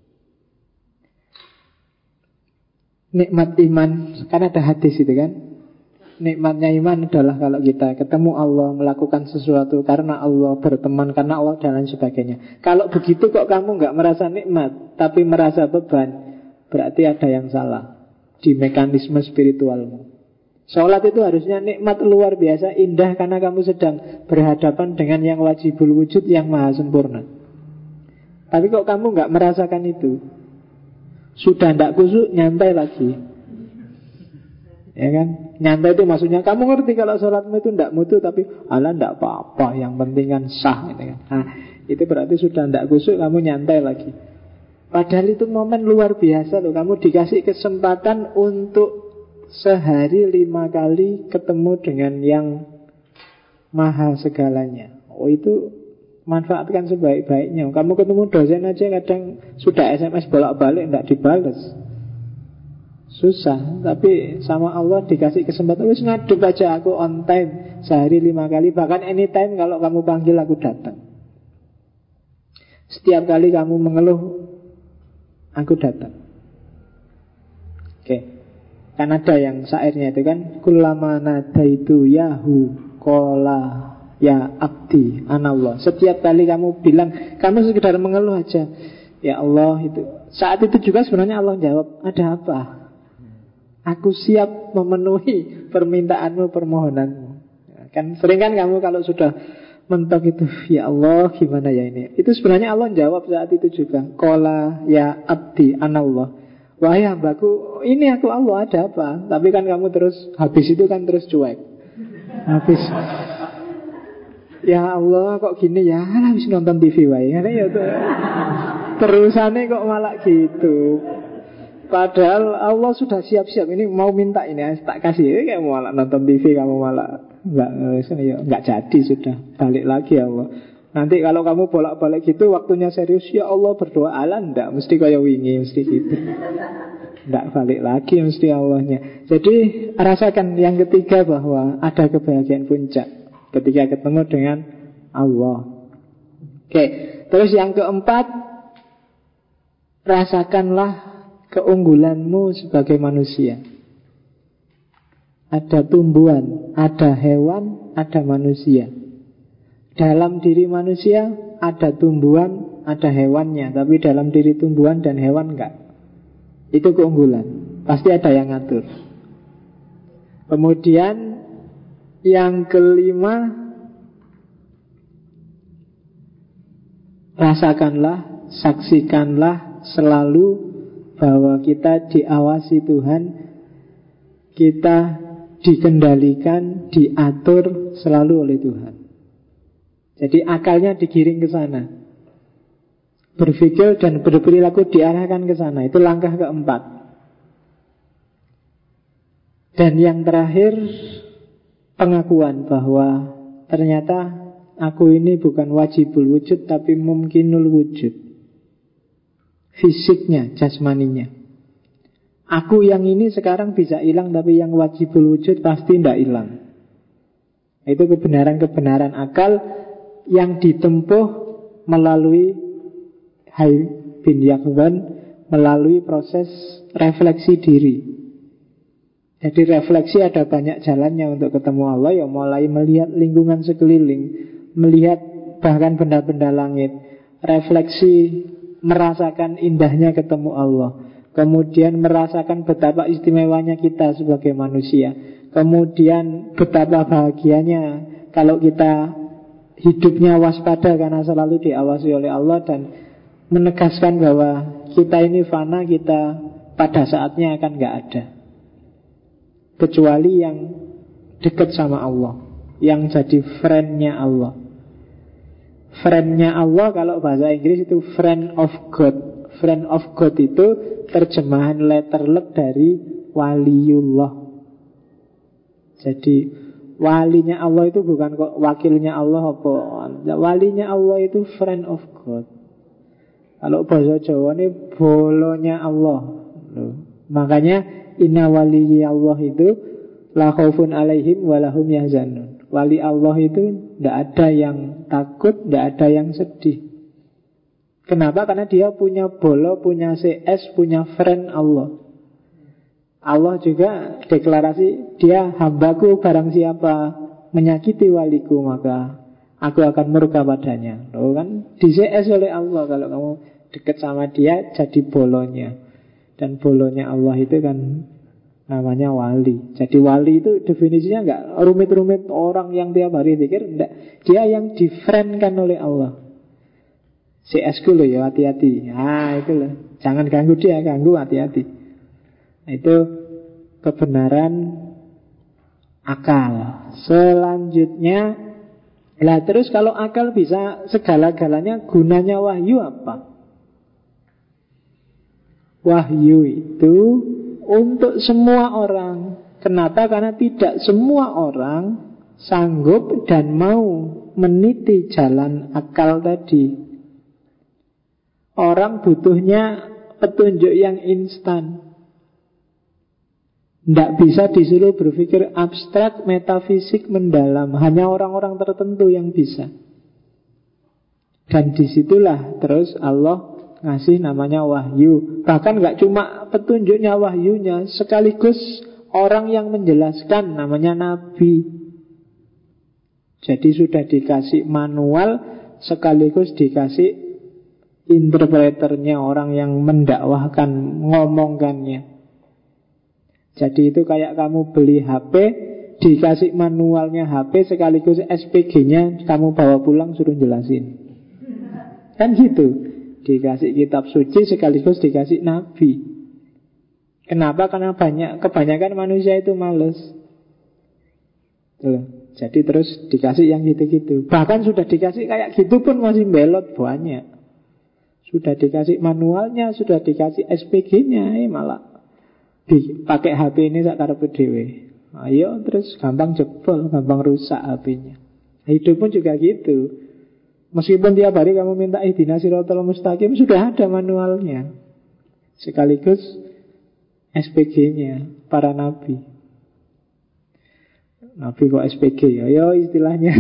Nikmat iman, kan ada hadis itu kan. Nikmatnya iman adalah kalau kita ketemu Allah, melakukan sesuatu karena Allah, berteman karena Allah dan lain sebagainya. Kalau begitu kok kamu gak merasa nikmat, tapi merasa beban, berarti ada yang salah di mekanisme spiritualmu. Sholat itu harusnya nikmat luar biasa, indah, karena kamu sedang berhadapan dengan yang wajibul wujud yang maha sempurna. Tapi kok kamu gak merasakan itu, sudah ndak kusuk, nyantai lagi. Ya kan, nyantai itu maksudnya kamu ngerti kalau sholatmu itu ndak mutu, tapi alah ndak apa-apa, yang penting kan sah gitu kan. Nah, itu berarti sudah ndak kusuk, kamu nyantai lagi. Padahal itu momen luar biasa loh. Kamu dikasih kesempatan untuk sehari lima kali ketemu dengan yang maha segalanya. Oh, itu manfaatkan sebaik-baiknya. Kamu ketemu dosen aja kadang sudah S M S bolak-balik tidak dibales, susah. Tapi sama Allah dikasih kesempatan, wis ngadep aja, aku on time sehari lima kali, bahkan anytime. Kalau kamu panggil aku datang. Setiap kali kamu mengeluh, aku datang. Oke, kan ada yang syairnya itu kan, kullama nadaitu yahu qala ya abdi anallah. Setiap kali kamu bilang, kamu sekedar mengeluh aja, ya Allah, itu saat itu juga sebenarnya Allah jawab, ada apa? Aku siap memenuhi permintaanmu, permohonanmu. Kan sering kan kamu kalau sudah mentok itu, ya Allah gimana ya ini, itu sebenarnya Allah jawab saat itu juga, qala ya abdi anallah. Wahai hambaku, ini aku Allah, ada apa? Tapi kan kamu terus, habis itu kan terus cuek. Habis, ya Allah kok gini ya, habis nonton T V wae. Ya terusannya kok malah gitu. Padahal Allah sudah siap-siap, ini mau minta ini, tak kasih. Ini kayak malah nonton T V, kamu malah nggak, nggak jadi, sudah balik lagi Allah. Nanti kalau kamu bolak-balik gitu, waktunya serius, ya Allah berdoa ala, ndak mesti kayak wingi, mesti gitu. Ndak balik lagi mesti Allahnya. Jadi rasakan yang ketiga bahwa ada kebahagiaan puncak ketika ketemu dengan Allah. Oke, terus yang keempat, rasakanlah keunggulanmu sebagai manusia. Ada tumbuhan, ada hewan, ada manusia. Dalam diri manusia ada tumbuhan, ada hewannya, tapi dalam diri tumbuhan dan hewan enggak. Itu keunggulan. Pasti ada yang ngatur. Kemudian yang kelima, rasakanlah, saksikanlah selalu bahwa kita diawasi Tuhan, kita dikendalikan, diatur selalu oleh Tuhan. Jadi akalnya digiring ke sana, berpikir dan berperilaku diarahkan ke sana. Itu langkah keempat. Dan yang terakhir, pengakuan bahwa ternyata aku ini bukan wajibul wujud, tapi mumkinul wujud. Fisiknya, jasmaninya. Aku yang ini sekarang bisa hilang, tapi yang wajibul wujud pasti tidak hilang. Itu kebenaran-kebenaran akal yang ditempuh melalui Hai bin Yaqzan, melalui proses refleksi diri. Jadi refleksi ada banyak jalannya untuk ketemu Allah. Ya mulai melihat lingkungan sekeliling, melihat bahkan benda-benda langit, refleksi merasakan indahnya ketemu Allah, kemudian merasakan betapa istimewanya kita sebagai manusia, kemudian betapa bahagianya kalau kita hidupnya waspada karena selalu diawasi oleh Allah, dan menegaskan bahwa kita ini fana, kita pada saatnya akan gak ada, kecuali yang dekat sama Allah, yang jadi friend-nya Allah. Friend-nya Allah kalau bahasa Inggris itu friend of God. Friend of God itu terjemahan letterlet dari waliullah. Jadi walinya Allah itu bukan kok wakilnya Allah apa. Walinya Allah itu friend of God. Kalau bahasa Jawa ini bolonya Allah. Loh. Makanya inna waliyyi Allah itu la khaufun alaihim walahum yahzanun. Wali Allah itu tidak ada yang takut, tidak ada yang sedih. Kenapa? Karena dia punya bolo, punya C S, punya friend Allah. Allah juga deklarasi, dia hambaku, barang siapa menyakiti waliku maka aku akan murka padanya. Loh kan di C S oleh Allah. Kalau kamu dekat sama dia jadi bolonya. Dan bolonya Allah itu kan namanya wali. Jadi wali itu definisinya enggak rumit-rumit orang yang tiap hari zikir, enggak. Dia yang di-friend-kan oleh Allah. C S ku loh ya, hati-hati. Nah itu loh, jangan ganggu dia, ganggu hati-hati. Nah, itu kebenaran akal. Selanjutnya, lah terus kalau akal bisa segala-galanya, gunanya wahyu apa? Wahyu itu untuk semua orang, Kenapa? Karena tidak semua orang sanggup dan mau meniti jalan akal tadi. Orang butuhnya petunjuk yang instan. Tidak bisa disuruh berpikir abstrak, metafisik, mendalam. Hanya orang-orang tertentu yang bisa. Dan disitulah terus Allah ngasih namanya wahyu. Bahkan gak cuma petunjuknya, wahyunya, sekaligus orang yang menjelaskan, namanya nabi. Jadi sudah dikasih manual, sekaligus dikasih interpreternya, orang yang mendakwahkan, ngomongkannya. Jadi itu kayak kamu beli H P, dikasih manualnya H P, sekaligus S P G-nya kamu bawa pulang suruh jelasin. Kan gitu. Dikasih kitab suci sekaligus dikasih nabi. Kenapa? Karena banyak kebanyakan manusia itu males. Tuh. Jadi terus dikasih yang gitu-gitu. Bahkan sudah dikasih kayak gitu pun masih belot banyak. Sudah dikasih manualnya, sudah dikasih S P G-nya, eh malah dipakai H P ini sak karepe dhewe. Ayo terus gampang jebol, gampang rusak H P-nya. Hidup pun juga gitu. Meskipun tiap hari kamu minta ihdinas siratal mustaqim, sudah ada manualnya. Sekaligus S P G-nya para nabi. Nabi kok S P G ya? Ya istilahnya.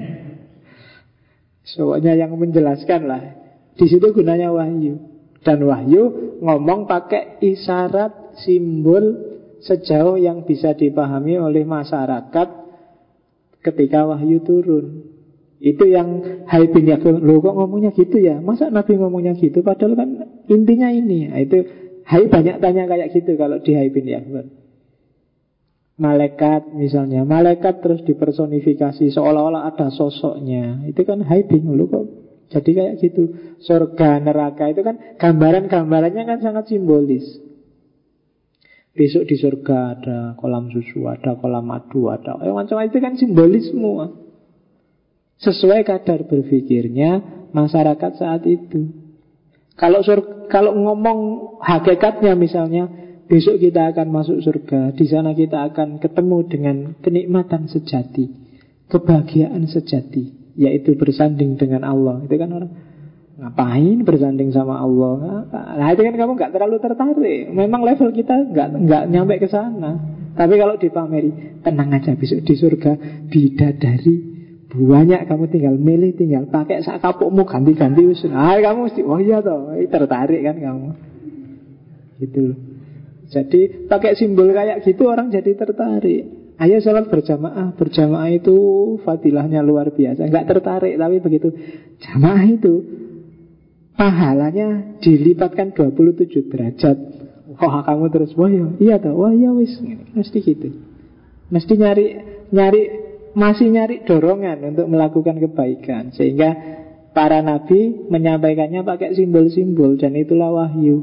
Soalnya yang menjelaskan lah. Di situ gunanya wahyu. Dan wahyu ngomong pakai isyarat, simbol sejauh yang bisa dipahami oleh masyarakat ketika wahyu turun. Itu yang Hai bin Yakub, loh kok ngomongnya gitu ya? Masa Nabi ngomongnya gitu? Padahal kan intinya ini. Nah, itu Hai banyak tanya kayak gitu kalau di Hai bin Yakub. Malaikat misalnya, malaikat terus dipersonifikasi seolah-olah ada sosoknya. Itu kan Hai bin, loh kok jadi kayak gitu. Surga, neraka itu kan gambaran-gambarannya kan sangat simbolis. Besok di surga ada kolam susu, ada kolam madu, ada eh, macam-macam itu kan simbolis semua. Sesuai kadar berpikirnya masyarakat saat itu. Kalau sur, kalau ngomong hakikatnya misalnya, besok kita akan masuk surga, di sana kita akan ketemu dengan kenikmatan sejati, kebahagiaan sejati, yaitu bersanding dengan Allah. Itu kan orang ngapain bersanding sama Allah? Nah itu kan kamu nggak terlalu tertarik. Memang level kita nggak nggak nyampe ke sana. Tapi kalau dipameri, tenang aja besok di surga bidadari banyak, kamu tinggal milih, tinggal pakai sak kapukmu ganti-ganti usun. Ah kamu mesti, oh iya toh, tertarik kan kamu. Gitu loh. Jadi pakai simbol kayak gitu orang jadi tertarik. Ayo sholat berjamaah, berjamaah itu fadilahnya luar biasa. Enggak tertarik, tapi begitu jamaah itu pahalanya dilipatkan dua puluh tujuh derajat. Wah kamu terus, wah iya, iya toh, wah iya wis, mesti gitu. Mesti nyari nyari masih nyari dorongan untuk melakukan kebaikan. Sehingga para nabi menyampaikannya pakai simbol-simbol. Dan itulah wahyu.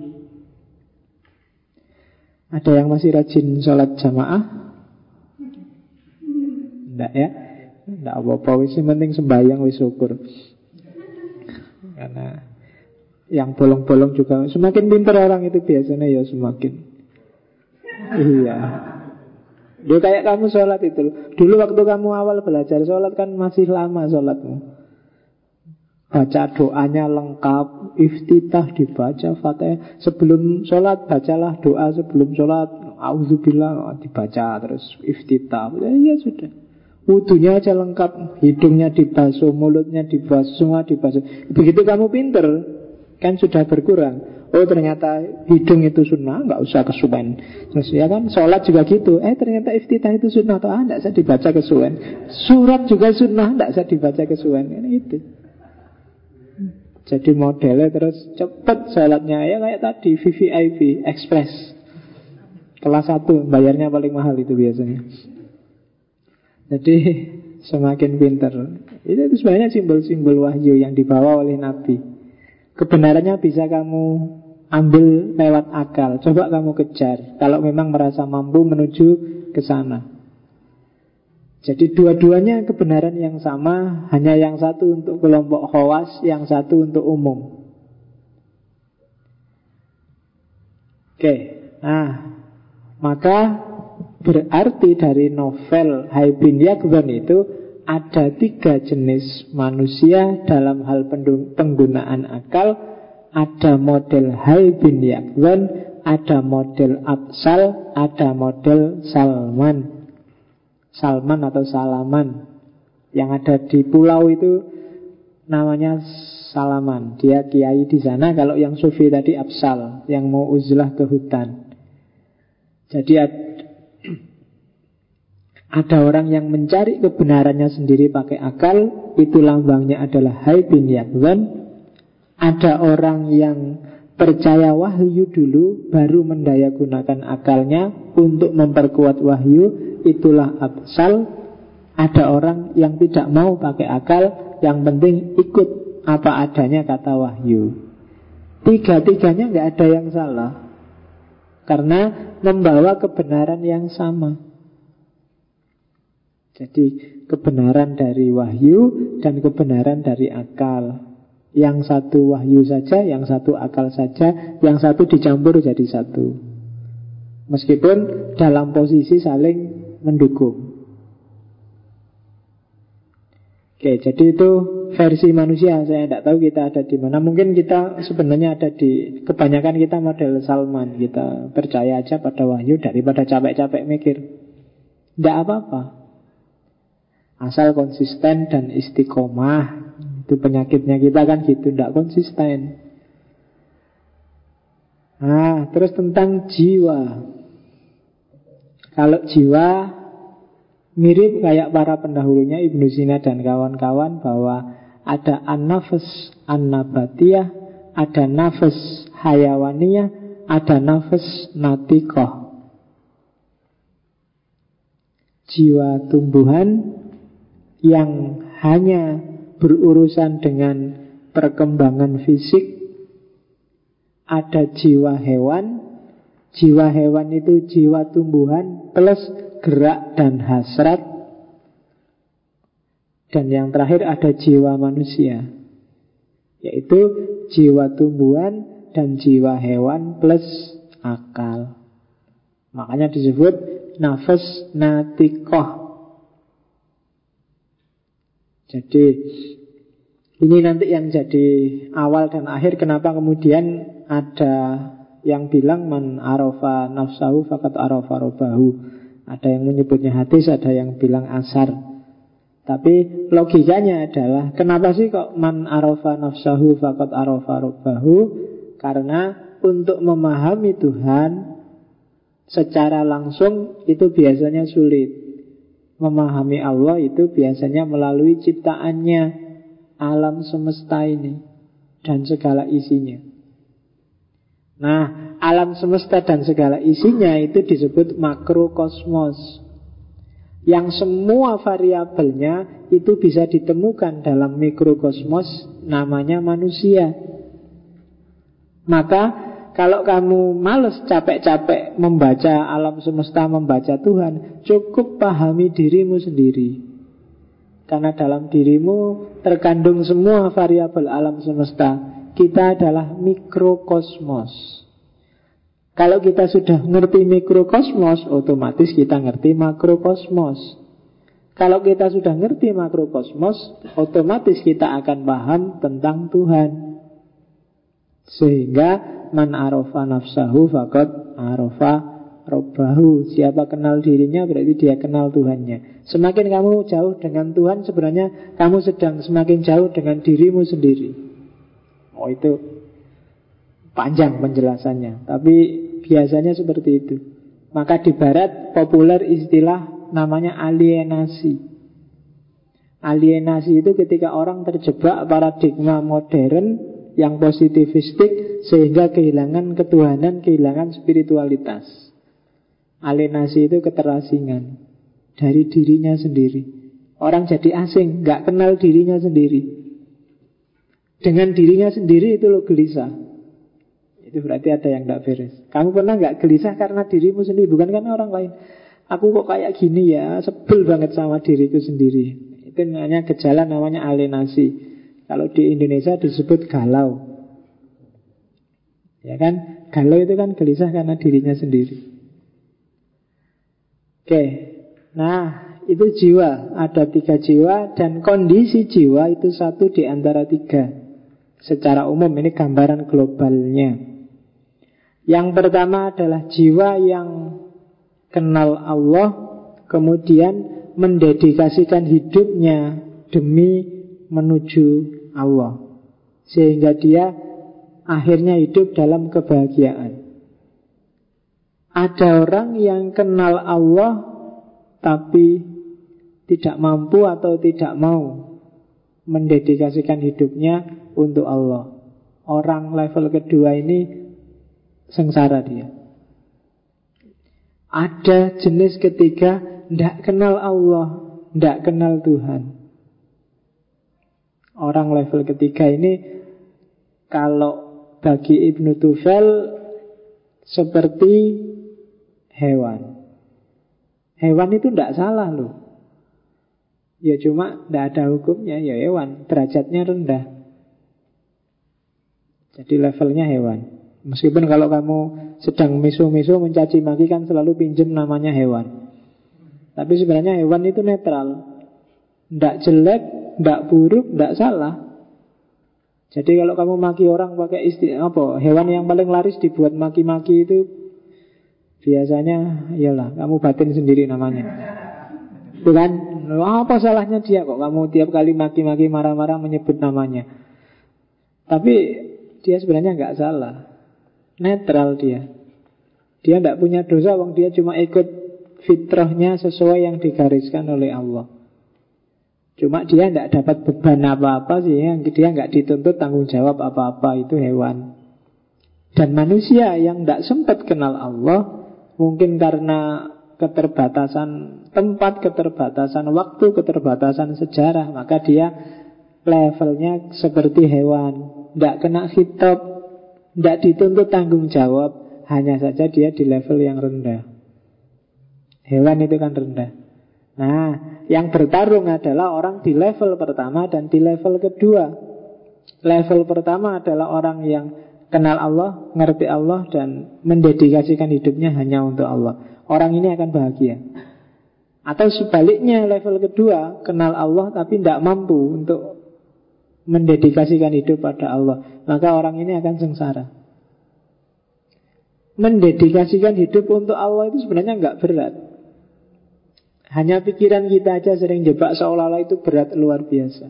Ada yang masih rajin sholat jamaah? Enggak ya? Enggak apa-apa, wis penting sembahyang wis syukur. Karena yang bolong-bolong juga semakin pintar orang itu biasanya ya semakin. Iya. Dia kayak kamu sholat itu. Dulu waktu kamu awal belajar sholat kan masih lama sholatmu. Baca doanya lengkap, iftitah dibaca, fatihah. Sebelum sholat bacalah doa sebelum sholat. Auzubillah dibaca terus iftitah. Ya, ya sudah. Wudunya aja lengkap, hidungnya dibasuh, mulutnya dibasuh, semua dibasuh. Begitu kamu pinter, kan sudah berkurang. Oh ternyata hidung itu sunnah, nggak usah kesuwen. Terus ya kan sholat juga gitu. Eh ternyata iftitah itu sunnah, atau ah nggak usah dibaca kesuwen. Surat juga sunnah, nggak usah dibaca kesuwen. Ini itu. Jadi modelnya terus cepet sholatnya ya kayak tadi V V I P Express kelas satu, bayarnya paling mahal itu biasanya. Jadi semakin pinter. Itu, itu sebenarnya simbol-simbol wahyu yang dibawa oleh Nabi. Kebenarannya bisa kamu ambil lewat akal. Coba kamu kejar kalau memang merasa mampu menuju ke sana. Jadi dua-duanya kebenaran yang sama, hanya yang satu untuk kelompok khawas, yang satu untuk umum. Oke, nah maka berarti dari novel Hai bin Yaqdhan itu ada tiga jenis manusia dalam hal penggunaan akal. Ada model Hai bin Yaqdhan, ada model Absal, ada model Salman. Salman atau Salaman. Yang ada di pulau itu namanya Salaman. Dia kiai di sana. Kalau yang sufi tadi Absal, yang mau uzlah ke hutan. Jadi ada orang yang mencari kebenarannya sendiri pakai akal, itu lambangnya adalah Hai bin Yaqdhan. Ada orang yang percaya wahyu dulu, baru mendayagunakan akalnya untuk memperkuat wahyu, itulah Absal. Ada orang yang tidak mau pakai akal, yang penting ikut apa adanya kata wahyu. Tiga-tiganya nggak ada yang salah, karena membawa kebenaran yang sama. Jadi kebenaran dari wahyu dan kebenaran dari akal. Yang satu wahyu saja, yang satu akal saja, yang satu dicampur jadi satu. Meskipun dalam posisi saling mendukung. Oke, jadi itu versi manusia. Saya tidak tahu kita ada di mana. Mungkin kita sebenarnya ada di, kebanyakan kita model Salman. Kita percaya aja pada wahyu daripada capek-capek mikir. Tidak apa-apa, asal konsisten dan istiqomah. Itu penyakitnya kita kan gitu, tidak konsisten. Nah, terus tentang jiwa. Kalau jiwa mirip kayak para pendahulunya Ibnu Sina dan kawan-kawan, bahwa ada an-nafas an-nabatiyah, ada nafas hayawaniyah, ada nafas natikoh. Jiwa tumbuhan yang hanya berurusan dengan perkembangan fisik. Ada jiwa hewan. Jiwa hewan itu jiwa tumbuhan plus gerak dan hasrat. Dan yang terakhir ada jiwa manusia, yaitu jiwa tumbuhan dan jiwa hewan plus akal. Makanya disebut nafas natikoh. Jadi ini nanti yang jadi awal dan akhir kenapa kemudian ada yang bilang man arafa nafsahu faqad arafa rabbahu. Ada yang menyebutnya hadis, ada yang bilang asar. Tapi logikanya adalah kenapa sih kok man arafa nafsahu faqad arafa rabbahu? Karena untuk memahami Tuhan secara langsung itu biasanya sulit. Memahami Allah itu biasanya melalui ciptaannya, alam semesta ini dan segala isinya. Nah, alam semesta dan segala isinya itu disebut makrokosmos, yang semua variabelnya itu bisa ditemukan dalam mikrokosmos, namanya manusia. Maka kalau kamu males capek-capek membaca alam semesta, membaca Tuhan, cukup pahami dirimu sendiri. Karena dalam dirimu terkandung semua variabel alam semesta. Kita adalah mikrokosmos. Kalau kita sudah ngerti mikrokosmos, otomatis kita ngerti makrokosmos. Kalau kita sudah ngerti makrokosmos, otomatis kita akan paham tentang Tuhan. Sehingga man arafa nafsahu faqad arafa rabbahu. Siapa kenal dirinya berarti dia kenal Tuhannya. Semakin kamu jauh dengan Tuhan, sebenarnya kamu sedang semakin jauh dengan dirimu sendiri. Oh, itu panjang penjelasannya, tapi biasanya seperti itu. Maka di barat populer istilah namanya alienasi. Alienasi itu ketika orang terjebak paradigma modern yang positivistik sehingga kehilangan ketuhanan, kehilangan spiritualitas. Alienasi itu keterasingan dari dirinya sendiri. Orang jadi asing, gak kenal dirinya sendiri. Dengan dirinya sendiri itu lo gelisah. Itu berarti ada yang gak beres. Kamu pernah gak gelisah karena dirimu sendiri, bukan karena orang lain. Aku kok kayak gini ya, sebel banget sama diriku sendiri. Itu namanya gejala, namanya alienasi. Kalau di Indonesia disebut galau. Ya kan? Galau itu kan gelisah karena dirinya sendiri. Oke, nah itu jiwa. Ada tiga jiwa dan kondisi jiwa itu satu di antara tiga. Secara umum ini gambaran globalnya. Yang pertama adalah jiwa yang kenal Allah, kemudian mendedikasikan hidupnya demi menuju Allah, sehingga dia akhirnya hidup dalam kebahagiaan. Ada orang yang kenal Allah tapi tidak mampu atau tidak mau mendedikasikan hidupnya untuk Allah. Orang level kedua ini sengsara dia. Ada jenis ketiga, tidak kenal Allah, tidak kenal Tuhan. Orang level ketiga ini kalau bagi Ibnu Tufel seperti hewan. Hewan itu tidak salah loh. Ya cuma tidak ada hukumnya, ya hewan, derajatnya rendah. Jadi levelnya hewan. Meskipun kalau kamu sedang misu-misu mencaci maki kan selalu pinjem namanya hewan. Tapi sebenarnya hewan itu netral. Tidak jelek, tidak buruk, tidak salah. Jadi kalau kamu maki orang pakai istilah apa, hewan yang paling laris dibuat maki-maki itu biasanya iyalah kamu batin sendiri namanya. Bukan, apa salahnya dia kok kamu tiap kali maki-maki marah-marah menyebut namanya. Tapi dia sebenarnya nggak salah. Netral dia. Dia tidak punya dosa, wong dia cuma ikut fitrahnya sesuai yang digariskan oleh Allah. Cuma dia tidak dapat beban apa-apa sih, dia nggak dituntut tanggung jawab apa-apa, itu hewan. Dan manusia yang tidak sempat kenal Allah, mungkin karena keterbatasan tempat, keterbatasan waktu, keterbatasan sejarah, maka dia levelnya seperti hewan, tidak kena khitab, tidak dituntut tanggung jawab. Hanya saja dia di level yang rendah. Hewan itu kan rendah. Nah, yang bertarung adalah orang di level pertama dan di level kedua. Level pertama adalah orang yang kenal Allah, ngerti Allah, dan mendedikasikan hidupnya hanya untuk Allah. Orang ini akan bahagia. Atau sebaliknya, level kedua, kenal Allah tapi tidak mampu untuk mendedikasikan hidup pada Allah, maka orang ini akan sengsara. Mendedikasikan hidup untuk Allah itu sebenarnya nggak berat. Hanya pikiran kita aja sering jebak seolah-olah itu berat luar biasa.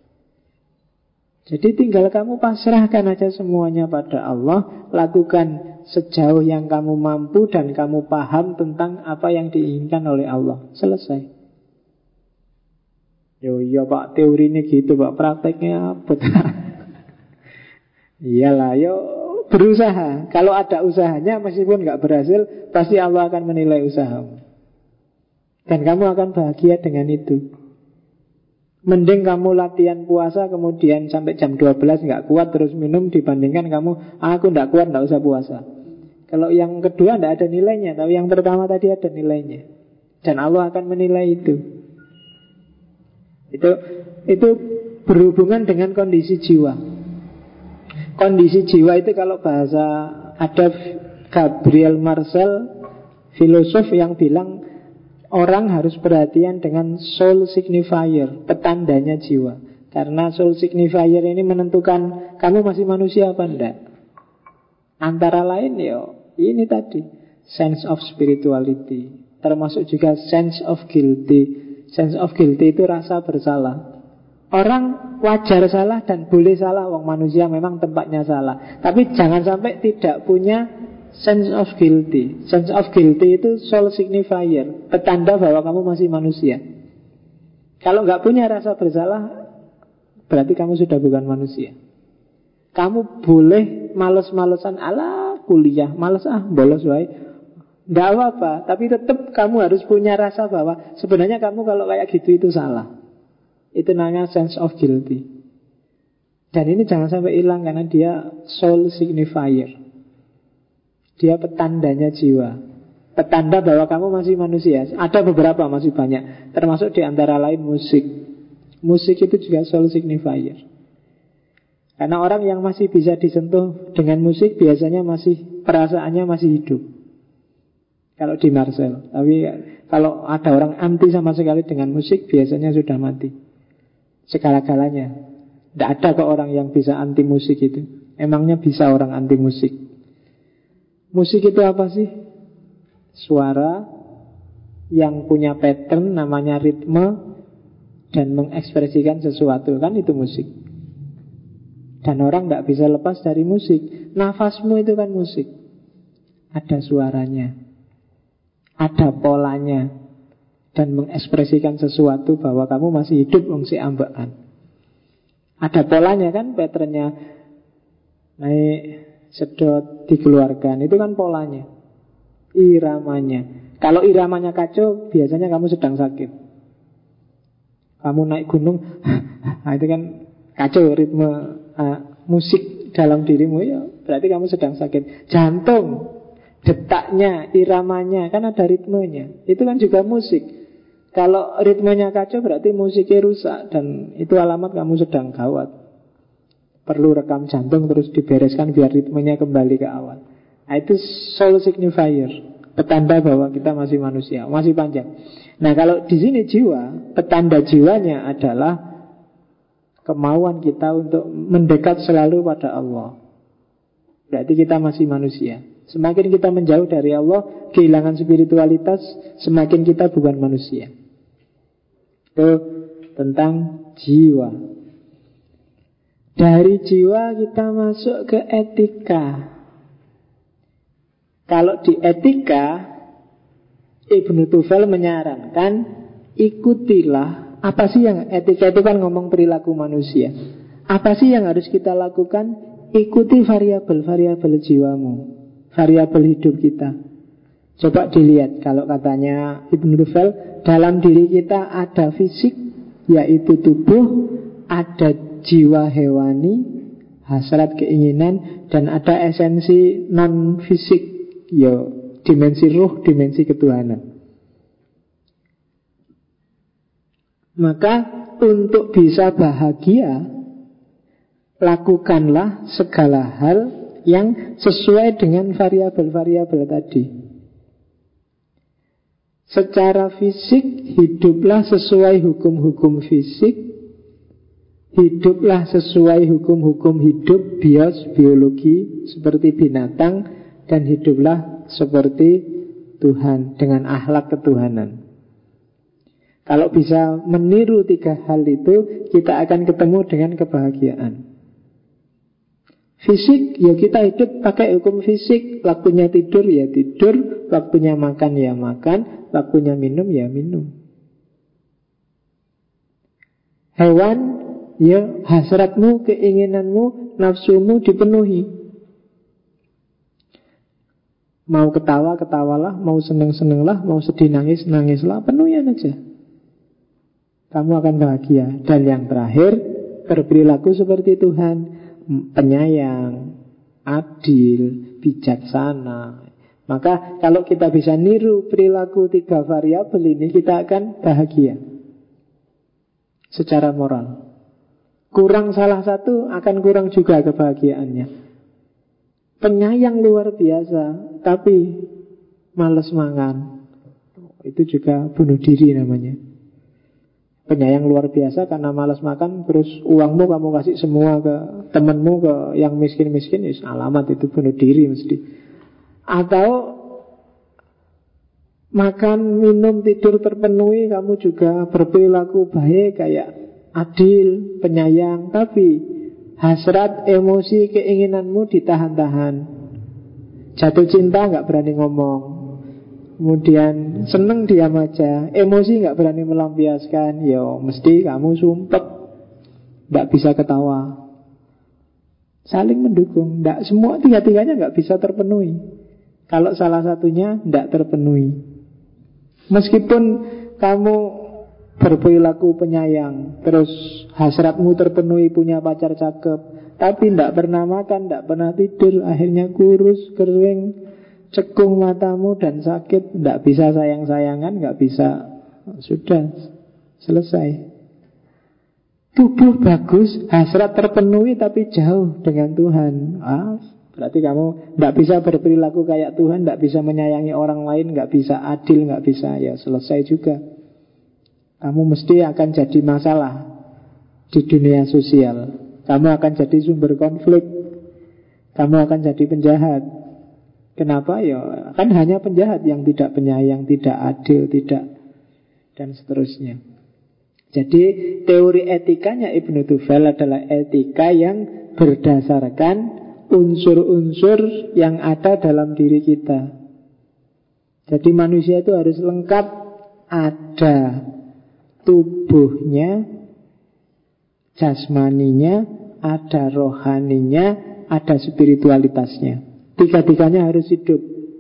Jadi tinggal kamu pasrahkan aja semuanya pada Allah, lakukan sejauh yang kamu mampu dan kamu paham tentang apa yang diinginkan oleh Allah. Selesai. Yo iya Pak, teori ini gitu Pak, prakteknya apa? Iyalah, yo berusaha. Kalau ada usahanya, meskipun nggak berhasil, pasti Allah akan menilai usahamu. Dan kamu akan bahagia dengan itu. Mending kamu latihan puasa, kemudian sampai jam dua belas nggak kuat terus minum, dibandingkan kamu, ah, aku nggak kuat, nggak usah puasa. Kalau yang kedua nggak ada nilainya, tapi yang pertama tadi ada nilainya. Dan Allah akan menilai itu. Itu itu berhubungan dengan kondisi jiwa. Kondisi jiwa itu kalau bahasa ada Gabriel Marcel, filosof yang bilang orang harus perhatian dengan soul signifier, petandanya jiwa. Karena soul signifier ini menentukan kamu masih manusia apa enggak. Antara lain ya ini tadi, sense of spirituality, termasuk juga sense of guilty. Sense of guilty itu rasa bersalah. Orang wajar salah dan boleh salah, wong manusia memang tempatnya salah. Tapi jangan sampai tidak punya sense of guilty. Sense of guilty itu soul signifier, petanda bahwa kamu masih manusia. Kalau nggak punya rasa bersalah, berarti kamu sudah bukan manusia. Kamu boleh males-malesan, ala kuliah, males ah, bolos wae. Nggak apa-apa, tapi tetap kamu harus punya rasa bahwa sebenarnya kamu kalau kayak gitu itu salah. Itu namanya sense of guilty. Dan ini jangan sampai hilang karena dia soul signifier. Dia petandanya jiwa, petanda bahwa kamu masih manusia. Ada beberapa, masih banyak, termasuk di antara lain musik. Musik itu juga soul signifier. Karena orang yang masih bisa disentuh dengan musik biasanya masih, perasaannya masih hidup. kalau di Marcel. Tapi kalau ada orang anti sama sekali dengan musik, biasanya sudah mati. Segala-galanya. Tidak ada kok orang yang bisa anti musik itu. Emangnya bisa orang anti musik? Musik itu apa sih? Suara yang punya pattern, namanya ritme, dan mengekspresikan sesuatu. Kan itu musik. Dan orang tidak bisa lepas dari musik. Nafasmu itu kan musik. Ada suaranya, ada polanya, dan mengekspresikan sesuatu bahwa kamu masih hidup ngisi ambaan. Ada polanya kan, patternnya naik, sedot, dikeluarkan. Itu kan polanya, iramanya. Kalau iramanya kacau, biasanya kamu sedang sakit. Kamu naik gunung, nah itu kan kacau ritme uh, musik dalam dirimu, ya berarti kamu sedang sakit. Jantung, detaknya, iramanya, kan ada ritmenya. Itu kan juga musik. Kalau ritmenya kacau berarti musiknya rusak. Dan itu alamat kamu sedang gawat. Perlu rekam jantung terus dibereskan biar ritmenya kembali ke awal. Nah itu soul signifier, petanda bahwa kita masih manusia, masih panjang. Nah kalau di sini jiwa, petanda jiwanya adalah kemauan kita untuk mendekat selalu pada Allah. Berarti kita masih manusia. Semakin kita menjauh dari Allah, kehilangan spiritualitas, semakin kita bukan manusia. Itu tentang jiwa. Dari jiwa kita masuk ke etika. Kalau di etika, Ibnu Tufel menyarankan, ikutilah. Apa sih yang etika itu kan ngomong perilaku manusia. Apa sih yang harus kita lakukan? Ikuti variabel-variabel jiwamu, variabel hidup kita. Coba dilihat, kalau katanya Ibnu Tufel, dalam diri kita ada fisik, yaitu tubuh, ada jiwa hewani, hasrat keinginan, dan ada esensi non-fisik, ya dimensi ruh, dimensi ketuhanan. Maka untuk bisa bahagia, lakukanlah segala hal yang sesuai dengan variabel-variabel tadi. Secara fisik, hiduplah sesuai hukum-hukum fisik, hiduplah sesuai hukum-hukum hidup, bios, biologi, seperti binatang, dan hiduplah seperti Tuhan, dengan akhlak ketuhanan. Kalau bisa meniru tiga hal itu, kita akan ketemu dengan kebahagiaan. Fisik, ya kita hidup pakai hukum fisik. Waktunya tidur, ya tidur. Waktunya makan, ya makan. Waktunya minum, ya minum. Hewan, ya hasratmu, keinginanmu, nafsumu dipenuhi. Mau ketawa, ketawalah. Mau seneng-senenglah. Mau sedih, nangis, nangislah. Penuhin aja, kamu akan bahagia. Dan yang terakhir, berperilaku seperti Tuhan, penyayang, adil, bijaksana. Maka kalau kita bisa niru perilaku tiga variabel ini, kita akan bahagia secara moral. Kurang salah satu, akan kurang juga kebahagiaannya. Penyayang luar biasa, tapi males mangan, itu juga bunuh diri namanya. Penyayang luar biasa karena malas makan, terus uangmu kamu kasih semua ke temanmu, ke yang miskin-miskin, ya alamat itu bunuh diri mesti. Atau makan, minum, tidur terpenuhi, kamu juga berperilaku baik, kayak adil, penyayang, tapi hasrat, emosi, keinginanmu ditahan-tahan. Jatuh cinta gak berani ngomong, kemudian seneng diam aja, emosi gak berani melampiaskan, yo mesti kamu sumpek, gak bisa ketawa. Saling mendukung, gak semua, tiga-tiganya gak bisa terpenuhi. Kalau salah satunya gak terpenuhi, meskipun kamu berperilaku penyayang, terus hasratmu terpenuhi, punya pacar cakep, tapi gak pernah makan, gak pernah tidur, akhirnya kurus, kering, cekung matamu dan sakit, tidak bisa sayang-sayangan, nggak bisa, sudah selesai. Tubuh bagus, hasrat terpenuhi tapi jauh dengan Tuhan, ah, Berarti kamu tidak bisa berperilaku kayak Tuhan, tidak bisa menyayangi orang lain, nggak bisa adil, nggak bisa, ya selesai juga. Kamu mesti akan jadi masalah di dunia sosial. Kamu akan jadi sumber konflik. Kamu akan jadi penjahat. Kenapa? Ya kan hanya penjahat yang tidak penyayang, tidak adil, tidak, dan seterusnya. Jadi teori etikanya Ibnu Tufel adalah etika yang berdasarkan unsur-unsur yang ada dalam diri kita. Jadi manusia itu harus lengkap. Ada tubuhnya, jasmaninya, ada rohaninya, ada spiritualitasnya. Tiga-tiganya harus hidup.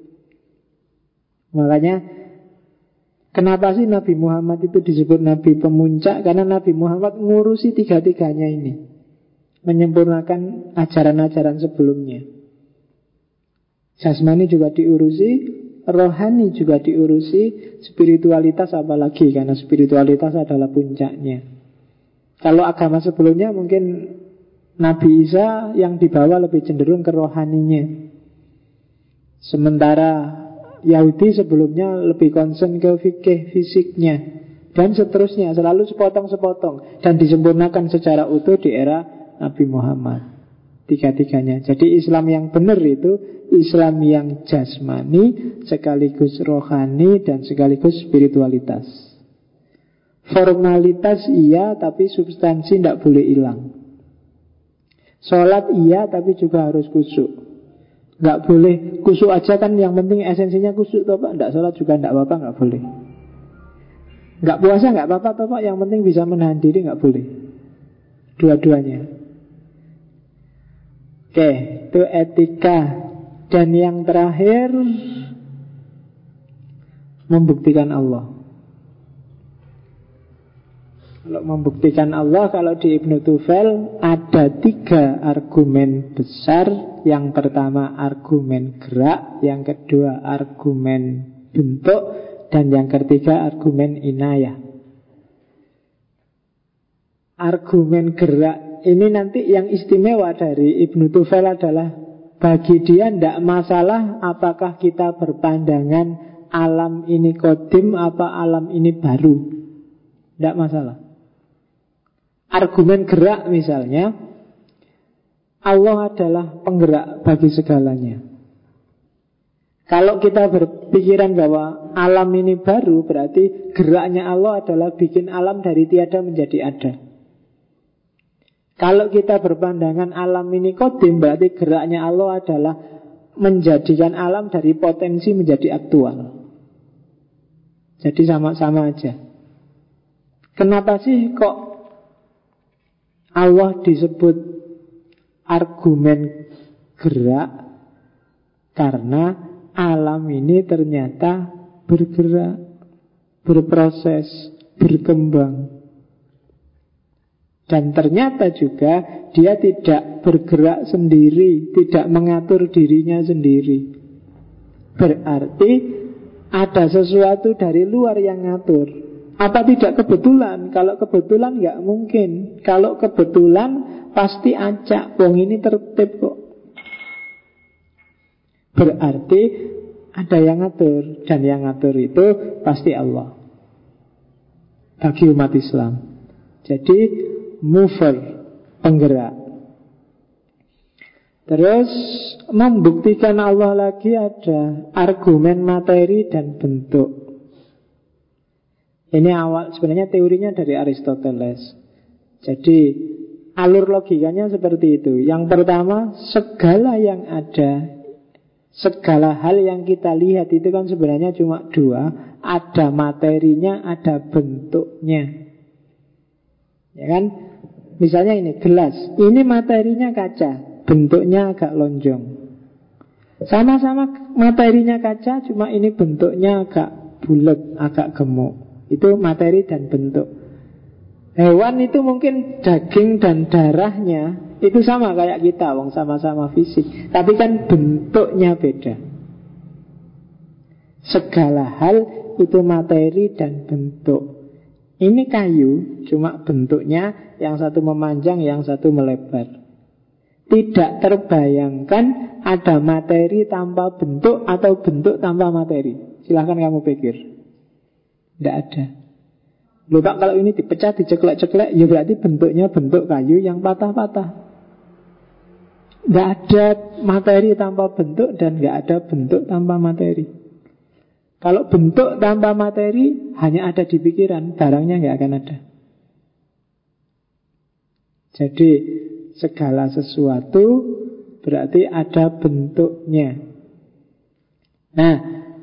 Makanya kenapa sih Nabi Muhammad itu disebut Nabi pemuncak? Karena Nabi Muhammad ngurusi tiga-tiganya ini, menyempurnakan ajaran-ajaran sebelumnya. Jasmani juga diurusi, rohani juga diurusi, spiritualitas apalagi, karena spiritualitas adalah puncaknya. Kalau agama sebelumnya mungkin Nabi Isa yang dibawa lebih cenderung ke rohaninya. Sementara Yahudi sebelumnya lebih concern ke fikih fisiknya, dan seterusnya, selalu sepotong-sepotong, dan disempurnakan secara utuh di era Nabi Muhammad. Tiga-tiganya. Jadi Islam yang benar itu Islam yang jasmani, sekaligus rohani, dan sekaligus spiritualitas. Formalitas iya, tapi substansi tidak boleh hilang. Sholat iya, tapi juga harus khusyuk. Nggak boleh khusyuk aja kan, yang penting esensinya khusyuk toh Pak. Nggak sholat juga nggak apa-apa, nggak boleh. Nggak puasa nggak apa-apa toh Pak, yang penting bisa menahan diri, nggak boleh. Dua-duanya. Oke, itu etika. Dan yang terakhir, membuktikan Allah. Kalau membuktikan Allah, kalau di Ibnu Tufel ada tiga argumen besar. Yang pertama argumen gerak, yang kedua argumen bentuk, dan yang ketiga argumen inayah. Argumen gerak ini nanti yang istimewa dari Ibnu Tufel adalah bagi dia tidak masalah apakah kita berpandangan alam ini kodim apa alam ini baru. Tidak masalah. Argumen gerak misalnya, Allah adalah penggerak bagi segalanya. Kalau kita berpikiran bahwa alam ini baru, berarti geraknya Allah adalah bikin alam dari tiada menjadi ada. Kalau kita berpandangan alam ini kodim, berarti geraknya Allah adalah menjadikan alam dari potensi menjadi aktual. Jadi sama-sama aja. Kenapa sih kok Allah disebut argumen gerak? Karena alam ini ternyata bergerak, berproses, berkembang. Dan ternyata juga dia tidak bergerak sendiri, tidak mengatur dirinya sendiri. Berarti ada sesuatu dari luar yang ngatur. Apa tidak kebetulan? Kalau kebetulan nggak mungkin. Kalau kebetulan pasti acak. Wong ini tertib kok. Berarti ada yang ngatur. Dan yang ngatur itu pasti Allah bagi umat Islam. Jadi mover, penggerak. Terus membuktikan Allah lagi ada argumen materi dan bentuk. Ini awal sebenarnya teorinya dari Aristoteles. Jadi alur logikanya seperti itu. Yang pertama, segala yang ada, segala hal yang kita lihat itu kan sebenarnya cuma dua. Ada materinya, ada bentuknya. Ya kan? Misalnya ini gelas. Ini materinya kaca, bentuknya agak lonjong. Sama-sama materinya kaca, cuma ini bentuknya agak bulat, agak gemuk. Itu materi dan bentuk. Hewan itu mungkin daging dan darahnya itu sama kayak kita, wong sama-sama fisik. Tapi kan bentuknya beda. Segala hal itu materi dan bentuk. Ini kayu, cuma bentuknya yang satu memanjang, yang satu melebar. Tidak terbayangkan ada materi tanpa bentuk atau bentuk tanpa materi. Silahkan kamu pikir. Tidak ada. Loh Pak, kalau ini dipecah, diceklek-ceklek, ya berarti bentuknya bentuk kayu yang patah-patah. Tidak ada materi tanpa bentuk dan tidak ada bentuk tanpa materi. Kalau bentuk tanpa materi hanya ada di pikiran, barangnya tidak akan ada. Jadi segala sesuatu berarti ada bentuknya. Nah,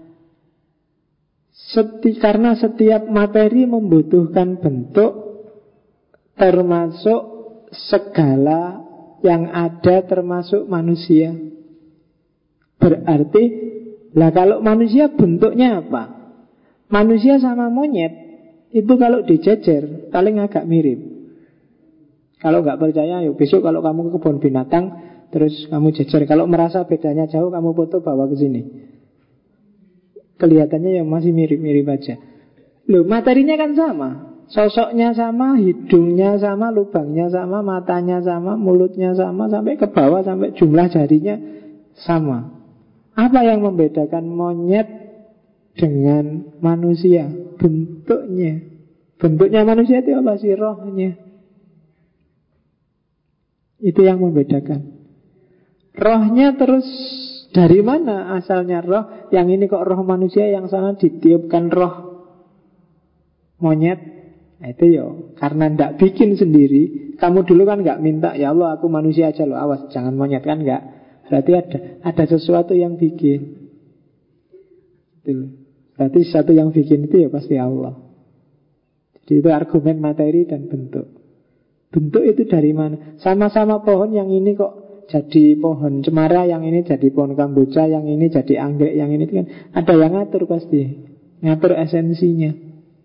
seti, karena setiap materi membutuhkan bentuk, termasuk segala yang ada, termasuk manusia. Berarti, lah kalau manusia bentuknya apa? Manusia sama monyet itu kalau dijejer paling agak mirip. Kalau nggak percaya, yuk besok kalau kamu ke kebun binatang terus kamu jejer. Kalau merasa bedanya jauh, kamu foto bawa ke sini. Kelihatannya ya masih mirip-mirip aja. Loh, materinya kan sama. Sosoknya sama, hidungnya sama, lubangnya sama, matanya sama, mulutnya sama, sampai ke bawah, sampai jumlah jarinya sama. Apa yang membedakan monyet dengan manusia? Bentuknya. Bentuknya manusia itu apa sih? Rohnya. Itu yang membedakan. Rohnya terus dari mana asalnya roh? Yang ini kok roh manusia, yang sana ditiupkan roh monyet. Nah itu ya karena ndak bikin sendiri. Kamu dulu kan nggak minta, ya Allah aku manusia aja loh, awas jangan monyet, kan nggak. Berarti ada ada sesuatu yang bikin. Itu. Berarti sesuatu yang bikin itu ya pasti Allah. Jadi itu argumen materi dan bentuk. Bentuk itu dari mana? Sama-sama pohon, yang ini kok jadi pohon cemara, yang ini jadi pohon kamboja, yang ini jadi anggrek, yang ini kan ada yang ngatur pasti. Ngatur esensinya.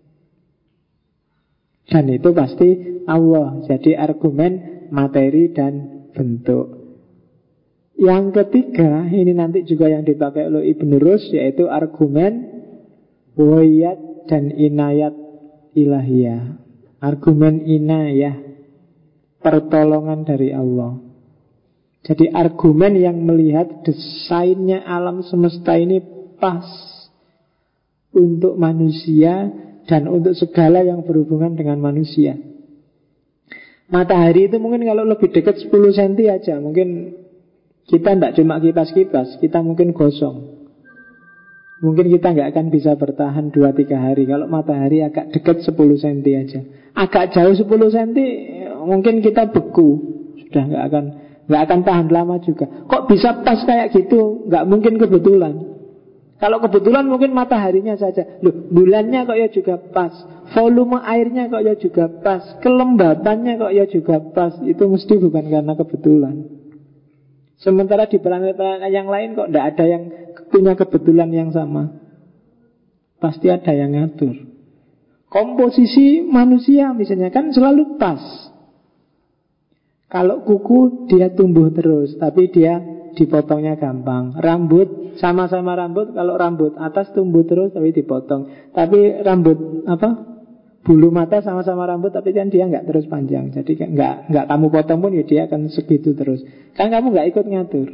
Dan itu pasti Allah. Jadi argumen materi dan bentuk. Yang ketiga, ini nanti juga yang dipakai oleh Ibn Rus, yaitu argumen wayat dan inayat ilahiyah. Argumen inayah, pertolongan dari Allah. Jadi argumen yang melihat desainnya alam semesta ini pas untuk manusia dan untuk segala yang berhubungan dengan manusia. Matahari itu mungkin kalau lebih dekat sepuluh sentimeter aja, mungkin kita tidak cuma kipas-kipas, kita mungkin gosong. Mungkin kita nggak akan bisa bertahan dua tiga hari kalau matahari agak dekat sepuluh sentimeter aja. Agak jauh sepuluh sentimeter mungkin kita beku, sudah nggak akan nggak akan tahan lama juga. Kok bisa pas kayak gitu? Nggak mungkin kebetulan. Kalau kebetulan mungkin mataharinya saja. Loh, bulannya kok ya juga pas, volume airnya kok ya juga pas, kelembabannya kok ya juga pas. Itu mesti bukan karena kebetulan. Sementara di planet-planet yang lain kok tidak ada yang punya kebetulan yang sama. Pasti ada yang ngatur. Komposisi manusia misalnya kan selalu pas. Kalau kuku dia tumbuh terus, tapi dia dipotongnya gampang. Rambut sama-sama rambut, kalau rambut atas tumbuh terus tapi dipotong. Tapi rambut apa? Bulu mata sama-sama rambut, tapi kan dia nggak terus panjang. Jadi nggak nggak kamu potong pun ya dia akan segitu terus. Kan kamu nggak ikut ngatur.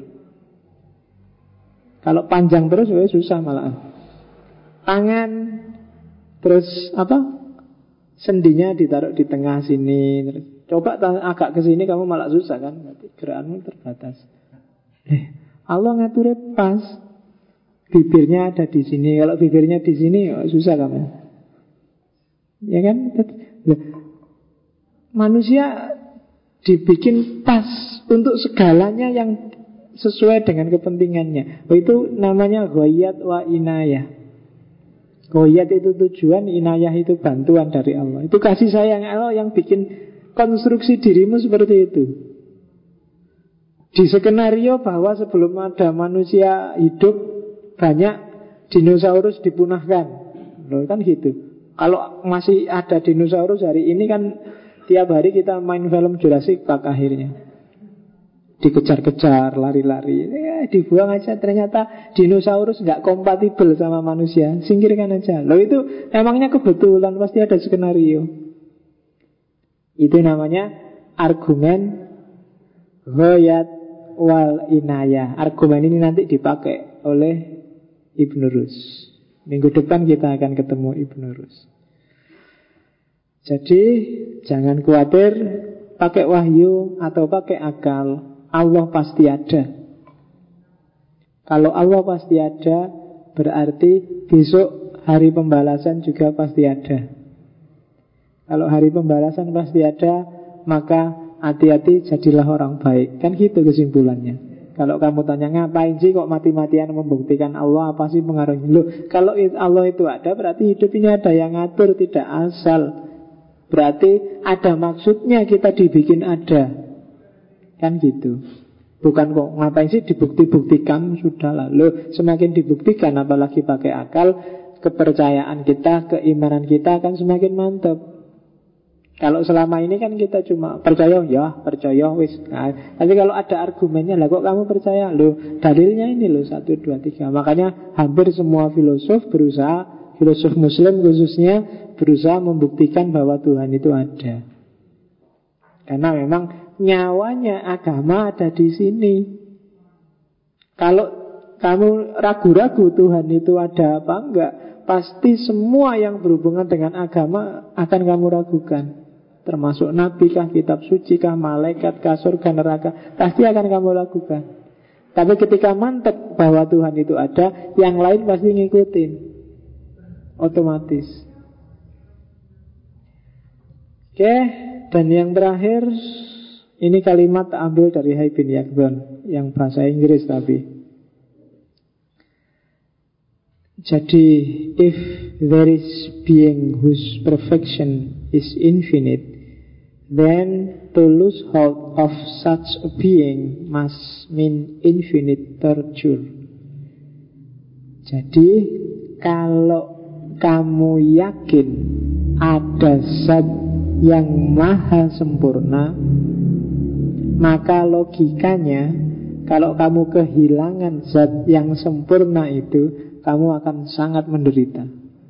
Kalau panjang terus ya susah malahan. Tangan terus apa? Sendinya ditaruh di tengah sini. Terus coba agak ke sini kamu malah susah kan? Berarti gerakanmu terbatas. Eh, Allah ngaturnya pas. Bibirnya ada di sini. Kalau bibirnya di sini ya susah kamu. Ya kan? Manusia dibikin pas untuk segalanya yang sesuai dengan kepentingannya. Itu namanya ghayat wa inayah. Ghayat itu tujuan, inayah itu bantuan dari Allah. Itu kasih sayang Allah yang bikin konstruksi dirimu seperti itu. Di skenario bahwa sebelum ada manusia hidup, banyak dinosaurus dipunahkan. Loh, kan gitu. Kalau masih ada dinosaurus hari ini kan tiap hari kita main film Jurassic Park akhirnya. Dikejar-kejar, lari-lari, eh, dibuang aja. Ternyata dinosaurus nggak kompatibel sama manusia, singkirkan aja. Loh itu emangnya kebetulan, pasti ada skenario. Itu namanya argumen ghayat wal inayah. Argumen ini nanti dipakai oleh Ibnu Rus. Minggu depan kita akan ketemu Ibnu Rus. Jadi jangan khawatir, pakai wahyu atau pakai akal, Allah pasti ada. Kalau Allah pasti ada, berarti besok hari pembalasan juga pasti ada. Kalau hari pembalasan pasti ada, maka hati-hati jadilah orang baik. Kan gitu kesimpulannya. Kalau kamu tanya ngapain sih kok mati-matian membuktikan Allah, apa sih pengaruhnya? Loh, kalau Allah itu ada, berarti hidup ini ada yang ngatur, tidak asal. Berarti ada maksudnya kita dibikin ada. Kan gitu. Bukan kok ngapain sih dibukti-buktikan, sudahlah. Loh, semakin dibuktikan apalagi pakai akal, kepercayaan kita, keimanan kita akan semakin mantap. Kalau selama ini kan kita cuma percaya, ya percaya wis. Nah, tapi kalau ada argumennya, lah kok kamu percaya? Loh, dalilnya ini loh satu dua tiga. Makanya hampir semua filosof berusaha, filosof Muslim khususnya berusaha membuktikan bahwa Tuhan itu ada. Karena memang nyawanya agama ada di sini. Kalau kamu ragu-ragu Tuhan itu ada apa enggak, pasti semua yang berhubungan dengan agama akan kamu ragukan. Termasuk nabi kah, kitab suci kah, malaikat kah, surga neraka, pasti akan kamu lakukan. Tapi ketika mantap bahwa Tuhan itu ada, yang lain pasti ngikutin, otomatis. Oke, dan yang terakhir, ini kalimat ambil dari Hai bin Yaqdhan, yang bahasa Inggris tapi. Jadi, if there is being whose perfection is infinite, then to lose hold of such a being must mean infinite torture. Jadi, kalau kamu yakin ada zat yang maha sempurna, maka logikanya, kalau kamu kehilangan zat yang sempurna itu, kamu akan sangat menderita.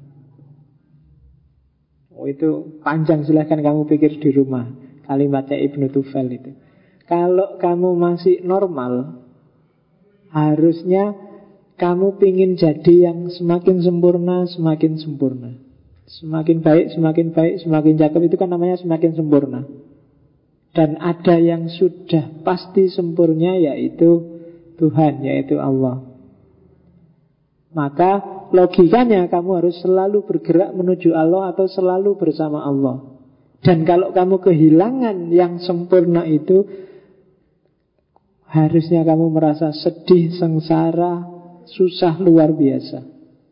Oh, itu panjang, silahkan kamu pikir di rumah. Kalimatnya Ibnu Tufail itu. Kalau kamu masih normal, harusnya kamu pingin jadi yang semakin sempurna, semakin sempurna. Semakin baik, semakin baik, semakin cakep, itu kan namanya semakin sempurna. Dan ada yang sudah pasti sempurna, yaitu Tuhan, yaitu Allah. Maka logikanya kamu harus selalu bergerak menuju Allah atau selalu bersama Allah. Dan kalau kamu kehilangan yang sempurna itu, harusnya kamu merasa sedih, sengsara, susah luar biasa.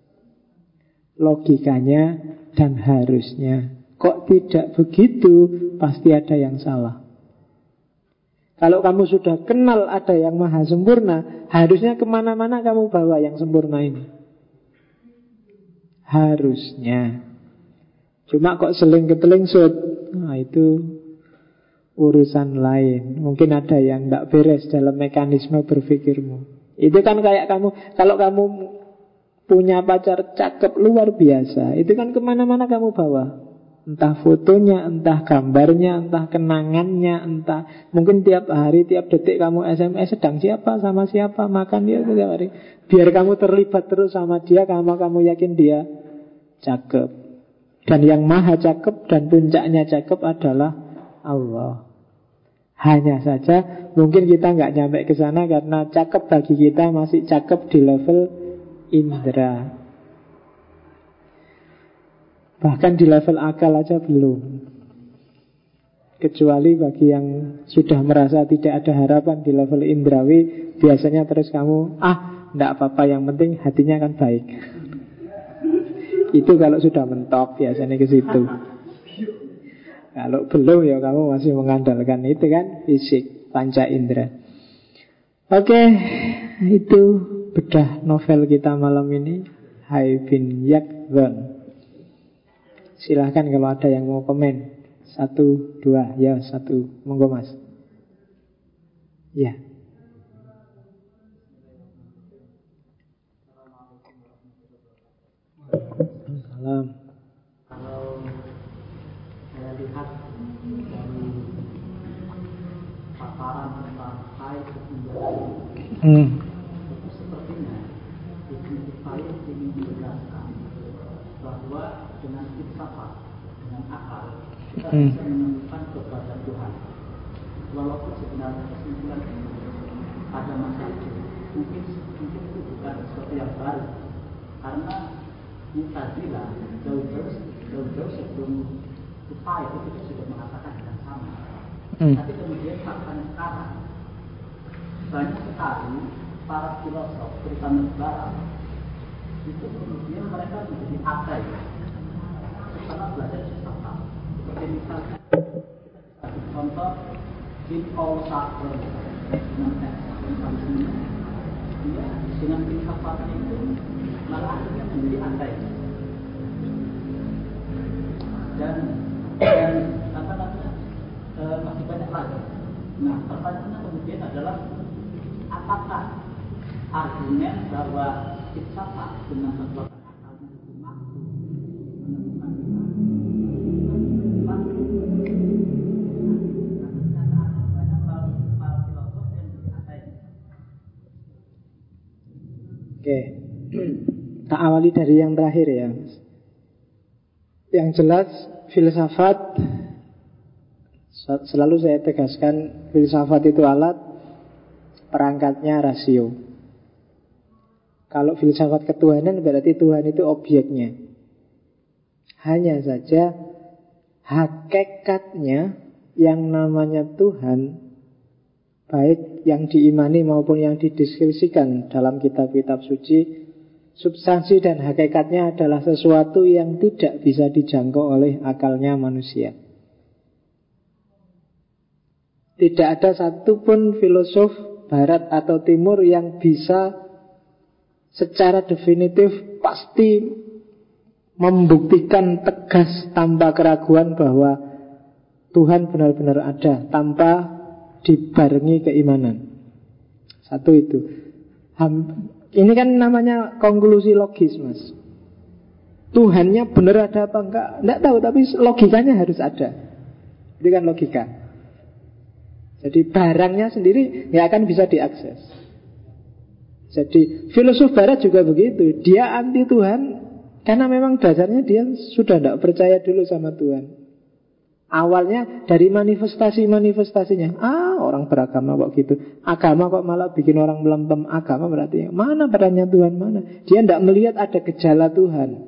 Logikanya dan harusnya. Kok tidak begitu? Pasti ada yang salah. Kalau kamu sudah kenal ada yang maha sempurna, harusnya kemana-mana kamu bawa yang sempurna ini. Harusnya. Cuma kok seling ketelingsut, nah itu urusan lain. Mungkin ada yang tidak beres dalam mekanisme berpikirmu. Itu kan kayak kamu, kalau kamu punya pacar cakep luar biasa, itu kan kemana-mana kamu bawa. Entah fotonya, entah gambarnya, entah kenangannya, entah mungkin tiap hari, tiap detik kamu S M S sedang siapa, sama siapa, makan dia tiap hari. Biar kamu terlibat terus sama dia, karena kamu yakin dia cakep. Dan yang maha cakep dan puncaknya cakep adalah Allah. Hanya saja mungkin kita nggak nyampe ke sana karena cakep bagi kita masih cakep di level indera. Bahkan di level akal aja belum. Kecuali bagi yang sudah merasa tidak ada harapan di level indrawi, biasanya terus kamu, ah, enggak apa-apa, yang penting hatinya kan baik. Itu kalau sudah mentok biasanya ke situ. Kalau belum ya kamu masih mengandalkan itu kan, fisik, panca indera. Oke, itu bedah novel kita malam ini, Hai bin Yaqdhan. Silahkan kalau ada yang mau komen. Satu, dua, ya satu. Monggo mas. Ya. Salam. Kalau saya lihat dari paparan tentang Hmm. Sepertinya Ibnu Tufayl ingin menjelaskan bahwa dengan filsafat, dengan akal, kita hmm. bisa menemukan keberadaan Tuhan. Walaupun sebenarnya kesimpulan ini pada masa itu mungkin mungkin itu bukan sesuatu yang baru, karena Mu'tazilah jauh-jauh jauh-jauh sebelum Tufayl itu sudah mengatakan yang sama. Hmm. Tapi kemudian faktanya sekarang banyak sekali para filosof, terutama di Barat, itu kemudian mereka menjadi ateis setelah belajar filsafat. Seperti misalnya kita bisa contoh Jean Paul Sartre dengan filsafat dia dengan filsafatnya itu malah akhirnya menjadi ateis. Dan dan apa namanya e, masih banyak lagi. Nah, pertanyaannya kemudian adalah apakah argumen bahwa filsafat dengan kekuatan akalnya itu mampu menemukan Tuhan? Oke, tak awali dari yang terakhir ya. Yang jelas filsafat, selalu saya tegaskan, filsafat itu alat, perangkatnya rasio. Kalau filsafat ketuhanan berarti Tuhan itu objeknya. Hanya saja hakikatnya yang namanya Tuhan, baik yang diimani maupun yang dideskripsikan dalam kitab-kitab suci, substansi dan hakikatnya adalah sesuatu yang tidak bisa dijangkau oleh akalnya manusia. Tidak ada satupun filosof Barat atau Timur yang bisa secara definitif pasti membuktikan tegas tanpa keraguan bahwa Tuhan benar-benar ada tanpa dibarengi keimanan. Satu itu. Ini kan namanya konklusi logis, Mas. Tuhannya benar ada apa enggak? Enggak tahu, tapi logikanya harus ada. Itu kan logika. Jadi barangnya sendiri nggak akan bisa diakses. Jadi filosof Barat juga begitu. Dia anti Tuhan karena memang dasarnya dia sudah tidak percaya dulu sama Tuhan. Awalnya dari manifestasi-manifestasinya. Ah, orang beragama kok gitu. Agama kok malah bikin orang melempem. Agama berarti mana perannya Tuhan, mana? Dia tidak melihat ada gejala Tuhan.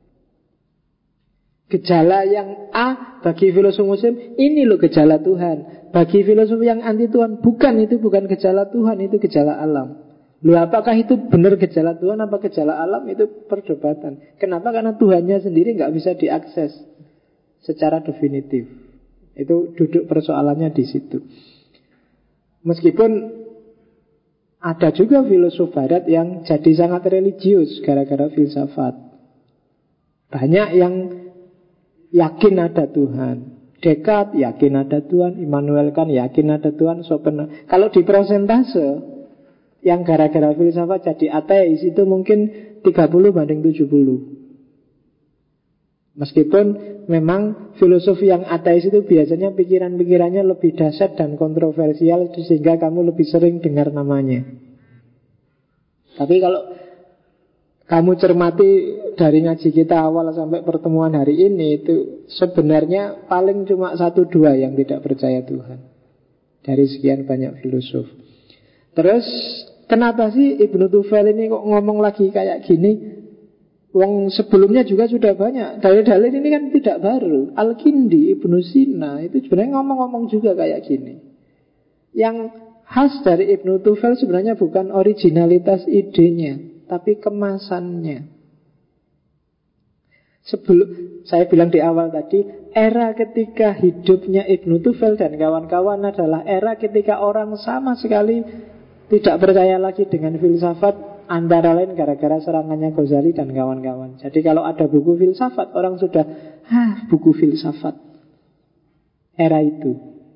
Gejala yang A bagi filosof Muslim, ini loh gejala Tuhan. Bagi filosof yang anti Tuhan, bukan, itu bukan gejala Tuhan, itu gejala alam. Loh, apakah itu benar gejala Tuhan apa gejala alam? Itu perdebatan. Kenapa? Karena Tuhannya sendiri nggak bisa diakses secara definitif. Itu duduk persoalannya di situ. Meskipun ada juga filosof Barat yang jadi sangat religius gara-gara filsafat. Banyak yang yakin ada Tuhan. Descartes yakin ada Tuhan, Immanuel Kant yakin ada Tuhan, Schopenhauer. Kalau di persentase yang gara-gara filsafat jadi ateis itu mungkin tiga puluh banding tujuh puluh. Meskipun memang filosofi yang ateis itu biasanya pikiran-pikirannya lebih dahsyat dan kontroversial, sehingga kamu lebih sering dengar namanya. Tapi kalau kamu cermati dari ngaji kita awal sampai pertemuan hari ini, itu sebenarnya paling cuma satu dua yang tidak percaya Tuhan dari sekian banyak filosof. Terus kenapa sih Ibnu Tufayl ini kok ngomong lagi kayak gini? Wong sebelumnya juga sudah banyak. Dalil-dalil ini kan tidak baru. Al-Kindi, Ibnu Sina itu sebenarnya ngomong-ngomong juga kayak gini. Yang khas dari Ibnu Tufayl sebenarnya bukan originalitas idenya, tapi kemasannya. Sebelum saya bilang di awal tadi, era ketika hidupnya Ibnu Tufayl dan kawan-kawan adalah era ketika orang sama sekali tidak percaya lagi dengan filsafat, antara lain gara-gara serangannya Ghazali dan kawan-kawan. Jadi kalau ada buku filsafat, orang sudah, hah, buku filsafat. Era itu.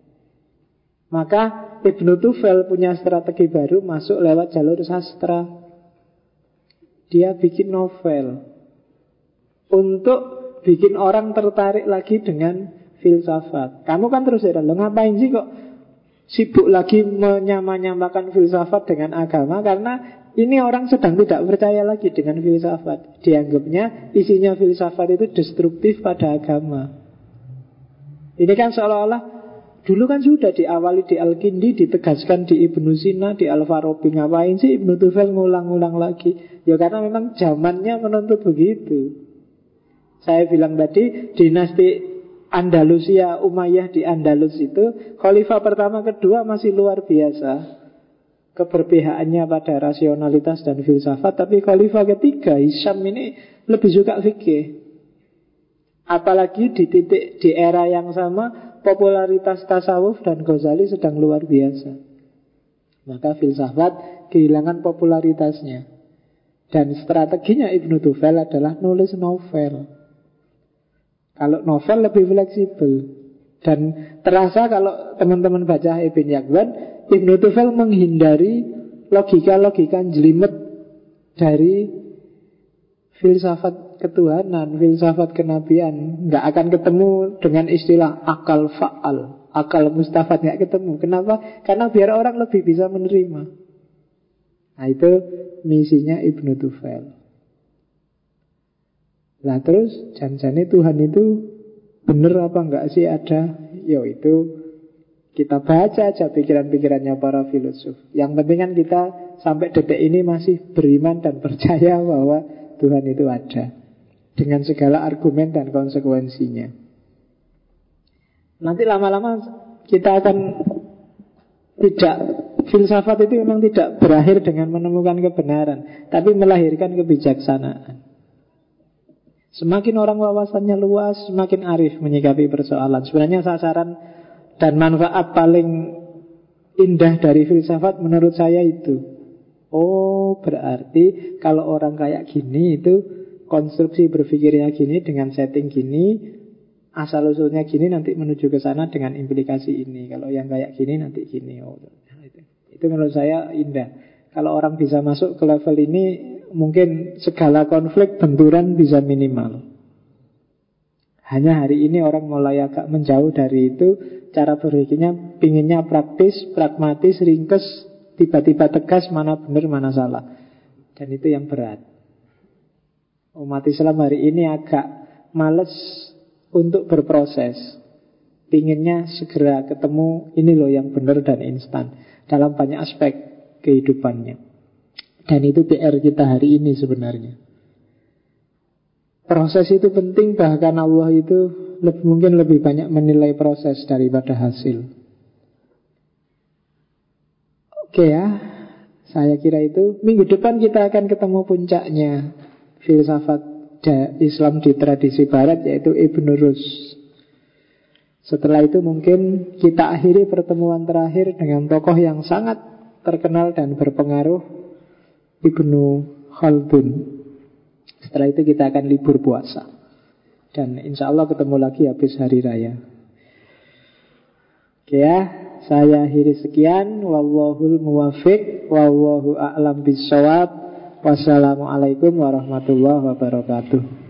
Maka Ibnu Tufayl punya strategi baru, masuk lewat jalur sastra. Dia bikin novel untuk bikin orang tertarik lagi dengan filsafat. Kamu kan terus heran, lo ngapain sih kok sibuk lagi menyamanyamakan filsafat dengan agama, karena ini orang sedang tidak percaya lagi dengan filsafat. Dianggapnya isinya filsafat itu destruktif pada agama. Ini kan seolah-olah dulu kan sudah diawali di Al-Kindi, ditegaskan di Ibnu Sina, di Al-Farabi. Ngapain sih Ibnu Tufel ngulang-ngulang lagi? Ya karena memang zamannya menuntut begitu. Saya bilang tadi, dinasti Andalusia, Umayyah di Andalus itu, khalifah pertama kedua masih luar biasa keberpihakannya pada rasionalitas dan filsafat. Tapi khalifah ketiga, Hisham ini lebih suka fikih. Apalagi di titik, di era yang sama, popularitas tasawuf dan Ghazali sedang luar biasa. Maka filsafat kehilangan popularitasnya. Dan strateginya Ibnu Tufel adalah nulis novel. Kalau novel lebih fleksibel. Dan terasa kalau teman-teman baca Ibn Yaqzan, Ibnu Tufel menghindari logika-logika jelimet dari filsafat ketuhanan, filsafat kenabian. Nggak akan ketemu dengan istilah akal fa'al, akal mustafad, nggak ketemu. Kenapa? Karena biar orang lebih bisa menerima. Nah itu misinya Ibnu Tufel. Lah terus jangan-jangan Tuhan itu benar apa enggak sih ada? Yo itu kita baca aja pikiran-pikirannya para filosof. Yang penting kan kita sampai detik ini masih beriman dan percaya bahwa Tuhan itu ada, dengan segala argumen dan konsekuensinya. Nanti lama-lama kita akan tidak, filsafat itu memang tidak berakhir dengan menemukan kebenaran, tapi melahirkan kebijaksanaan. Semakin orang wawasannya luas, semakin arif menyikapi persoalan. Sebenarnya sasaran dan manfaat paling indah dari filsafat menurut saya itu. Oh, berarti kalau orang kayak gini itu konstruksi berpikirnya gini dengan setting gini, asal-usulnya gini, nanti menuju ke sana dengan implikasi ini. Kalau yang kayak gini nanti gini. Oh, itu. Itu menurut saya indah. Kalau orang bisa masuk ke level ini, mungkin segala konflik benturan bisa minimal. Hanya hari ini orang mulai agak menjauh dari itu. Cara berpikirnya pinginnya praktis, pragmatis, ringkes, tiba-tiba tegas, mana benar, mana salah. Dan itu yang berat. Umat Islam hari ini agak males untuk berproses. Pinginnya segera ketemu ini loh yang benar dan instan dalam banyak aspek kehidupannya. Dan itu P R kita hari ini sebenarnya. Proses itu penting, bahkan Allah itu lebih, mungkin lebih banyak menilai proses daripada hasil. Oke ya, saya kira itu. Minggu depan kita akan ketemu puncaknya filsafat Islam di tradisi Barat, yaitu Ibn Rus. Setelah itu mungkin kita akhiri pertemuan terakhir dengan tokoh yang sangat terkenal dan berpengaruh, Ibnu Khaldun. Setelah itu kita akan libur puasa. Dan insya Allah ketemu lagi habis hari raya. Oke ya, saya akhiri sekian. Wallahul muwafiq, wallahu a'lam bishawab. Wassalamualaikum warahmatullahi wabarakatuh.